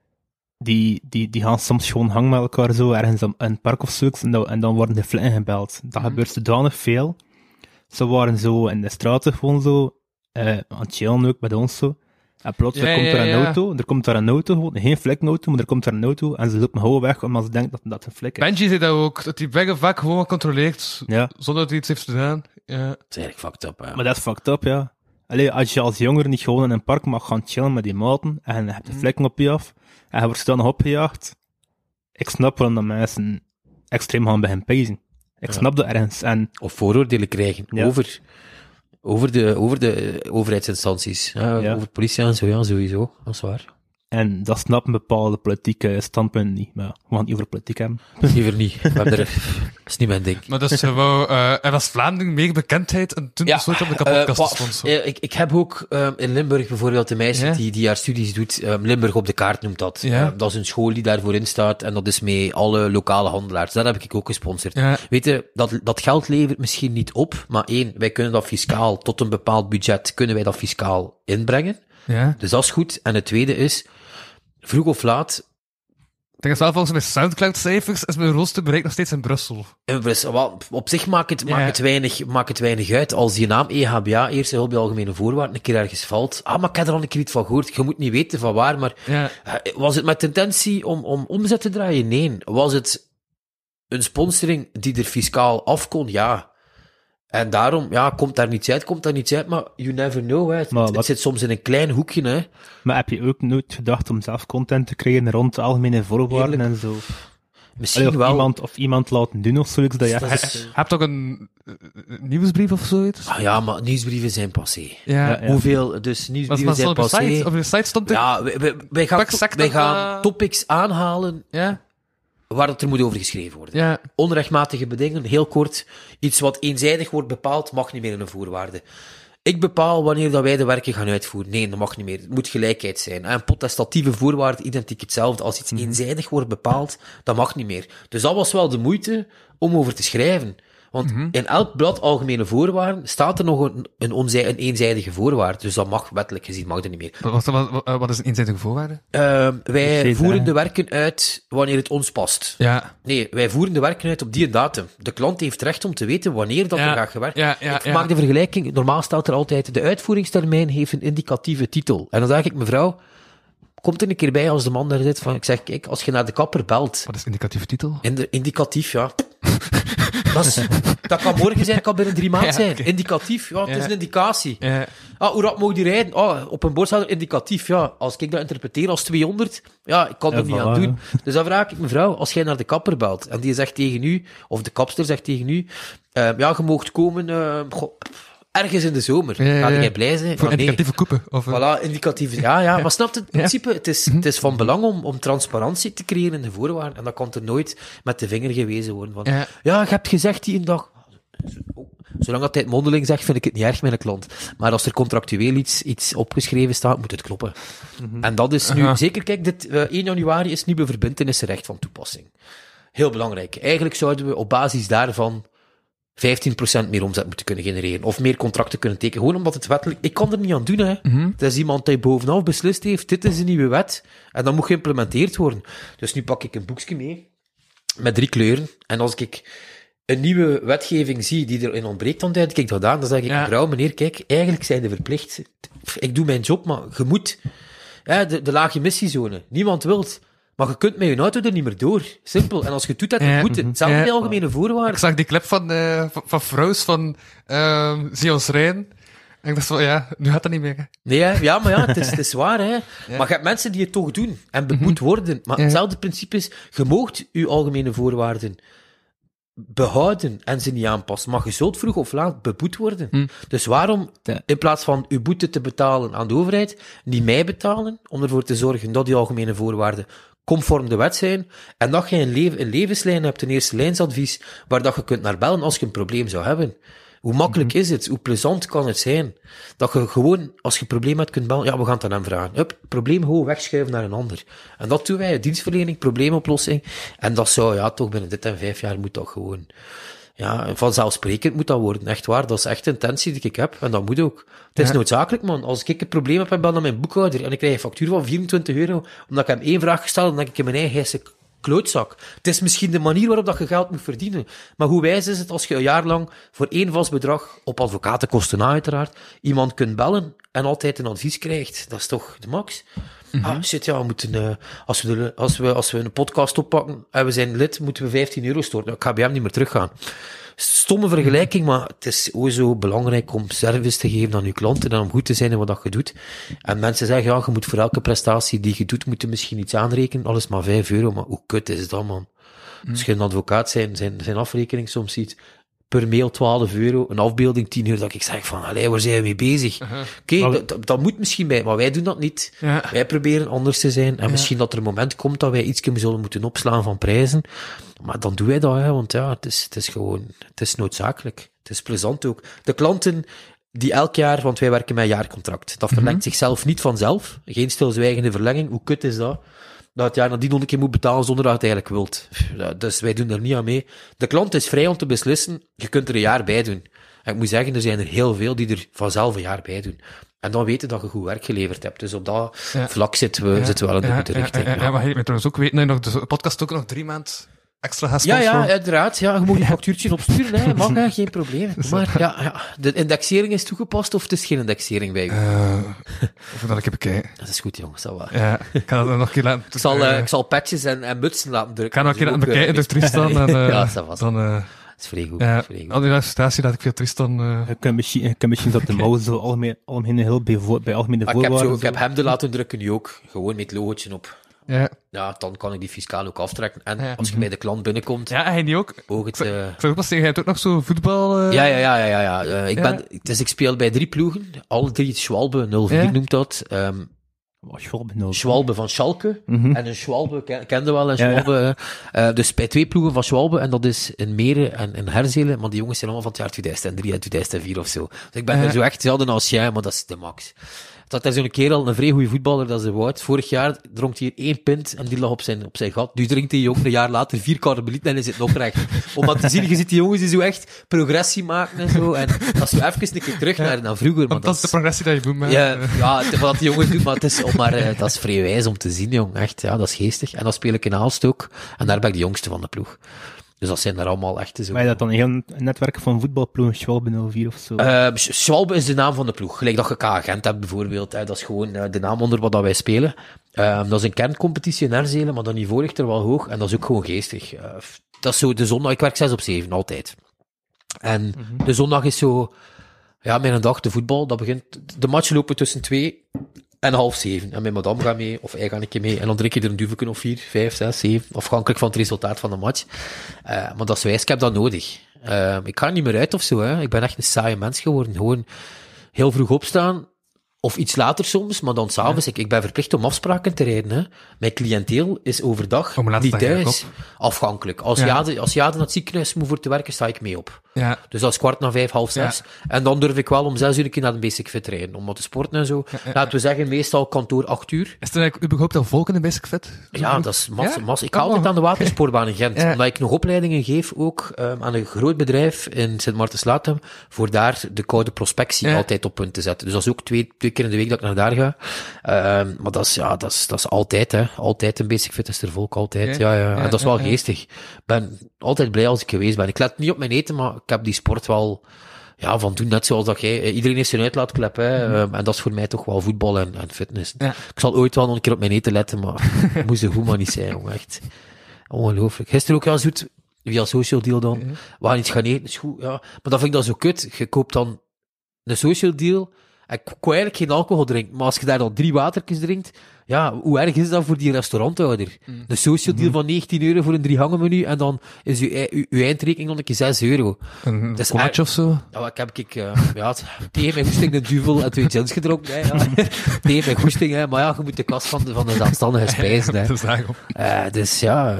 die gaan soms gewoon hangen met elkaar zo, ergens in een park of zoiets, en dan worden de flikken gebeld. Dat gebeurt zodanig veel. Ze waren zo in de straten gewoon zo, aan het chillen ook met ons zo. En plots er komt daar een auto, gewoon, geen flikkenauto, maar er komt daar een auto, en ze lopen gewoon weg, omdat ze denken dat een flik is. Benji zei dat ook, dat hij weg vaak gewoon controleert, zonder dat hij iets heeft gedaan. Ja. Dat is eigenlijk fucked up, hè. Maar dat is fucked up, ja. Als je als jonger niet gewoon in een park mag gaan chillen met die maten, en je hebt de vlekken op je af, en je wordt dan opgejaagd, ik snap waarom dat mensen extreem gaan beginnen pezen. Ik snap dat ergens. Of vooroordelen krijgen over de overheidsinstanties. Over politie en zo, sowieso. Dat is waar. En dat snappen bepaalde politieke standpunten niet. Maar we gaan het niet over politiek hebben. Liever niet. Dat is niet mijn ding. Maar dat is er was Vlaanderen meer bekendheid en toen besloot op de kapotkast. Ik heb ook in Limburg bijvoorbeeld een meisje die haar studies doet. Limburg op de kaart noemt dat. Dat is een school die daarvoor in staat en dat is met alle lokale handelaars. Dat heb ik ook gesponsord. Ja. Weet je, dat geld levert misschien niet op, maar wij kunnen dat fiscaal, tot een bepaald budget, kunnen wij dat fiscaal inbrengen. Ja. Dus dat is goed. En het tweede is, vroeg of laat... Ik denk dat zelf volgens mijn Soundcloud-cijfers is mijn rooster bereikt nog steeds in Brussel. In Brussel. Wel, op zich maakt het weinig uit. Als die naam EHBA, Eerste Hulp bij Algemene Voorwaarden, een keer ergens valt. Maar ik heb er al een keer iets van gehoord. Je moet niet weten van waar, maar... Was het met intentie om omzet te draaien? Nee. Was het een sponsoring die er fiscaal af kon? Ja. En daarom, komt daar niets uit, maar you never know, hè. Het zit soms in een klein hoekje, hè. Maar heb je ook nooit gedacht om zelf content te creëren rond de algemene voorwaarden en zo? Misschien Allee, wel... of iemand laten doen of zoiets, dat je Dat echt... is- Heb je ook een nieuwsbrief of zoiets? Ah ja, maar nieuwsbrieven zijn passé. Ja. Ja. Hoeveel, dus Was nieuwsbrieven dat zijn op je passé. site? Op je site stond er... Ja, wij gaan, Welke sector, wij gaan topics aanhalen Ja. waar het er moet over geschreven worden. Ja. Onrechtmatige bedingen, heel kort. Iets wat eenzijdig wordt bepaald, mag niet meer een voorwaarde. Ik bepaal wanneer dat wij de werken gaan uitvoeren. Nee, dat mag niet meer. Het moet gelijkheid zijn. En potestatieve voorwaarden, identiek hetzelfde. Als iets eenzijdig wordt bepaald, dat mag niet meer. Dus dat was wel de moeite om over te schrijven. Want in elk blad algemene voorwaarden staat er nog een eenzijdige voorwaarde. Dus dat mag wettelijk gezien, mag er niet meer. Wat is een eenzijdige voorwaarde? Wij Precies, voeren hè. de werken uit wanneer het ons past. Ja. Nee, wij voeren de werken uit op die datum. De klant heeft recht om te weten wanneer dat Ja. er gaat gewerkt. Ja, Ik maak de vergelijking. Normaal staat er altijd, de uitvoeringstermijn heeft een indicatieve titel. En dan zeg ik, mevrouw, komt er een keer bij als de man daar zit van, ik zeg, kijk, als je naar de kapper belt, Wat is indicatieve titel? indicatief, ja. Dat kan morgen zijn, dat kan binnen 3 maanden Ja, zijn. oké. Indicatief, ja, het is Ja. een indicatie. Ja. Ah, hoe rap mag die rijden? Ah, op een bord staat er indicatief. Ja, als ik dat interpreteer als 200, ja, ik kan er Ja, niet voilà, aan doen. Dus dan vraag ik mevrouw, als jij naar de kapper belt, en die zegt tegen u, of de kapster zegt tegen u, ja, je moogt komen, ergens in de zomer. Ja, ja, Ga ja. jij blij zijn? Voor Ah, nee. indicatieve koepen? Of, Voilà, indicatief. Ja, maar snap je het principe? Het is van belang om transparantie te creëren in de voorwaarden. En dat kan er nooit met de vinger gewezen worden. Van, Ja. ja, je hebt gezegd die een dag. Zolang dat hij het mondeling zegt, vind ik het niet erg met een klant. Maar als er contractueel iets opgeschreven staat, moet het kloppen. En dat is nu, zeker kijk, 1 januari is nieuwe verbintenissenrecht van toepassing. Heel belangrijk. Eigenlijk zouden we op basis daarvan 15% meer omzet moeten kunnen genereren. Of meer contracten kunnen tekenen. Gewoon omdat het wettelijk... Ik kan er niet aan doen, hè. Het is iemand die bovenaf beslist heeft, dit is een nieuwe wet, en dat moet geïmplementeerd worden. Dus nu pak ik een boekje mee, met 3 kleuren, en als ik een nieuwe wetgeving zie die erin ontbreekt, dan duid ik dat aan. Dan zeg ik, Ja. mevrouw, meneer, kijk, eigenlijk zijn de verplicht. Ik doe mijn job, maar je moet... De lage emissiezone. Niemand wilt. Maar je kunt met je auto er niet meer door. Simpel. En als je het doet, dat Ja. moet het. Hetzelfde Ja. bij algemene voorwaarden. Ik zag die clip van Froos van Zie ons rijden. En ik dacht van, ja, nu gaat dat niet meer. Hè. Nee, hè? Ja, maar ja, het is waar, hè. Maar je hebt mensen die het toch doen en beboet worden. Maar Ja. hetzelfde principe is, je moogt je algemene voorwaarden behouden en ze niet aanpassen. Maar je zult vroeg of laat beboet worden. Dus waarom, Ja. in plaats van uw boete te betalen aan de overheid, niet mij betalen, om ervoor te zorgen dat die algemene voorwaarden conform de wet zijn, en dat je een levenslijn hebt, een eerste lijnsadvies, waar dat je kunt naar bellen als je een probleem zou hebben. Hoe makkelijk is het? Hoe plezant kan het zijn? Dat je gewoon, als je een probleem hebt, kunt bellen. Ja, we gaan het aan hem vragen. Hup, probleem gewoon wegschuiven naar een ander. En dat doen wij, dienstverlening, probleemoplossing. En dat zou, ja, toch binnen dit en 5 jaar moet dat gewoon... Ja, vanzelfsprekend moet dat worden. Echt waar, dat is echt de intentie die ik heb. En dat moet ook. Het is noodzakelijk, man. Als ik een probleem heb en bel naar mijn boekhouder en ik krijg een factuur van €24, omdat ik hem 1 vraag gesteld, dan denk ik in mijn eigen gijse klootzak. Het is misschien de manier waarop dat je geld moet verdienen. Maar hoe wijs is het als je een jaar lang voor 1 vast bedrag, op advocatenkosten na uiteraard, iemand kunt bellen en altijd een advies krijgt? Dat is toch de max? Ah, shit, ja, we moeten, als we een podcast oppakken en we zijn lid, moeten we €15 storten. Nou, ik ga bij hem niet meer teruggaan. Stomme vergelijking, maar het is ook zo belangrijk om service te geven aan je klanten en om goed te zijn in wat dat je doet. En mensen zeggen, ja, je moet voor elke prestatie die je doet, moet je misschien iets aanrekenen. Alles maar €5, maar hoe kut is dat, man? Als je een advocaat zijn afrekening soms ziet, per mail €12, een afbeelding €10, dat ik zeg van, allee, waar zijn we mee bezig? Oké, dat moet misschien bij, maar wij doen dat niet. Ja. Wij proberen anders te zijn, en misschien dat er een moment komt dat wij iets zullen moeten opslaan van prijzen, maar dan doen wij dat, hè, want ja, het is gewoon, het is noodzakelijk. Het is plezant ook. De klanten die elk jaar, want wij werken met een jaarcontract, dat verlengt zichzelf niet vanzelf, geen stilzwijgende verlenging, hoe kut is dat? Dat het jaar nadien nog een keer moet betalen zonder dat je het eigenlijk wilt. Ja, dus wij doen er niet aan mee. De klant is vrij om te beslissen, je kunt er een jaar bij doen. En ik moet zeggen, er zijn er heel veel die er vanzelf een jaar bij doen. En dan weten dat je goed werk geleverd hebt. Dus op dat vlak zitten we wel in de goede richting. Ja, maar je moet trouwens ook weten dat je nog de podcast ook nog 3 maanden extra gaat sponsoren. Ja, uiteraard. Ja, je mag een factuurtje opsturen, hè. Mag, hè, geen probleem. Maar ja, de indexering is toegepast, of het is geen indexering bij u? Of dat ik heb bekijken. Dat is goed, jongens, dat wel. Ja, ik ga dat nog een keer laten... Ik zal patches en mutsen laten Ik drukken. ga nog een keer laten bekijken door Tristan. En, Ja, dat was. dan... Dat is vrij goed. Ja, vrij goed. al die illustratie dat ik via Tristan... Je kunt misschien dat de mouw zo algemeen heel bij algemene Maar voorwaarden... ik heb hem laten drukken nu ook. Gewoon met het logootje op. Ja, dan kan ik die fiscaal ook aftrekken. En Ja. als je bij de klant binnenkomt, Ja, en hij niet ook. ook het... Ik zou ook pas zeggen, jij hebt ook nog zo voetbal... Ja. Ja. Ik speel bij 3 ploegen. Alle 3 Schwalbe, 04 Ja. noemt dat. Schwalbe van Schalke. En een Schwalbe, kende wel een Schwalbe. Dus bij 2 ploegen van Schwalbe. En dat is in Meren en in Herzelen. Maar die jongens zijn allemaal van het jaar 2003 en 2004 of zo. Dus ik ben er zo echt zelden als jij, maar dat is de max. Dat er zo'n kerel, een vrij goede voetballer, dat is de Wout. Vorig jaar dronk hij 1 pint en die lag op zijn gat. Nu drinkt die jongen een jaar later 4 Carmelite en is het nog recht. Om maar te zien, je ziet die jongens die zo echt progressie maken en zo. En dat is zo even een keer terug naar vroeger. Maar dat is de progressie dat je doet, man. Wat die jongens doen, maar het is dat is vrij wijs om te zien, jong. Echt, ja, dat is geestig. En dan speel ik in Aalst ook. En daar ben ik de jongste van de ploeg. Dus dat zijn er allemaal echte zo. Maar je dat dan een heel netwerk van voetbalploegen, Schwalbe 04 of zo? Schwalbe is de naam van de ploeg. Gelijk dat je K-agent hebt bijvoorbeeld. Dat is gewoon de naam onder wat dat wij spelen. Dat is een kerncompetitie in Herzelen, maar dat niveau ligt er wel hoog. En dat is ook gewoon geestig. Dat is zo de zondag. Ik werk 6 op 7, altijd. En de zondag is zo... Ja, mijn dag, de voetbal. Dat begint... De matchen lopen tussen 2 en 6:30. En mijn madame gaat mee, of hij gaat een keer mee. En dan drink je er een duveken of 4, 5, 6, 7. Afhankelijk van het resultaat van de match. Maar dat is wijs, ik heb dat nodig. Ik ga er niet meer uit of zo, hè. Ik ben echt een saaie mens geworden. Gewoon heel vroeg opstaan. Of iets later soms, maar dan s'avonds. Ik ben verplicht om afspraken te rijden, hè. Mijn cliënteel is overdag niet thuis. Afhankelijk. Als Jade naar het ziekenhuis moet voor te werken, sta ik mee op. Ja. Dus dat is 5:15, 5:30. Ja. En dan durf ik wel om 6 uur een keer naar de Basic Fit rijden, om wat te sporten en zo. Laten we zeggen, meestal kantoor 8 uur. Is er eigenlijk überhaupt al volk in de Basic Fit? Ja, dat is massa. Ik ga altijd aan de watersportbaan in Gent, omdat ik nog opleidingen geef, ook aan een groot bedrijf in Sint-Maartens-Latem, voor daar de koude prospectie altijd op punt te zetten. Dus dat is ook twee keer in de week dat ik naar daar ga. Maar dat is altijd, hè. Altijd een Basic Fit is er volk, altijd. Ja. En dat is wel geestig. Ik ben altijd blij als ik geweest ben. Ik let niet op mijn eten, maar ik heb die sport wel van doen, net zoals dat jij. Iedereen heeft zijn uitlaatklep, hè. En dat is voor mij toch wel voetbal en fitness. Ja. Ik zal ooit wel nog een keer op mijn eten letten, maar het moest er goed maar niet zijn, jongen. Echt ongelooflijk. Gisteren ook zoet, via Social Deal dan. We gaan iets gaan eten, is goed, ja. Maar dat vind ik dan zo kut. Je koopt dan een Social Deal. Ik kon eigenlijk geen alcohol drinken, maar als je daar dan 3 watertjes drinkt, ja, hoe erg is dat voor die restauranthouder? De social deal van €19 voor een 3-gangen-menu, en dan is uw eindrekening nog een keer €6. Een collaatje of zo? Ja, tegen mijn goesting een duvel en 2 gins gedronken, hè, ja. Tegen mijn goesting, hè, maar ja, je moet de kast van de zelfstandige spijzen, hè. Dus ja...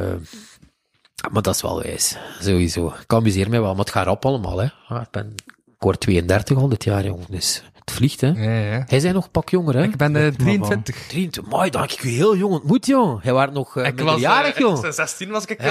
maar dat is wel wijs, sowieso. Ik amuseer mij wel, maar het gaat rap allemaal, hè. Ik word 32 al dit jaar, jongen, dus... Het vliegt, hè. Ja. Hij zijn nog een pak jonger, hè. Ik ben 23. 23, mooi, dan heb ik u heel jong ontmoet, jong. Hij was nog minderjarig, jong. 16 was ik,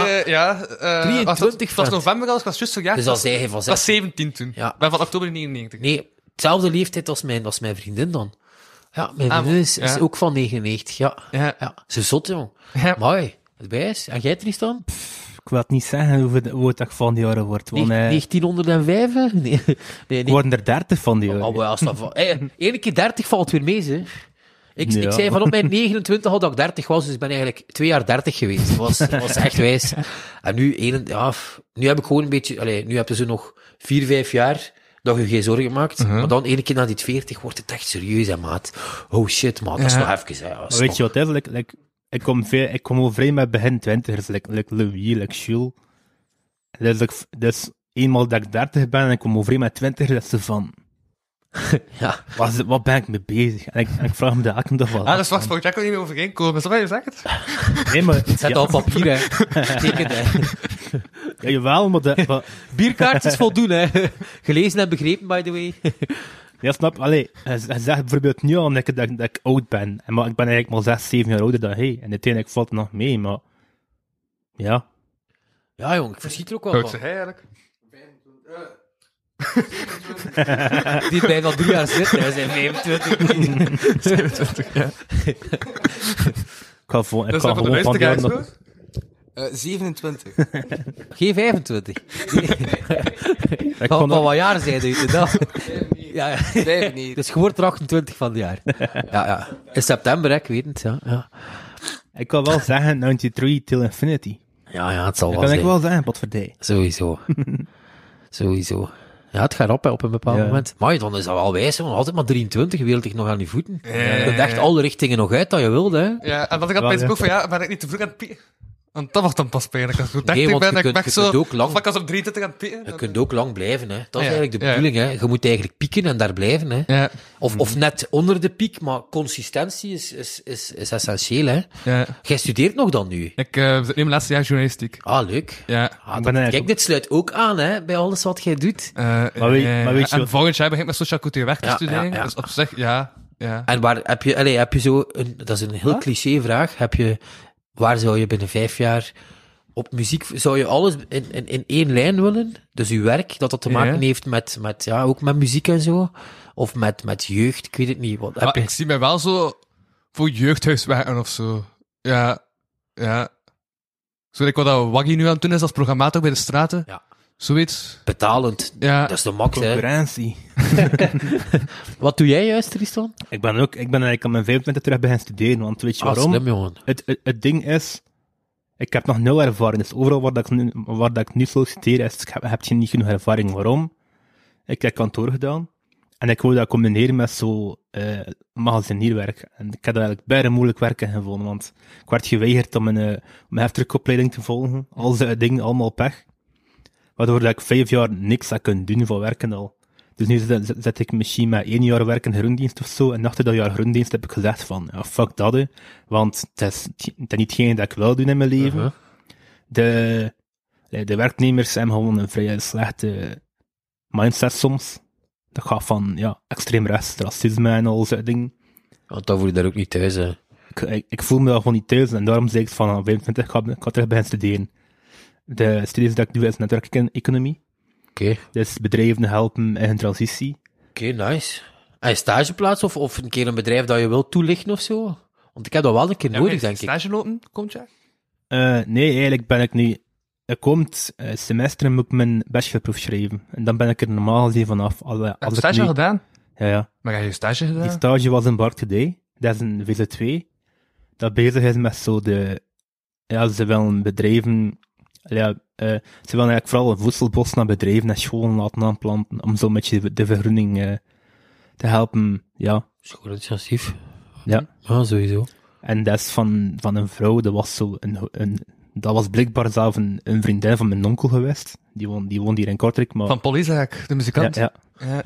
23. Het was november al, ik was juist zo jaar. Dus als hij van 6. Ik was 17 toen. Ja. Ik ben van oktober 99. Nee, hetzelfde leeftijd als mijn vriendin dan. Ja, mijn vriendin is ook van 99, ja. Ze zot, jong. Ja. Mooi. Het wijs. En jij, Tristan? Ik wil het niet zeggen hoe het echt van die jaren wordt. 1905? Nee. Ik word er 30 van die jaren. Eén keer 30 valt weer mee, hè. Ik zei van op mijn 29 dat ik 30 was, dus ik ben eigenlijk 2 jaar 30 geweest. Dat was echt wijs. En nu heb ik gewoon een beetje... nu heb je zo nog 4-5 jaar dat je geen zorgen maakt. Maar dan ene keer na die 40 wordt het echt serieus, hè, maat. Oh shit, maat, dat is nog even... Weet je wat het is? Ik kom overeen met begin 20ers, like Louis, like Jules. Dus eenmaal dat ik 30 ben en ik kom overeen met 20ers, dat is van... Ja. Wat ben ik mee bezig? En ik vraag me de elke dag wel. Dat is vast voor Jack niet meer overeenkomen. Is dat wat je zegt? Nee, maar... Zet al papier, hè. Teken, hè. Ja, jawel, maar... Bierkaartjes voldoen, hè. Gelezen en begrepen, by the way. Ja, snap. Allee, hij zegt bijvoorbeeld nu al dat ik oud ben. Maar ik ben eigenlijk maar 6, 7 jaar ouder dan hij. En uiteindelijk valt het nog mee, maar... Ja. Ja, jong, ik verschiet er ook wel van. Hoe oud is hij eigenlijk? Die blijft al 3 jaar zitten, hij zijn 25. 27, ja. Ik ga gewoon van die jaren nog... 27. Geen 25. Van wat jaar zijn je dan? Ja. 5 niet. Dus je wordt er 28 van het jaar. Ja. In september, hè, ik weet het, ja. Ik kan wel zeggen 93 till infinity. Ja, het zal wel zijn. Dat kan zijn. ik wel zeggen, potverdij. Sowieso. Ja, het gaat op hè, op een bepaald Ja. moment. Maar dan is dat wel wijs, want altijd maar 23, wil ik nog aan die voeten. Je kunt echt alle richtingen nog uit dat je wilde, hè. Ja, en dat ik had Wel, bij ja. ook van, ja, ben ik niet te vroeg aan het pieken? Want dat was dan pas pijnlijk. Als ik zo 30 want ben, je en ik kunt- ben je zo... kunt ook lang- Of ik als op 23 aan het pieken. Je kunt ook lang blijven, hè. Dat is Ja, eigenlijk de ja. bedoeling, hè. Je moet eigenlijk pieken en daar blijven, hè. Ja, Of net onder de piek, maar consistentie is essentieel, hè. ja. Jij studeert nog dan nu? Ik zit nu in mijn laatste jaar journalistiek. Ah, leuk. Ja. Ah, Ik dat- ben eigenlijk kijk, dit sluit ook aan, hè, bij alles wat jij doet. Maar weet je en wat- volgend jaar begin ik met sociaal cultureel werk te Ja, studeren. ja, ja. Dus op zich, ja. En waar heb je zo, dat is een heel cliché vraag, waar zou je binnen 5 jaar op muziek, zou je alles in één lijn willen? Dus je werk, dat te maken heeft met ook met muziek en zo? Of met jeugd, ik weet het niet. Wat, heb Maar je... ik zie mij wel zo voor jeugdhuis werken of zo. Ja, ja. Zo like wat dat Waggy nu aan het doen is als programmator bij de straten. Ja. Zoiets. Betalend, Ja. dat is de max, hè. concurrentie. Wat doe jij juist, Tristan? Ik ben eigenlijk aan mijn 25 terug beginnen studeren, want weet je waarom? Slim, jongen. Het ding is, ik heb nog nul ervaring, dus overal waar dat ik nu solliciteer is, heb je niet genoeg ervaring. Waarom? Ik heb kantoor gedaan, en ik wou dat combineren met zo magazinierwerk. En ik heb dat eigenlijk bijna moeilijk werken gevonden, want ik werd geweigerd om mijn hefterkopleiding te volgen. Al die dingen, allemaal pech. Waardoor dat ik 5 jaar niks heb kunnen doen voor werken al. Dus nu zet ik misschien met 1 jaar werk in groendienst of zo, en achter dat jaar groendienst heb ik gezegd van, ja, fuck dat, hè. Want het is niet hetgeen dat ik wil doen in mijn leven. De werknemers hebben gewoon een vrij slechte mindset soms. Dat gaat van, ja, extreem rechts, racisme en al zo'n dingen. Want dan voel je daar ook niet thuis, hè. Ik voel me daar gewoon niet thuis, en daarom zeg ik van, aan 25 ga terug beginnen studeren. De studies dat ik doe is netwerkeconomie. Oké. Dus bedrijven helpen in hun transitie. Oké, nice. En stageplaats of een keer een bedrijf dat je wilt toelichten of zo? Want ik heb dat wel een keer nodig, denk ik. Stage lopen, komt jaar? Nee, eigenlijk ben ik nu... Er komt semester moet ik mijn bachelorproef schrijven. En dan ben ik er normaal gezien vanaf. Heb je Als ik stage nu- al gedaan? Ja. Maar heb je stage Die gedaan? stage was in Bark Today. Dat is een VZ2. Dat bezig is met zo de... Ja, ze willen bedrijven... Ja, ze willen eigenlijk vooral een voedselbos naar bedrijven en scholen laten aanplanten. Om zo'n beetje de vergroening te helpen. Ja. Schoon initiatief. Ja. Ja, sowieso. En dat is van een vrouw, dat was zo dat was blijkbaar zelf een vriendin van mijn onkel geweest. Die woont hier in Kortrijk, maar... Van Paul Isaac, de muzikant. Ja. Ja.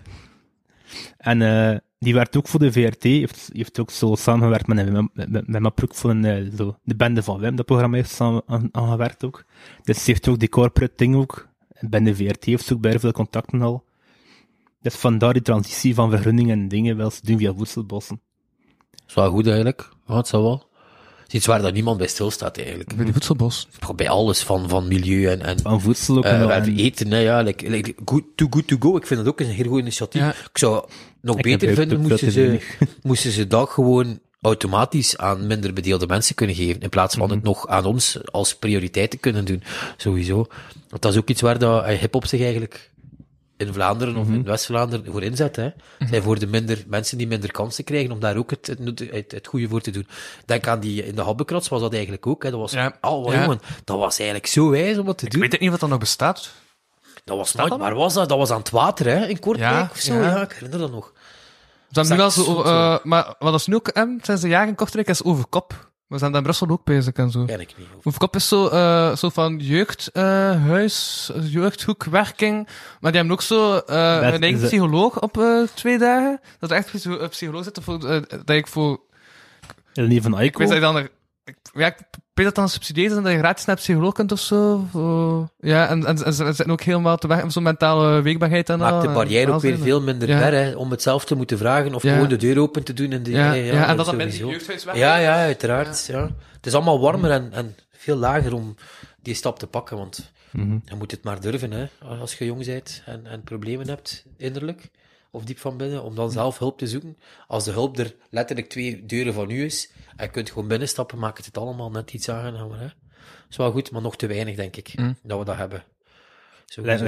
En die werd ook voor de VRT, heeft ook zo samengewerkt met mijn broek voor zo de bende van Wim, dat programma heeft samen aan gewerkt ook. Dus ze heeft ook die corporate ding ook. En bij de VRT heeft ze ook bij veel contacten al. Dus vandaar die transitie van vergunningen en dingen wil ze doen via voedselbossen. Dat is wel goed, eigenlijk. Ja, het zal wel. Het is iets waar dat niemand bij stilstaat, eigenlijk. Bij die voedselbos. Bij alles, van milieu en Van voedsel ook. en eten, hè, ja. Like too good to go. Ik vind dat ook een heel goed initiatief. Ja. Ik zou nog Ik beter heb vinden, ook veel te weinig. moesten ze dat gewoon automatisch aan minder bedeelde mensen kunnen geven, in plaats van het nog aan ons als prioriteit te kunnen doen. Sowieso. Want dat is ook iets waar dat hip-hop zich eigenlijk in Vlaanderen of in West-Vlaanderen voor inzet. Hè. Zij voor de mensen die minder kansen krijgen, om daar ook het goede voor te doen. Denk aan die in de Habbekrots was dat eigenlijk ook. Hè. Dat was, Ja. jongen, dat was eigenlijk zo wijs om dat te Ik doen. weet het niet wat dat nog bestaat. Dat was Staat nooit, dat waar was dat? Dat was aan het water, hè, in Kortrijk Ja, of zo. ja. Ja, ik herinner dat nog. Ze hebben nu wel Zak- zo, maar wat is nu ook, sinds een jaar in Kortrijk, is Overkop. We zijn daar in Brussel ook bezig en zo. Ken ik niet. Overkop is zo van jeugdhuis, jeugdhoekwerking. Maar die hebben ook zo een eigen is- psycholoog op 2 dagen. Dat er echt een psycholoog zit voor, dat ik voor... Niet van Ik Aiko. weet dat je dan... Ik weet dat dan subsidieerd is en dat je gratis naar psycholoog kunt of zo. Ja, en ze zitten ook helemaal te weg met zo'n mentale weekbaarheid en Maakt de al, barrière en ook weer al veel minder Ja. ver, hè, om het zelf te moeten vragen, of Ja. gewoon de deur open te doen. Ja, en dat dan sowieso. mensen die jeugdhuis werken. Ja, uiteraard. Ja. Het is allemaal warmer en veel lager om die stap te pakken, want je moet het maar durven, hè, als je jong bent en problemen hebt, innerlijk, of diep van binnen, om dan zelf hulp te zoeken. Als de hulp er letterlijk 2 deuren van u is, en je kunt gewoon binnenstappen, maakt het allemaal net iets aangenamer, hè. Is wel goed, maar nog te weinig, denk ik, dat we dat hebben. Sowieso.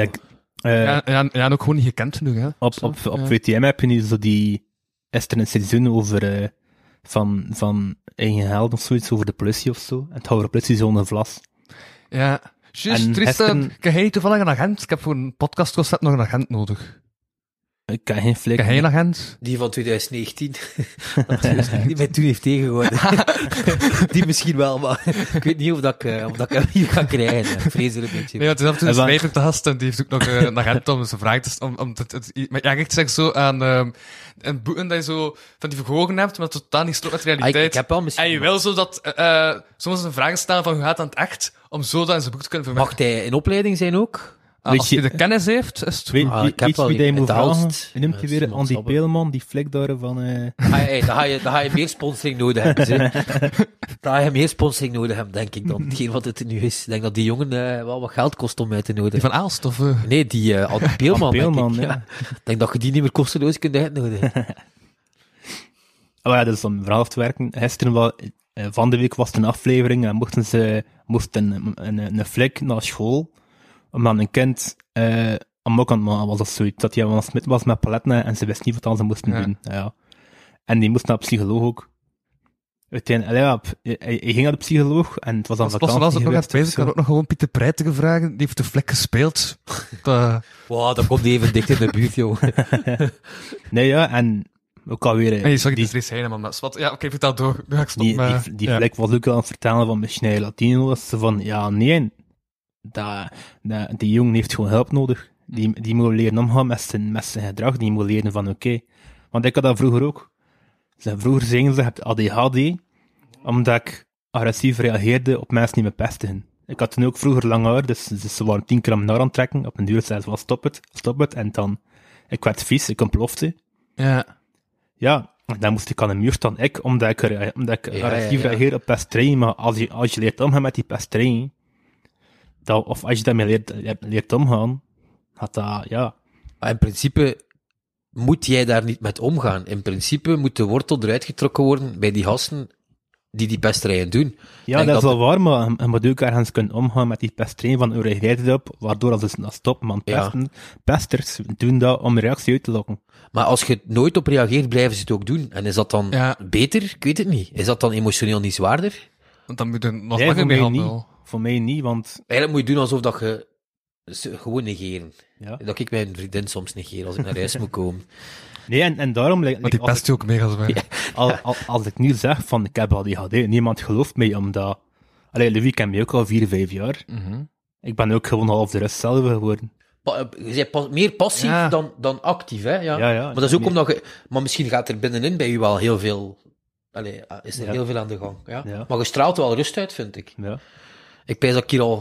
En ook gewoon niet gekend genoeg, hè. Op VTM heb je nu zo is er een seizoen over van eigen geld of zoiets, over de politie of zo. En het houdt de politie zo'n vlas. Ja. Juist, En Tristan, gisteren- kan jij toevallig een agent? Ik heb voor een podcastconcept nog een agent nodig. Ik kan geen flik. Kan jij een agent? Die van 2019. Die mij toen heeft tegengehouden. Die misschien wel, maar ik weet niet of ik hem hier ga krijgen. Ik vrees er een beetje. Nee, want het is af en toe een En waar- schrijver te gast en die heeft ook nog een agent om zijn vraag te om maar ja, ik zeg zo aan een boeken dat je zo van die verhogen hebt, maar totaal niet strookt met de Ah, realiteit. ik heb wel misschien... En je wil zo dat soms een vraag stellen van hoe gaat het aan het echt, om zo dat in zijn boek te kunnen verwerken. Mag hij in opleiding zijn ook? Als Weet je- hij de kennis heeft, is het Weet Ah, je ik heb wie wel dat je moet het vragen? Aalst. Je noemt je weer Simon Andy Sabbe. Peelman, die flik daar van... Dan ga je meer sponsoring nodig hebben. Zeg. Dan ga je meer sponsoring nodig hebben, denk ik, dan hetgeen wat het nu is. Ik denk dat die jongen wel wat geld kost om uit te die nodigen. van Aalst, of... Nee, die Andy Peelman, denk Peelman, ik. ja. Ja. Ik denk dat je die niet meer kosteloos kunt uitnodigen. Oh ja, dus om verhaal af te werken. Gisteren van de week was het een aflevering en moesten een flik naar school. Omdat een kind aan mok aan het maken was of zoiets. Dat hij aan het smitten was met paletten en ze wist niet wat aan ze moesten Ja. doen. Ja. En die moest naar de psycholoog ook. Uiteindelijk, hij ging naar de psycholoog en het was aan Als was vakantie ook nog aan het geweest of bezig, ik had zo. ook nog gewoon Pieter Prijtige vragen, die heeft de vlek gespeeld. Wow, dat komt even dicht in de buurt, joh. Nee, ja, en ook alweer... Nee, sorry, die- dat is helemaal, maar wat, ja, oké, vertel door. Nu ga ik stoppen Die, met... die ja. vlek was ook al aan het vertellen van misschien hij Latino was. Ze van, ja, nee, die jongen heeft gewoon hulp nodig. Die moet leren omgaan met zijn gedrag. Die moet leren van, oké. Want ik had dat vroeger ook. Vroeger zeiden ze, je hebt ADHD, omdat ik agressief reageerde op mensen die me pestigen. Ik had toen ook vroeger lang haar, dus ze waren 10 keer aan mijn haar aan het trekken. Op een duur zei ze van, stop het. En dan, ik werd vies, ik ontplofte. Ja. Ja, dan moest ik aan de muur staan, omdat ik agressief reageer op pesterij, maar als je leert omgaan met die pesterij, of als je daarmee leert omgaan, gaat dat, ja. Maar in principe moet jij daar niet met omgaan. In principe moet de wortel eruit getrokken worden bij die gasten die pesterijen doen. Ja, Denk dat is dat wel waar, maar je moet ook ergens kunnen omgaan met die pesterij, van hoe reageert het op, waardoor als ze stoppen, want Ja. pesters doen dat om een reactie uit te lokken. Maar als je er nooit op reageert, blijven ze het ook doen. En is dat dan Ja. beter? Ik weet het niet. Is dat dan emotioneel niet zwaarder? Want dan moet je nog Nee, langer voor mee mij handelen. niet. Voor mij niet, want... Eigenlijk moet je doen alsof dat je ze gewoon negeren. Ja. Dat ik mijn vriendin soms negeer als ik naar huis moet komen. Nee, en daarom... Maar die pest je ook mega zwaar. Als ik nu zeg van ik heb ADHD, niemand gelooft mij omdat... Allee, Louis kent mij ook al 4-5 jaar. Mhm. Ik ben ook gewoon half de rest zelf geworden. Je bent meer passief Ja. dan actief, hè? Ja. Ja, ja. Maar dat is ook Nee. omdat je... Maar misschien gaat er binnenin bij je wel heel veel... is er Ja. heel veel aan de gang. Ja? Ja. Maar je straalt wel rust uit, vind ik. Ja. Ik pijs dat ik hier al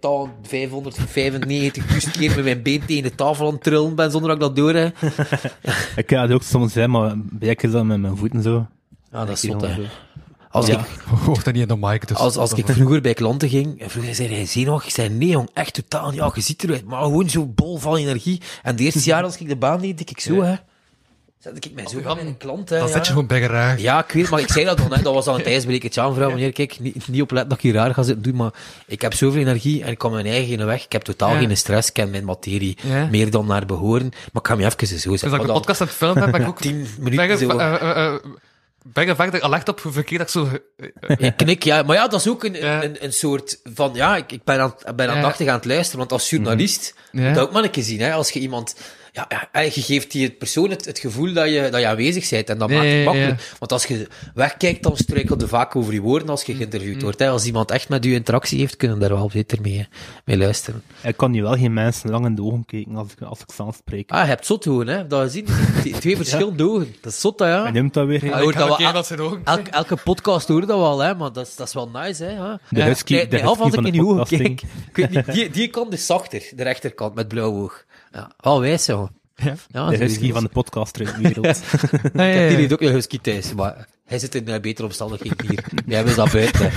595 keer met mijn been tegen de tafel aan het trillen ben, zonder dat ik dat door heb. Ik kan het ook soms zijn, maar bij ik is dat met mijn voeten zo. Ah, dat is Ik zot, dan hè. zo. Als, Ja. ik, Hoort dat niet in de mic, dus... als ik vroeger bij klanten ging, en vroeger zei hij zenuwachtig, ik zei nee jong, echt totaal niet. Ja, je ziet eruit, maar gewoon zo bol van energie. En de eerste jaar als ik de baan deed, deed ik zo, hè. Zette ik mij zo van mijn klant, hè. Dan ja. zet je gewoon bij geraakt. Ja, ik weet, maar ik zei dat dan, hè. Dat was dan het ijsbrekertje aan, vrouw. Meneer, kijk, niet opletten dat ik hier raar ga zitten doen, maar ik heb zoveel energie en ik kan mijn eigen weg. Ik heb totaal Ja. geen stress, ik ken mijn materie Ja. meer dan naar behoren. Maar ik ga me even zo zeggen. Dus als ik Maar een dan podcast aan het filmen ben, ben ik ook... 10 Ben minuten je zo. ben je vaak alert op hoeveel keer dat ik zo... Ik knik, ja. Maar ja, dat is ook Ja. een soort van... Ja, ik ben aandachtig aan het luisteren, want als journalist Ja. moet dat ook maar een keer zien. Hè. Als je iemand... Ja, je geeft die persoon het gevoel dat je aanwezig bent. En dat maakt het Ja. makkelijk. Want als je wegkijkt, dan struikelt je vaak over je woorden als je geïnterviewd wordt. Hè. Als iemand echt met je interactie heeft, kunnen daar wel beter mee luisteren. Ik kan nu wel geen mensen lang in de ogen kijken als ik zelf spreek. Ah, je hebt zot hoor, hè. Dat je ziet, twee verschillende ogen. Dat is zot, hè, ja. En noemt dat weer. Ja, Ik hoort ga dat een wel- keer dat zijn ogen... Elke podcast hoort dat wel, hè, maar dat is wel nice, hè. Ja. De husky, Kijk, de mij af husky als ik van in de je ogen podcasting. kijk. Ik weet niet, die kant is zachter, de rechterkant, met blauw oog. Ja, wel wijs, zo. Ja. Ja, De zo husky is van de podcasterwereld. Ja, Ik ja, heb ja. hier niet ook een husky thuis, maar hij zit in betere omstandigheden hier. Wij hebben dat buiten.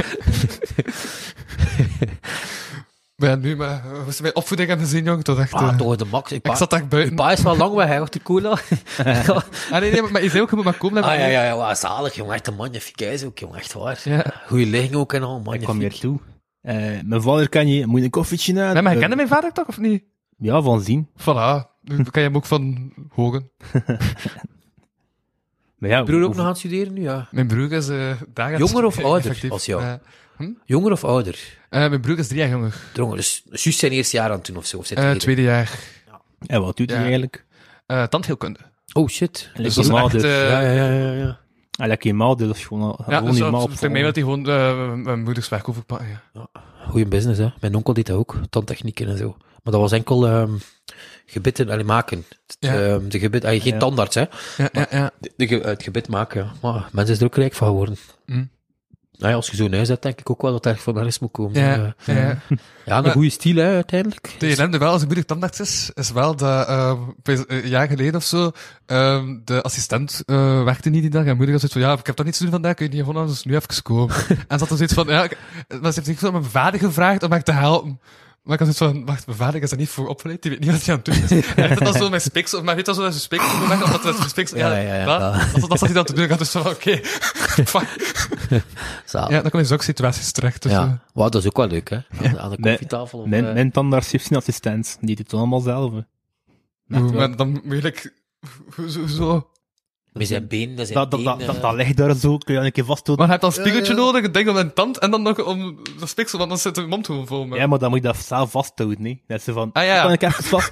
Maar ja, nu, maar... Hoe is mijn opvoeding aan de zin, jong? Tot echt... Ah, toch de max. ik zat echt buiten. Je pa is wel lang weg, hè, achter de cola. Ah, nee, maar je zei ook, je moet maar komen. Ah, ja, wat zalig, jongen. Echt een magnifiek huis ook, jongen. Echt waar. Ja. Goeie ligging ook en al, Ik kwam hier magnifiek. toe. Mijn vader ken je, moet je een koffietje na? Nee, maar je kende mijn vader toch, of niet? Ja, van zien. Voilà. Nu kan je hem ook van horen. Maar ja, Broer ook nog aan het studeren nu, ja. Mijn broer is daar Jonger of ouder effectief. als jou? Eh, Jonger of ouder? mijn broer is 3 jaar jonger. Dronger, dus juist zijn eerste jaar aan het doen of zo. Of zit hij Tweede jaar. En wat doet hij Ja. eigenlijk? Tandheelkunde. Oh shit. Dus dat is echt... Ja. En lekker eenmaal, dus dat is gewoon Ja, gewoon dus eenmaal voor mij wil hij gewoon mijn moeders werk overpakken. Ja. Goeie business, hè. Mijn onkel deed dat ook, tandtechnieken en zo. Maar dat was enkel gebitten maken. Ja. De gebit, geen Ja. tandarts, hè. Ja. Het gebit maken, ja. Maar mensen is er ook rijk van geworden. Mm. Nou ja, als je zo'n huis hebt, denk ik ook wel dat er van naar moet komen. Ja. Ja, een goede stijl, hè, uiteindelijk. De ellende wel, als een moeder tandarts is wel dat een jaar geleden of zo, de assistent werkte niet die dag en moeder had zoiets van, ja, ik heb toch niets te doen vandaag, kun je niet gewoon dus nu even komen. En ze had er zoiets van, ja, maar ze heeft zich mijn vader gevraagd om mij te helpen. Maar ik had zoiets van, wacht, mijn vader is daar niet voor opgeleid, die weet niet wat hij aan het doen is. Hij heeft dat zo met speeksel, maar weet dat zo dat ze speeksel doen weg, omdat het speeksel, dat zat hij dan te doen. Ik had dus van, oké, fuck. Zalig. Ja, dan kom je in zulke situaties terecht. Dus, Ja, wow, dat is ook wel leuk, hè. Aan de Nee, koffietafel. Of, Mijn tandarts heeft zijn assistent. Die doet het allemaal zelf. Hè. maar dan moet je zo... met zijn been, dat zijn Dat ligt daar zo, kun je een keer vasthouden. Maar je hebt dan een spiegeltje nodig, een ding om een tand, en dan nog om de spiksel, want dan zit de mond gewoon vol. Ja, maar dan moet je dat zelf vasthouden, nee. Dat is zo van, Ah, ja. kan ik even vast?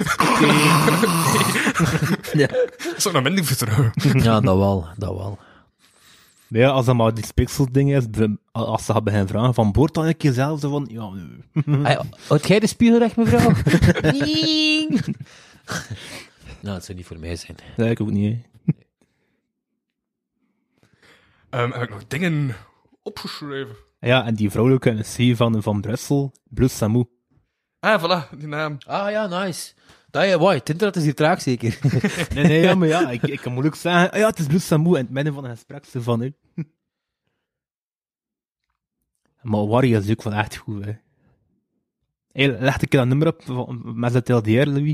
Ja. Dat is ook nog minder vertrouwen. Ja, dat wel. Maar ja, als dat maar die spikselding is, als ze gaan beginnen vragen van, boort dan een keer zelf zo van, ja, nee. Houd jij de spiegel recht, mevrouw? Nee. Nou, dat zou niet voor mij zijn. Dat ik ook niet, hè. Heb ik nog dingen opgeschreven? Ja, en die vrouwelijke NSC van Brussel, Bloed Samu. Ah, voilà, die naam. Ah ja, nice. Dat ja, het internet is hier traag zeker. Nee, ja, maar ja, ik kan moeilijk zeggen, ja, het is Bloed Samu, in het midden van een gesprek zo van, hè. Maar Warrior is ook wel echt goed, hè. Hey, leg ik dat nummer op met het LDR, Louis?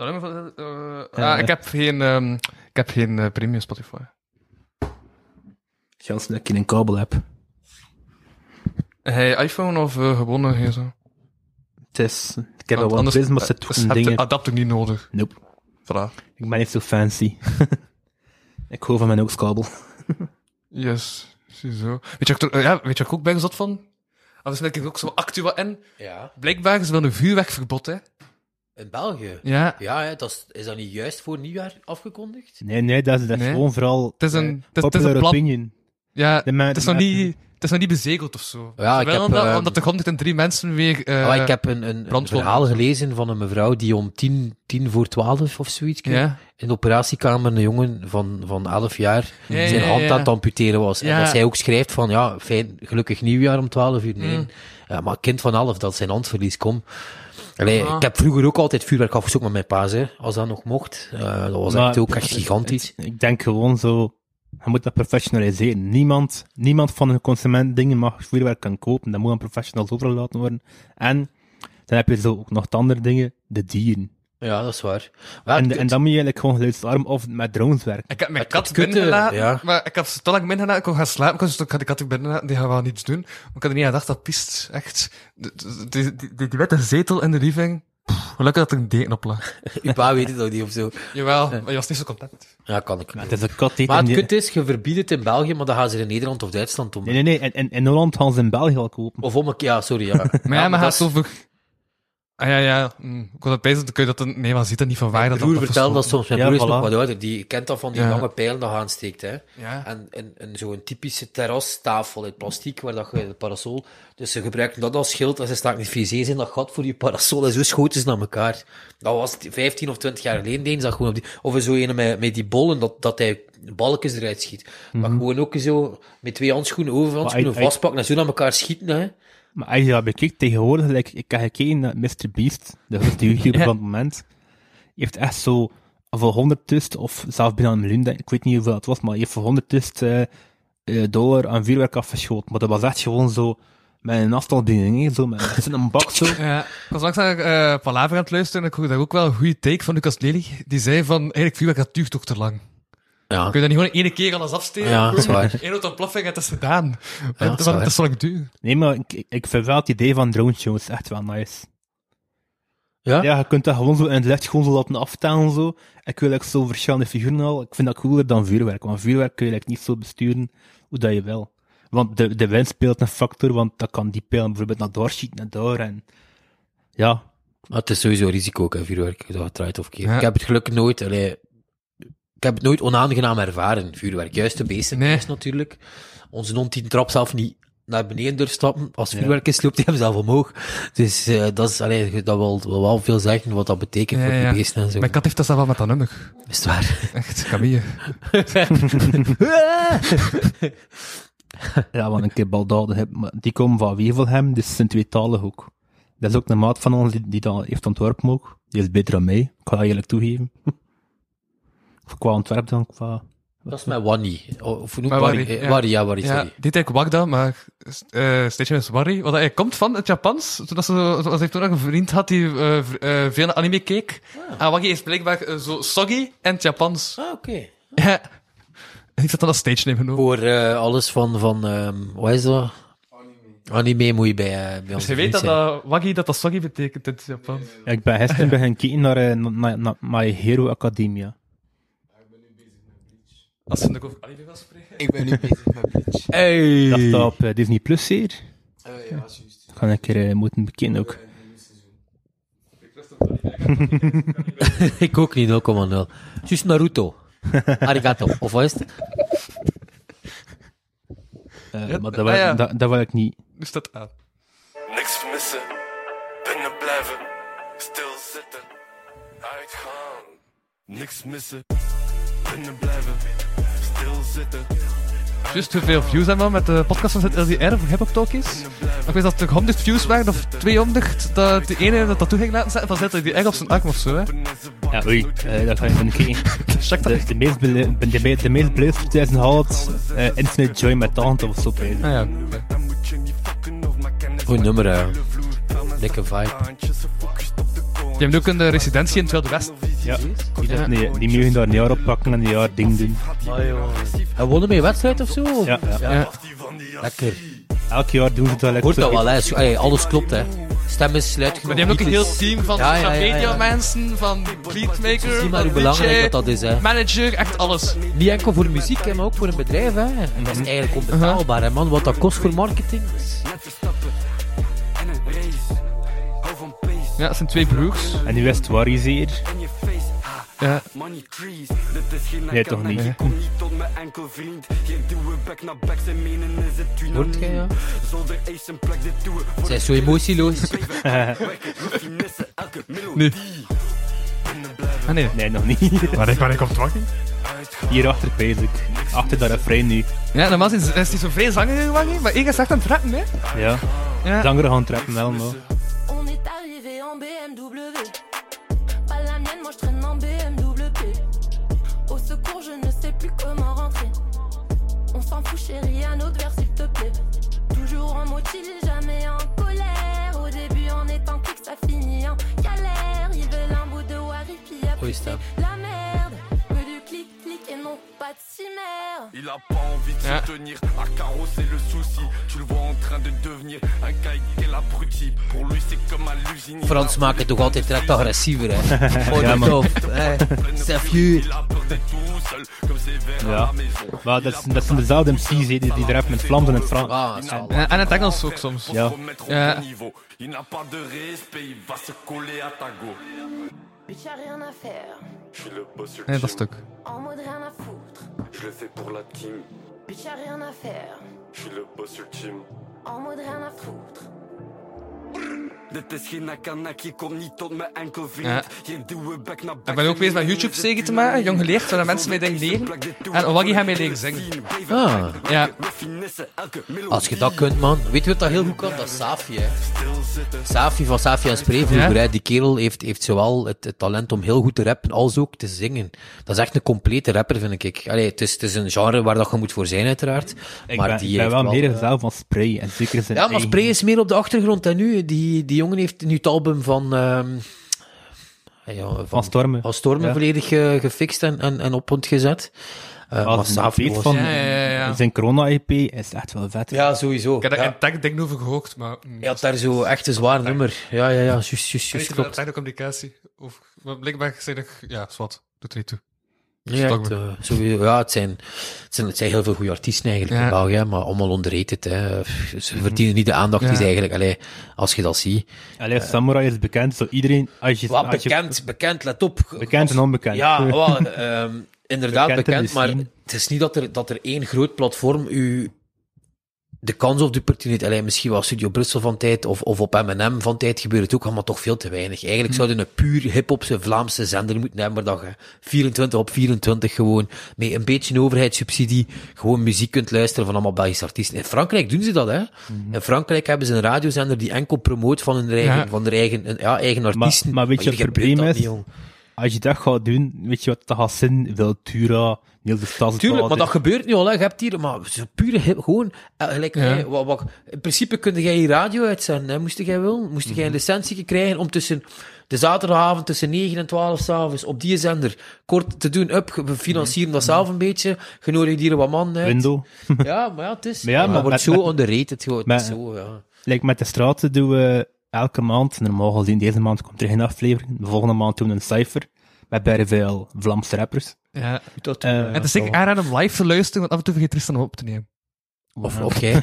Ik heb geen premium Spotify. Chance dat ik een kabel heb. Hey, iPhone of gewone gsm? Ik heb wel wat vis, maar het zijn dingen. Adapter niet nodig. Nope. Voilà. Ik ben niet zo fancy. Ik hou van mijn oogskabel. Yes, ziezo. Weet je wat ik ook bij zat van? Anders ben ik ook zo Actua in. Ja. Blijkbaar is wel een vuurwerkverbod, hè. In België? Ja. Ja, hè, is dat niet juist voor nieuwjaar afgekondigd? Nee, dat is Nee. gewoon vooral Het is een popular plan. opinion. Ja, De het is nog niet bezegeld of zo. Ja, ik Wel heb, omdat er 103 mensen weer... ik heb een brandwonden. verhaal gelezen van een mevrouw die om 10:10 of zoiets Ja. in de operatiekamer een jongen van 11 jaar zijn hand aan het amputeren was. En Ja. dat zij ook schrijft van, ja, fijn, gelukkig nieuwjaar om 12:00. Nee. Mm. Ja, maar een kind van 11 dat zijn handverlies komt. Allee, ik heb vroeger ook altijd vuurwerk afgezocht met mijn pa's, hè, als dat nog mocht. Dat was Maar echt ook echt gigantisch. Ik denk gewoon zo, je moet dat professionaliseren. Niemand van de consument dingen mag vuurwerk kan kopen. Dat moet aan professionals overgelaten worden. En dan heb je zo ook nog de andere dingen, de dieren. Ja, dat is waar. Maar En het- dan moet je eigenlijk gewoon geluidsarm of met drones werken. Ik heb mijn Het kat kutte, binnengelaten, ja. maar ik heb ze te lang binnengelaten, ik kon gaan slapen, dus ik had die kat binnengelaten, die gaat wel niets doen. Maar ik had er niet aan gedacht, dat piest, echt. Die witte zetel in de living, gelukkig dat er een deken op lag. Uw pa weet het nog niet of zo. Jawel, maar je was niet zo content. Ja, kan ik. Maar het is een kat die... Maar het kut is, je verbiedt het in België, maar dan gaan ze er in Nederland of Duitsland om. Nee. In Holland gaan ze in België al kopen. Of om een keer, ja, sorry. Ja. Maar ja, maar dat gaat is- over... Ah ja. Ik kon dat bijzien, dan kun je dat... Nee, maar ziet dat niet van waar dat Mijn broer vertelde dat verschoten. soms. Mijn broer is Ja, nog voilà. wat ouder. Die kent dat van die Ja. lange pijlen dat je aansteekt. Hè. Ja. En zo'n typische terrastafel in plastic, waar dat je de parasol... Dus ze gebruiken dat als schild en ze staken die frisés in dat gat voor je parasol en zo schoten ze naar elkaar. Dat was 15 of 20 jaar geleden, deden ze dat gewoon op die... Of zo een met die bollen, dat hij balkjes eruit schiet. Maar gewoon ook zo met 2 handschoenen, overhandschoenen Maar vastpakken en zo naar elkaar schieten. Hè. Maar als je dat bekijkt tegenwoordig, ik heb gekeken naar Mr. Beast, de grootste YouTuber van het moment. Die heeft echt zo voor 100.000 of zelfs bijna 1 miljoen, ik weet niet hoeveel het was, maar hij heeft voor $100.000 aan vuurwerk afgeschoten. Maar dat was echt gewoon zo met een afstandsbediening, hè, zo met een bak zo. Ja, ik was langs naar Palaver aan het luisteren en ik hoorde daar ook wel een goede take van Lucas Lely. Die zei van, eigenlijk vuurwerk dat duurt toch te lang. Ja. Kun je dat niet gewoon ene keer alles afsteken? Ja, dat is waar. Eén auto ontploffing en het is gedaan. dat is waar. Dat is zo lang duur. Nee, maar ik vind wel het idee van drone shows echt wel nice. Ja? Ja, je kunt dat gewoon zo in het licht gewoon zo laten aftellen, zo. Ik wil echt zo verschillende figuren al. Ik vind dat cooler dan vuurwerk, want vuurwerk kun je eigenlijk niet zo besturen hoe dat je wil. Want de wind speelt een factor, want dat kan die pijlen bijvoorbeeld naar daar schieten en daar, en ja. Maar het is sowieso een risico, ook, hè, vuurwerk, dat het draait of keer. Ja. Ik heb het gelukkig nooit, ik heb het nooit onaangenaam ervaren, vuurwerk. Juist de basic is natuurlijk. Onze hond die trap zelf niet naar beneden durft stappen. Als vuurwerk is, loopt hij hem zelf omhoog. Dus dat is, dat wil wel veel zeggen wat dat betekent voor die beesten en zo. Mijn kat heeft dat zelf wel met dat nummer. Is het waar? Echt, Camille. Ja, want een keer baldaden heb, maar die komen van Wevelgem, dus het zijn tweetalig ook. Dat is ook een maat van ons die dat heeft ontworpen ook. Die is beter dan mij. Ik ga dat eerlijk toegeven. Of qua ontwerp dan, qua... Dat is met Wanny. Of hoe noemt Met Warri? Warri, ja. Warri, ja, Ja, sorry. die heet eigenlijk Wagda, maar Station is Warri. Wat eigenlijk komt van het Japans. Zodat ze heeft toen ook een vriend had die veel naar anime keek. En Waggy is blijkbaar zo soggy en het Japans. Ah, oké. Ja. En ik zat dan als stage name genomen. Voor alles van wat is dat? Anime moet je bij Dus ons je weet dat Waggy dat soggy betekent in het Japans. Ja, ik ben gisteren beginnen kijken naar My Hero Academia. Als je nog over anime wil spreken. Ik ben nu bezig met Bleach. Hey! Dat staat op Disney Plus hier. Ja, juist. Ga ik een keer moeten bekijken ook. Ik ook niet, 0,0. Juist Naruto. Arigato. Of wat is het? Maar dat wil ik niet. Dus dat aan. Niks vermissen, binnen blijven, stilzitten, uitgaan. Niks missen, binnen blijven, stilzitten. Juist hoeveel views hebben we met de podcast van LDR voor Hip Hop Talkies? Ik weet dat er 100 views waren, of 200, dat de ene dat toe ging laten zetten van ZLDR op zijn arm of zo, hè. Ja, oei, dat ga je niet kijken. Check dat. De meest beluisterde is gehaald Infinite Joy met Tante of zo. Ah ja, oké. Goed nummer, dikke vibe. Je hebt ook een residentie in het Wilde West. Ja, die mogen daar een jaar op pakken en een jaar ding doen. Hij wonnen met een wedstrijd of zo? Ja. Lekker. Elk jaar doen ze dat lekker. Hoort dat wel, hè? Allee, alles klopt, hè? Stem is sluit. Maar die hebben ook een heel team van media-mensen, van beatmaker, Zie maar hoe van belangrijk DJ, dat is, hè? manager, echt alles. Niet enkel voor muziek, hè, maar ook voor een bedrijf, hè? En dat is eigenlijk onbetaalbaar, hè, man? Wat dat kost voor marketing. Ja, het zijn 2 broers. En nu is het Warriors hier. Ja. Nee, toch niet. Hoort jij, ja? Zij is zo emotieloos. Nu. Ah nee. Nee, nog niet. Waar komt Waggy? Hierachter bezig. Achter dat refrein nu. Ja, normaal is hij zo vrij zanger Waggy, maar ik is echt aan het rappen, hè. Ja. Ja. Zanger gaan trappen wel, maar... On est arrivé en BMW. Pas la mienne, moi je traîne en BMW. Au secours, je ne sais plus comment rentrer. On s'en fout, chérie, un autre verre s'il te plaît. Toujours en mode chill, jamais en colère. Au début, on est en kick, ça finit en galère. Ils veulent un bout de Wari, puis après c'est la merde. Que du clic-clic et non pas de cimère. Il a pas envie de se tenir à carreau, c'est le souci. Tu le vois en train de devenir un quel abruti. Pour lui, c'est comme à l'usine. Frans maakt het toch altijd direct agressiever, hè? Oh, ja, man. C'est vieux. Ja, maar dat zijn dezelfde MC's die rappen met Vlaams en in het Frans. En het Engels ook soms. Ja. Ja. Il n'a pas de respect, il va se coller à ta go. Bitch, y'a rien à faire. Je suis le boss ultime. Nee, dat stuk. En mode rien à foutre. Je le fais pour la team. Bitch, y'a rien à faire. Je suis le boss ultime. En mode rien à foutre. Dit is geen Nakanaki, kom niet tot mijn enkel vriend. Ja. Geen duwe bek naar Ik ben ook bezig met YouTube-serie te maken, jong geleerd, waar mensen mij dingen leren. En Waggy gaat mij leren zingen. Ah. Ja. Als je dat kunt, man. Weet je wat dat heel goed kan? Dat is Safi, hè. Safi van Safi en Spree vroeger, hè. Die kerel heeft zowel het talent om heel goed te rappen, als ook te zingen. Dat is echt een complete rapper, vind ik. Allee, het is een genre waar dat je moet voor zijn, uiteraard. Ik ben wel meer zelf van Spree. En zeker zijn ja, maar Spree is meer op de achtergrond. En nu, die jongen heeft nu het album van Stormen. Van Stormen volledig gefixt en op punt gezet. Maar Safi was... van Ja. zijn corona-EP is echt wel vet. Ja, sowieso. Ik heb daar Ja. een tech-ding over gehoord, maar... Hij had daar zo echt een zwaar nummer. Ja, juist, klopt. Technocommunicatie. Maar blijkbaar zei ik... Ja, zwart. Doet er niet toe. Ja, sowieso, ja, het zijn heel veel goede artiesten eigenlijk in België, maar allemaal underrated. Hè. Ze verdienen niet de aandacht die ze eigenlijk, als je dat ziet. Samurai is bekend, zo iedereen... Bekend, let op. Bekend en onbekend. Ja, inderdaad bekend, maar scene. het is niet dat er één groot platform u de kans of de opportuniteit, misschien wel Studio Brussel van tijd, of op M&M van tijd gebeurt het ook allemaal toch veel te weinig. Eigenlijk zouden een puur hip-hopse Vlaamse zender moeten hebben, waar dat je 24 op 24 gewoon, met een beetje overheidssubsidie, gewoon muziek kunt luisteren van allemaal Belgische artiesten. In Frankrijk doen ze dat, hè. In Frankrijk hebben ze een radiozender die enkel promoot van hun eigen artiesten. Maar weet je wat het probleem is? Als je dat gaat doen, weet je wat dat gaat zijn? Veltura, heel de Stadsbad. Tuurlijk, maar dat gebeurt nu al, hè. Je hebt hier, maar zo pure hip, gewoon, in principe kun jij hier radio uitzenden, hè, moest jij willen. Moest jij een licentie krijgen om tussen de zaterdagavond tussen 9 en 12 s'avonds op die zender kort te doen, we financieren dat zelf een beetje, je nodigt hier wat man uit. Window. Ja, maar ja, het is, maar wordt zo underrated, gewoon. Het is zo, ja. Like met de straten doen we elke maand, normaal gezien deze maand komt er geen aflevering, de volgende maand doen we een cijfer, met bij veel Vlaamse rappers. Ja, en het is zeker aanraden om live te luisteren, want af en toe vergeet Tristan om op te nemen. Of jij.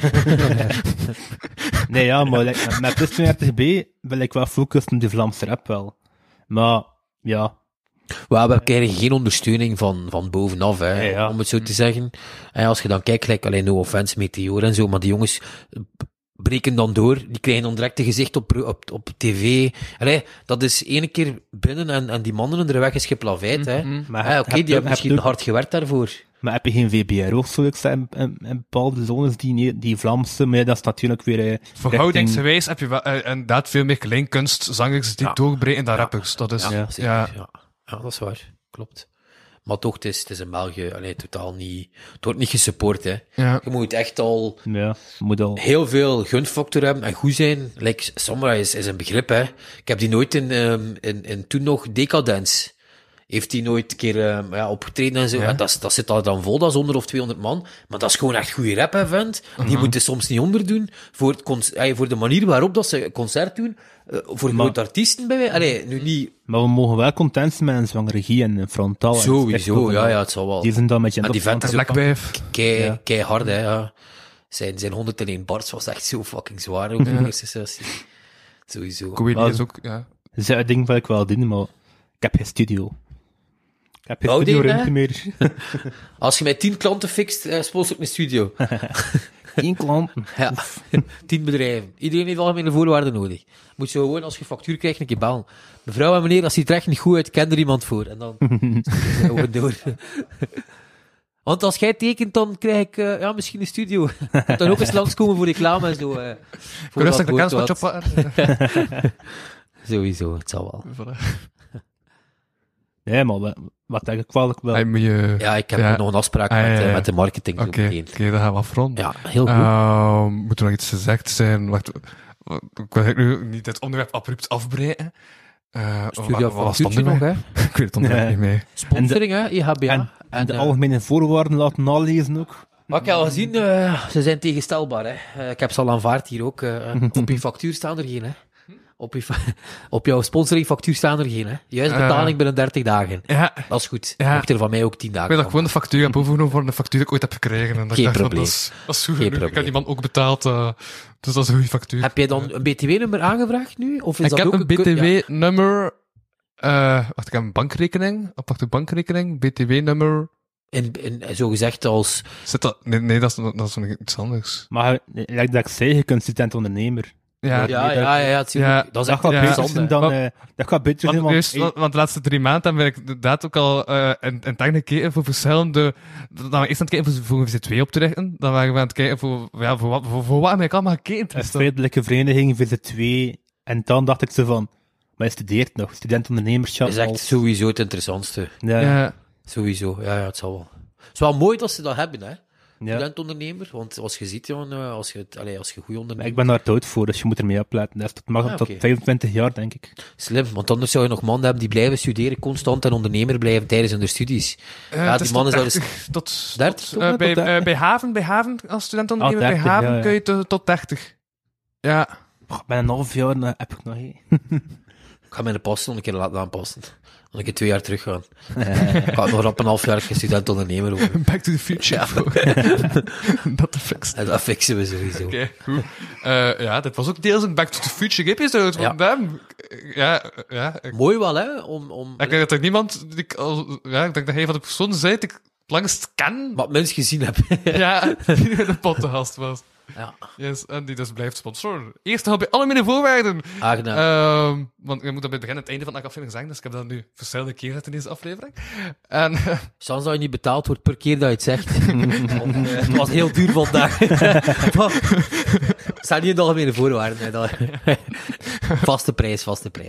Nee, ja, maar met plus 32B wil ik wel focussen op de Vlaamse rap wel. Maar, ja. We krijgen geen ondersteuning van bovenaf, hè, om het zo te zeggen. En als je dan kijkt, like, no offense, Meteor en zo, maar die jongens breken dan door, die krijgen dan direct een gezicht op tv. Dat is ene keer binnen en die mannen onder de weg is geplaveid, hè. Oké, die hebben misschien hard gewerkt daarvoor. Maar heb je geen VBRO of zo, in bepaalde zones, die Vlaamse, maar dat is natuurlijk weer... Verhoudingsgewijs heb je wel inderdaad veel meer kleinkunstzangers die doorbreken dan rappers. Dat is... Ja, dat is waar. Klopt. Maar toch, het is in België totaal niet... Het wordt niet gesupport, hè. Ja. Je moet echt al, moet al heel veel gunfactor hebben en goed zijn. Like, Samurai is een begrip, hè. Ik heb die nooit in toen nog Decadence... Heeft hij nooit een keer opgetreden en zo. Ja. Dat zit al dan vol, dat is 100 of 200 man. Maar dat is gewoon echt goede rap, hè, vent. Die moeten soms niet onderdoen voor de manier waarop dat ze een concert doen. Voor grote artiesten bij mij. Nu niet... Maar we mogen wel content zijn met een zwangere regie en een frontaal. Sowieso, ja, het zal wel. Die zijn dan met je... En die vent is ook kei hard, hè, ja. Zijn 101 bars was echt zo fucking zwaar ook in de eerste sessie. Sowieso. Comedie is ook, ja. Dat is het ding wat ik wel doen, maar ik heb geen studio. Ik heb geen studioruimte meer. Als je met 10 klanten fixt, sponsor ik mijn studio. 10 klanten? Ja, 10 bedrijven. Iedereen heeft algemene voorwaarden nodig. Moet je gewoon, als je factuur krijgt, een keer bellen. Mevrouw en meneer, als ziet er echt niet goed uit, ken er iemand voor. En dan gewoon door. Want als jij tekent, dan krijg ik misschien een studio. Moet dan ook eens langskomen voor reclame en zo. Voor rustig de kennismatch oppakken. Sowieso, het zal wel. Nee, maar wat denk ik wel... Ja, ik heb nog een afspraak met de marketing. Oké, dan gaan we afronden. Ja, heel goed. Moet er nog iets gezegd zijn? Wacht, ik wil nu niet het onderwerp abrupt afbreken. Studio factuurtje nog, hè? Ik weet het onderwerp niet mee. Sponsoring, hè? IHBA. En de algemene voorwaarden laten nalezen ook. Maar ik heb al gezien, ze zijn tegenstelbaar, hè. Ik heb ze al aanvaard hier ook. Op je factuur staan er geen, hè. Op jouw sponsoringfactuur staan er geen, hè. Juist betaling binnen 30 dagen. Ja. Dat is goed. Ja. Mocht er van mij ook 10 dagen. Ik weet dat ik gewoon de factuur heb overgenomen voor een factuur die ik ooit heb gekregen. En dat Geen ik dacht, probleem. Dat is goed. Ik heb die man ook betaald, dus dat is een goede factuur. Heb jij dan een BTW-nummer aangevraagd nu? Of is ik dat heb ook een BTW-nummer... wacht, ik heb een bankrekening. Aparte bankrekening. BTW-nummer... In zo gezegd als... Zit dat... Nee, dat is nog iets anders. Maar, like dat ik zei, je kunt student-ondernemer. Ja, dat is echt wel beter dan... Dat gaat beter zijn, want de laatste 3 maanden hebben we inderdaad ook al een tag gekeken voor verschillende... Dan waren we eerst aan het kijken voor VZ2 op te richten. Dan waren we aan het kijken voor wat heb ik allemaal gekeken. Een feitelijke vereniging, VZ2. En dan dacht ik zo van... Maar je studeert nog, student-ondernemerschap. Dat is echt sowieso het interessantste. Ja. Sowieso, ja, het zal wel. Het is wel mooi dat ze dat hebben, hè. studentondernemer? Want als je ziet, jongen, als je goed onderneemt... Ik ben daar te oud voor, dus je moet ermee opletten. Dat mag tot 25 jaar, denk ik. Slim, want anders zou je nog mannen hebben die blijven studeren, constant en ondernemer blijven tijdens hun studies. Die mannen zouden... Tot 30? Bij Haven, als studentondernemer, 30, bij Haven kun je tot 30. Ja. Bij een half jaar heb ik nog geen. Ik ga mijn passen nog een keer laten aanpassen. Dan een keer 2 jaar terug gaan. Ik ga nog op een half jaar student-ondernemer worden. Back to the future. Dat fixen. Dat fixen we sowieso. Oké, goed. Dit was ook deels een Back to the Future episode van hem. Mooi wel, hè? Ik denk dat er niemand... ik denk dat hij van de persoon zei dat ik het langst ken. Wat mensen gezien heb. Die in de podcast was. Ja. Yes, en die dus blijft sponsoren. Eerst al bij alle mijn voorwaarden. Aangenaam. Want je moet dat bij het begin en het einde van de aflevering zeggen, dus ik heb dat nu verschillende keren in deze aflevering. En... Chans dat je niet betaald wordt per keer dat je het zegt. Het was heel duur vandaag. Het staat niet in de algemene voorwaarden. Vaste prijs.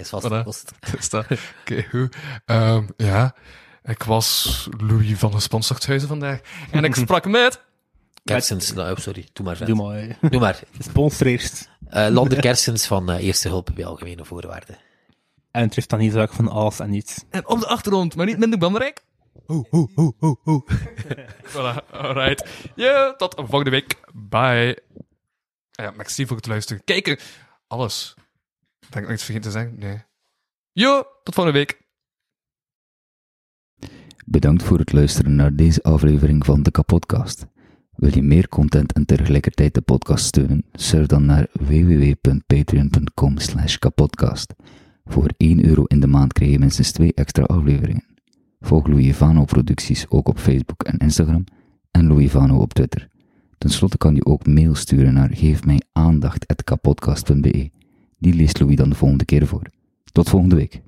Oké, goed. Ik was Louis van de Sponsorthuizen vandaag. En ik sprak met... Kersens, sorry, doe maar. Doe maar. Sponsor eerst. Lander Kersens van Eerste Hulp bij Algemene Voorwaarden. En Tristan Isaac van Alles en Niets. En op de achtergrond, maar niet minder belangrijk... Voilà, alright. Tot volgende week. Bye. Merci voor het luisteren. Kijken. Alles. Ben ik nog iets vergeten te zeggen? Nee. Tot volgende week. Bedankt voor het luisteren naar deze aflevering van de Kapodcast. Wil je meer content en tegelijkertijd de podcast steunen? Surf dan naar www.patreon.com/kapodcast. Voor €1 in de maand krijg je minstens 2 extra afleveringen. Volg Louis Vano producties ook op Facebook en Instagram en Louis Vano op Twitter. Ten slotte kan je ook mail sturen naar geefmijaandacht@kapodcast.be. Die leest Louis dan de volgende keer voor. Tot volgende week.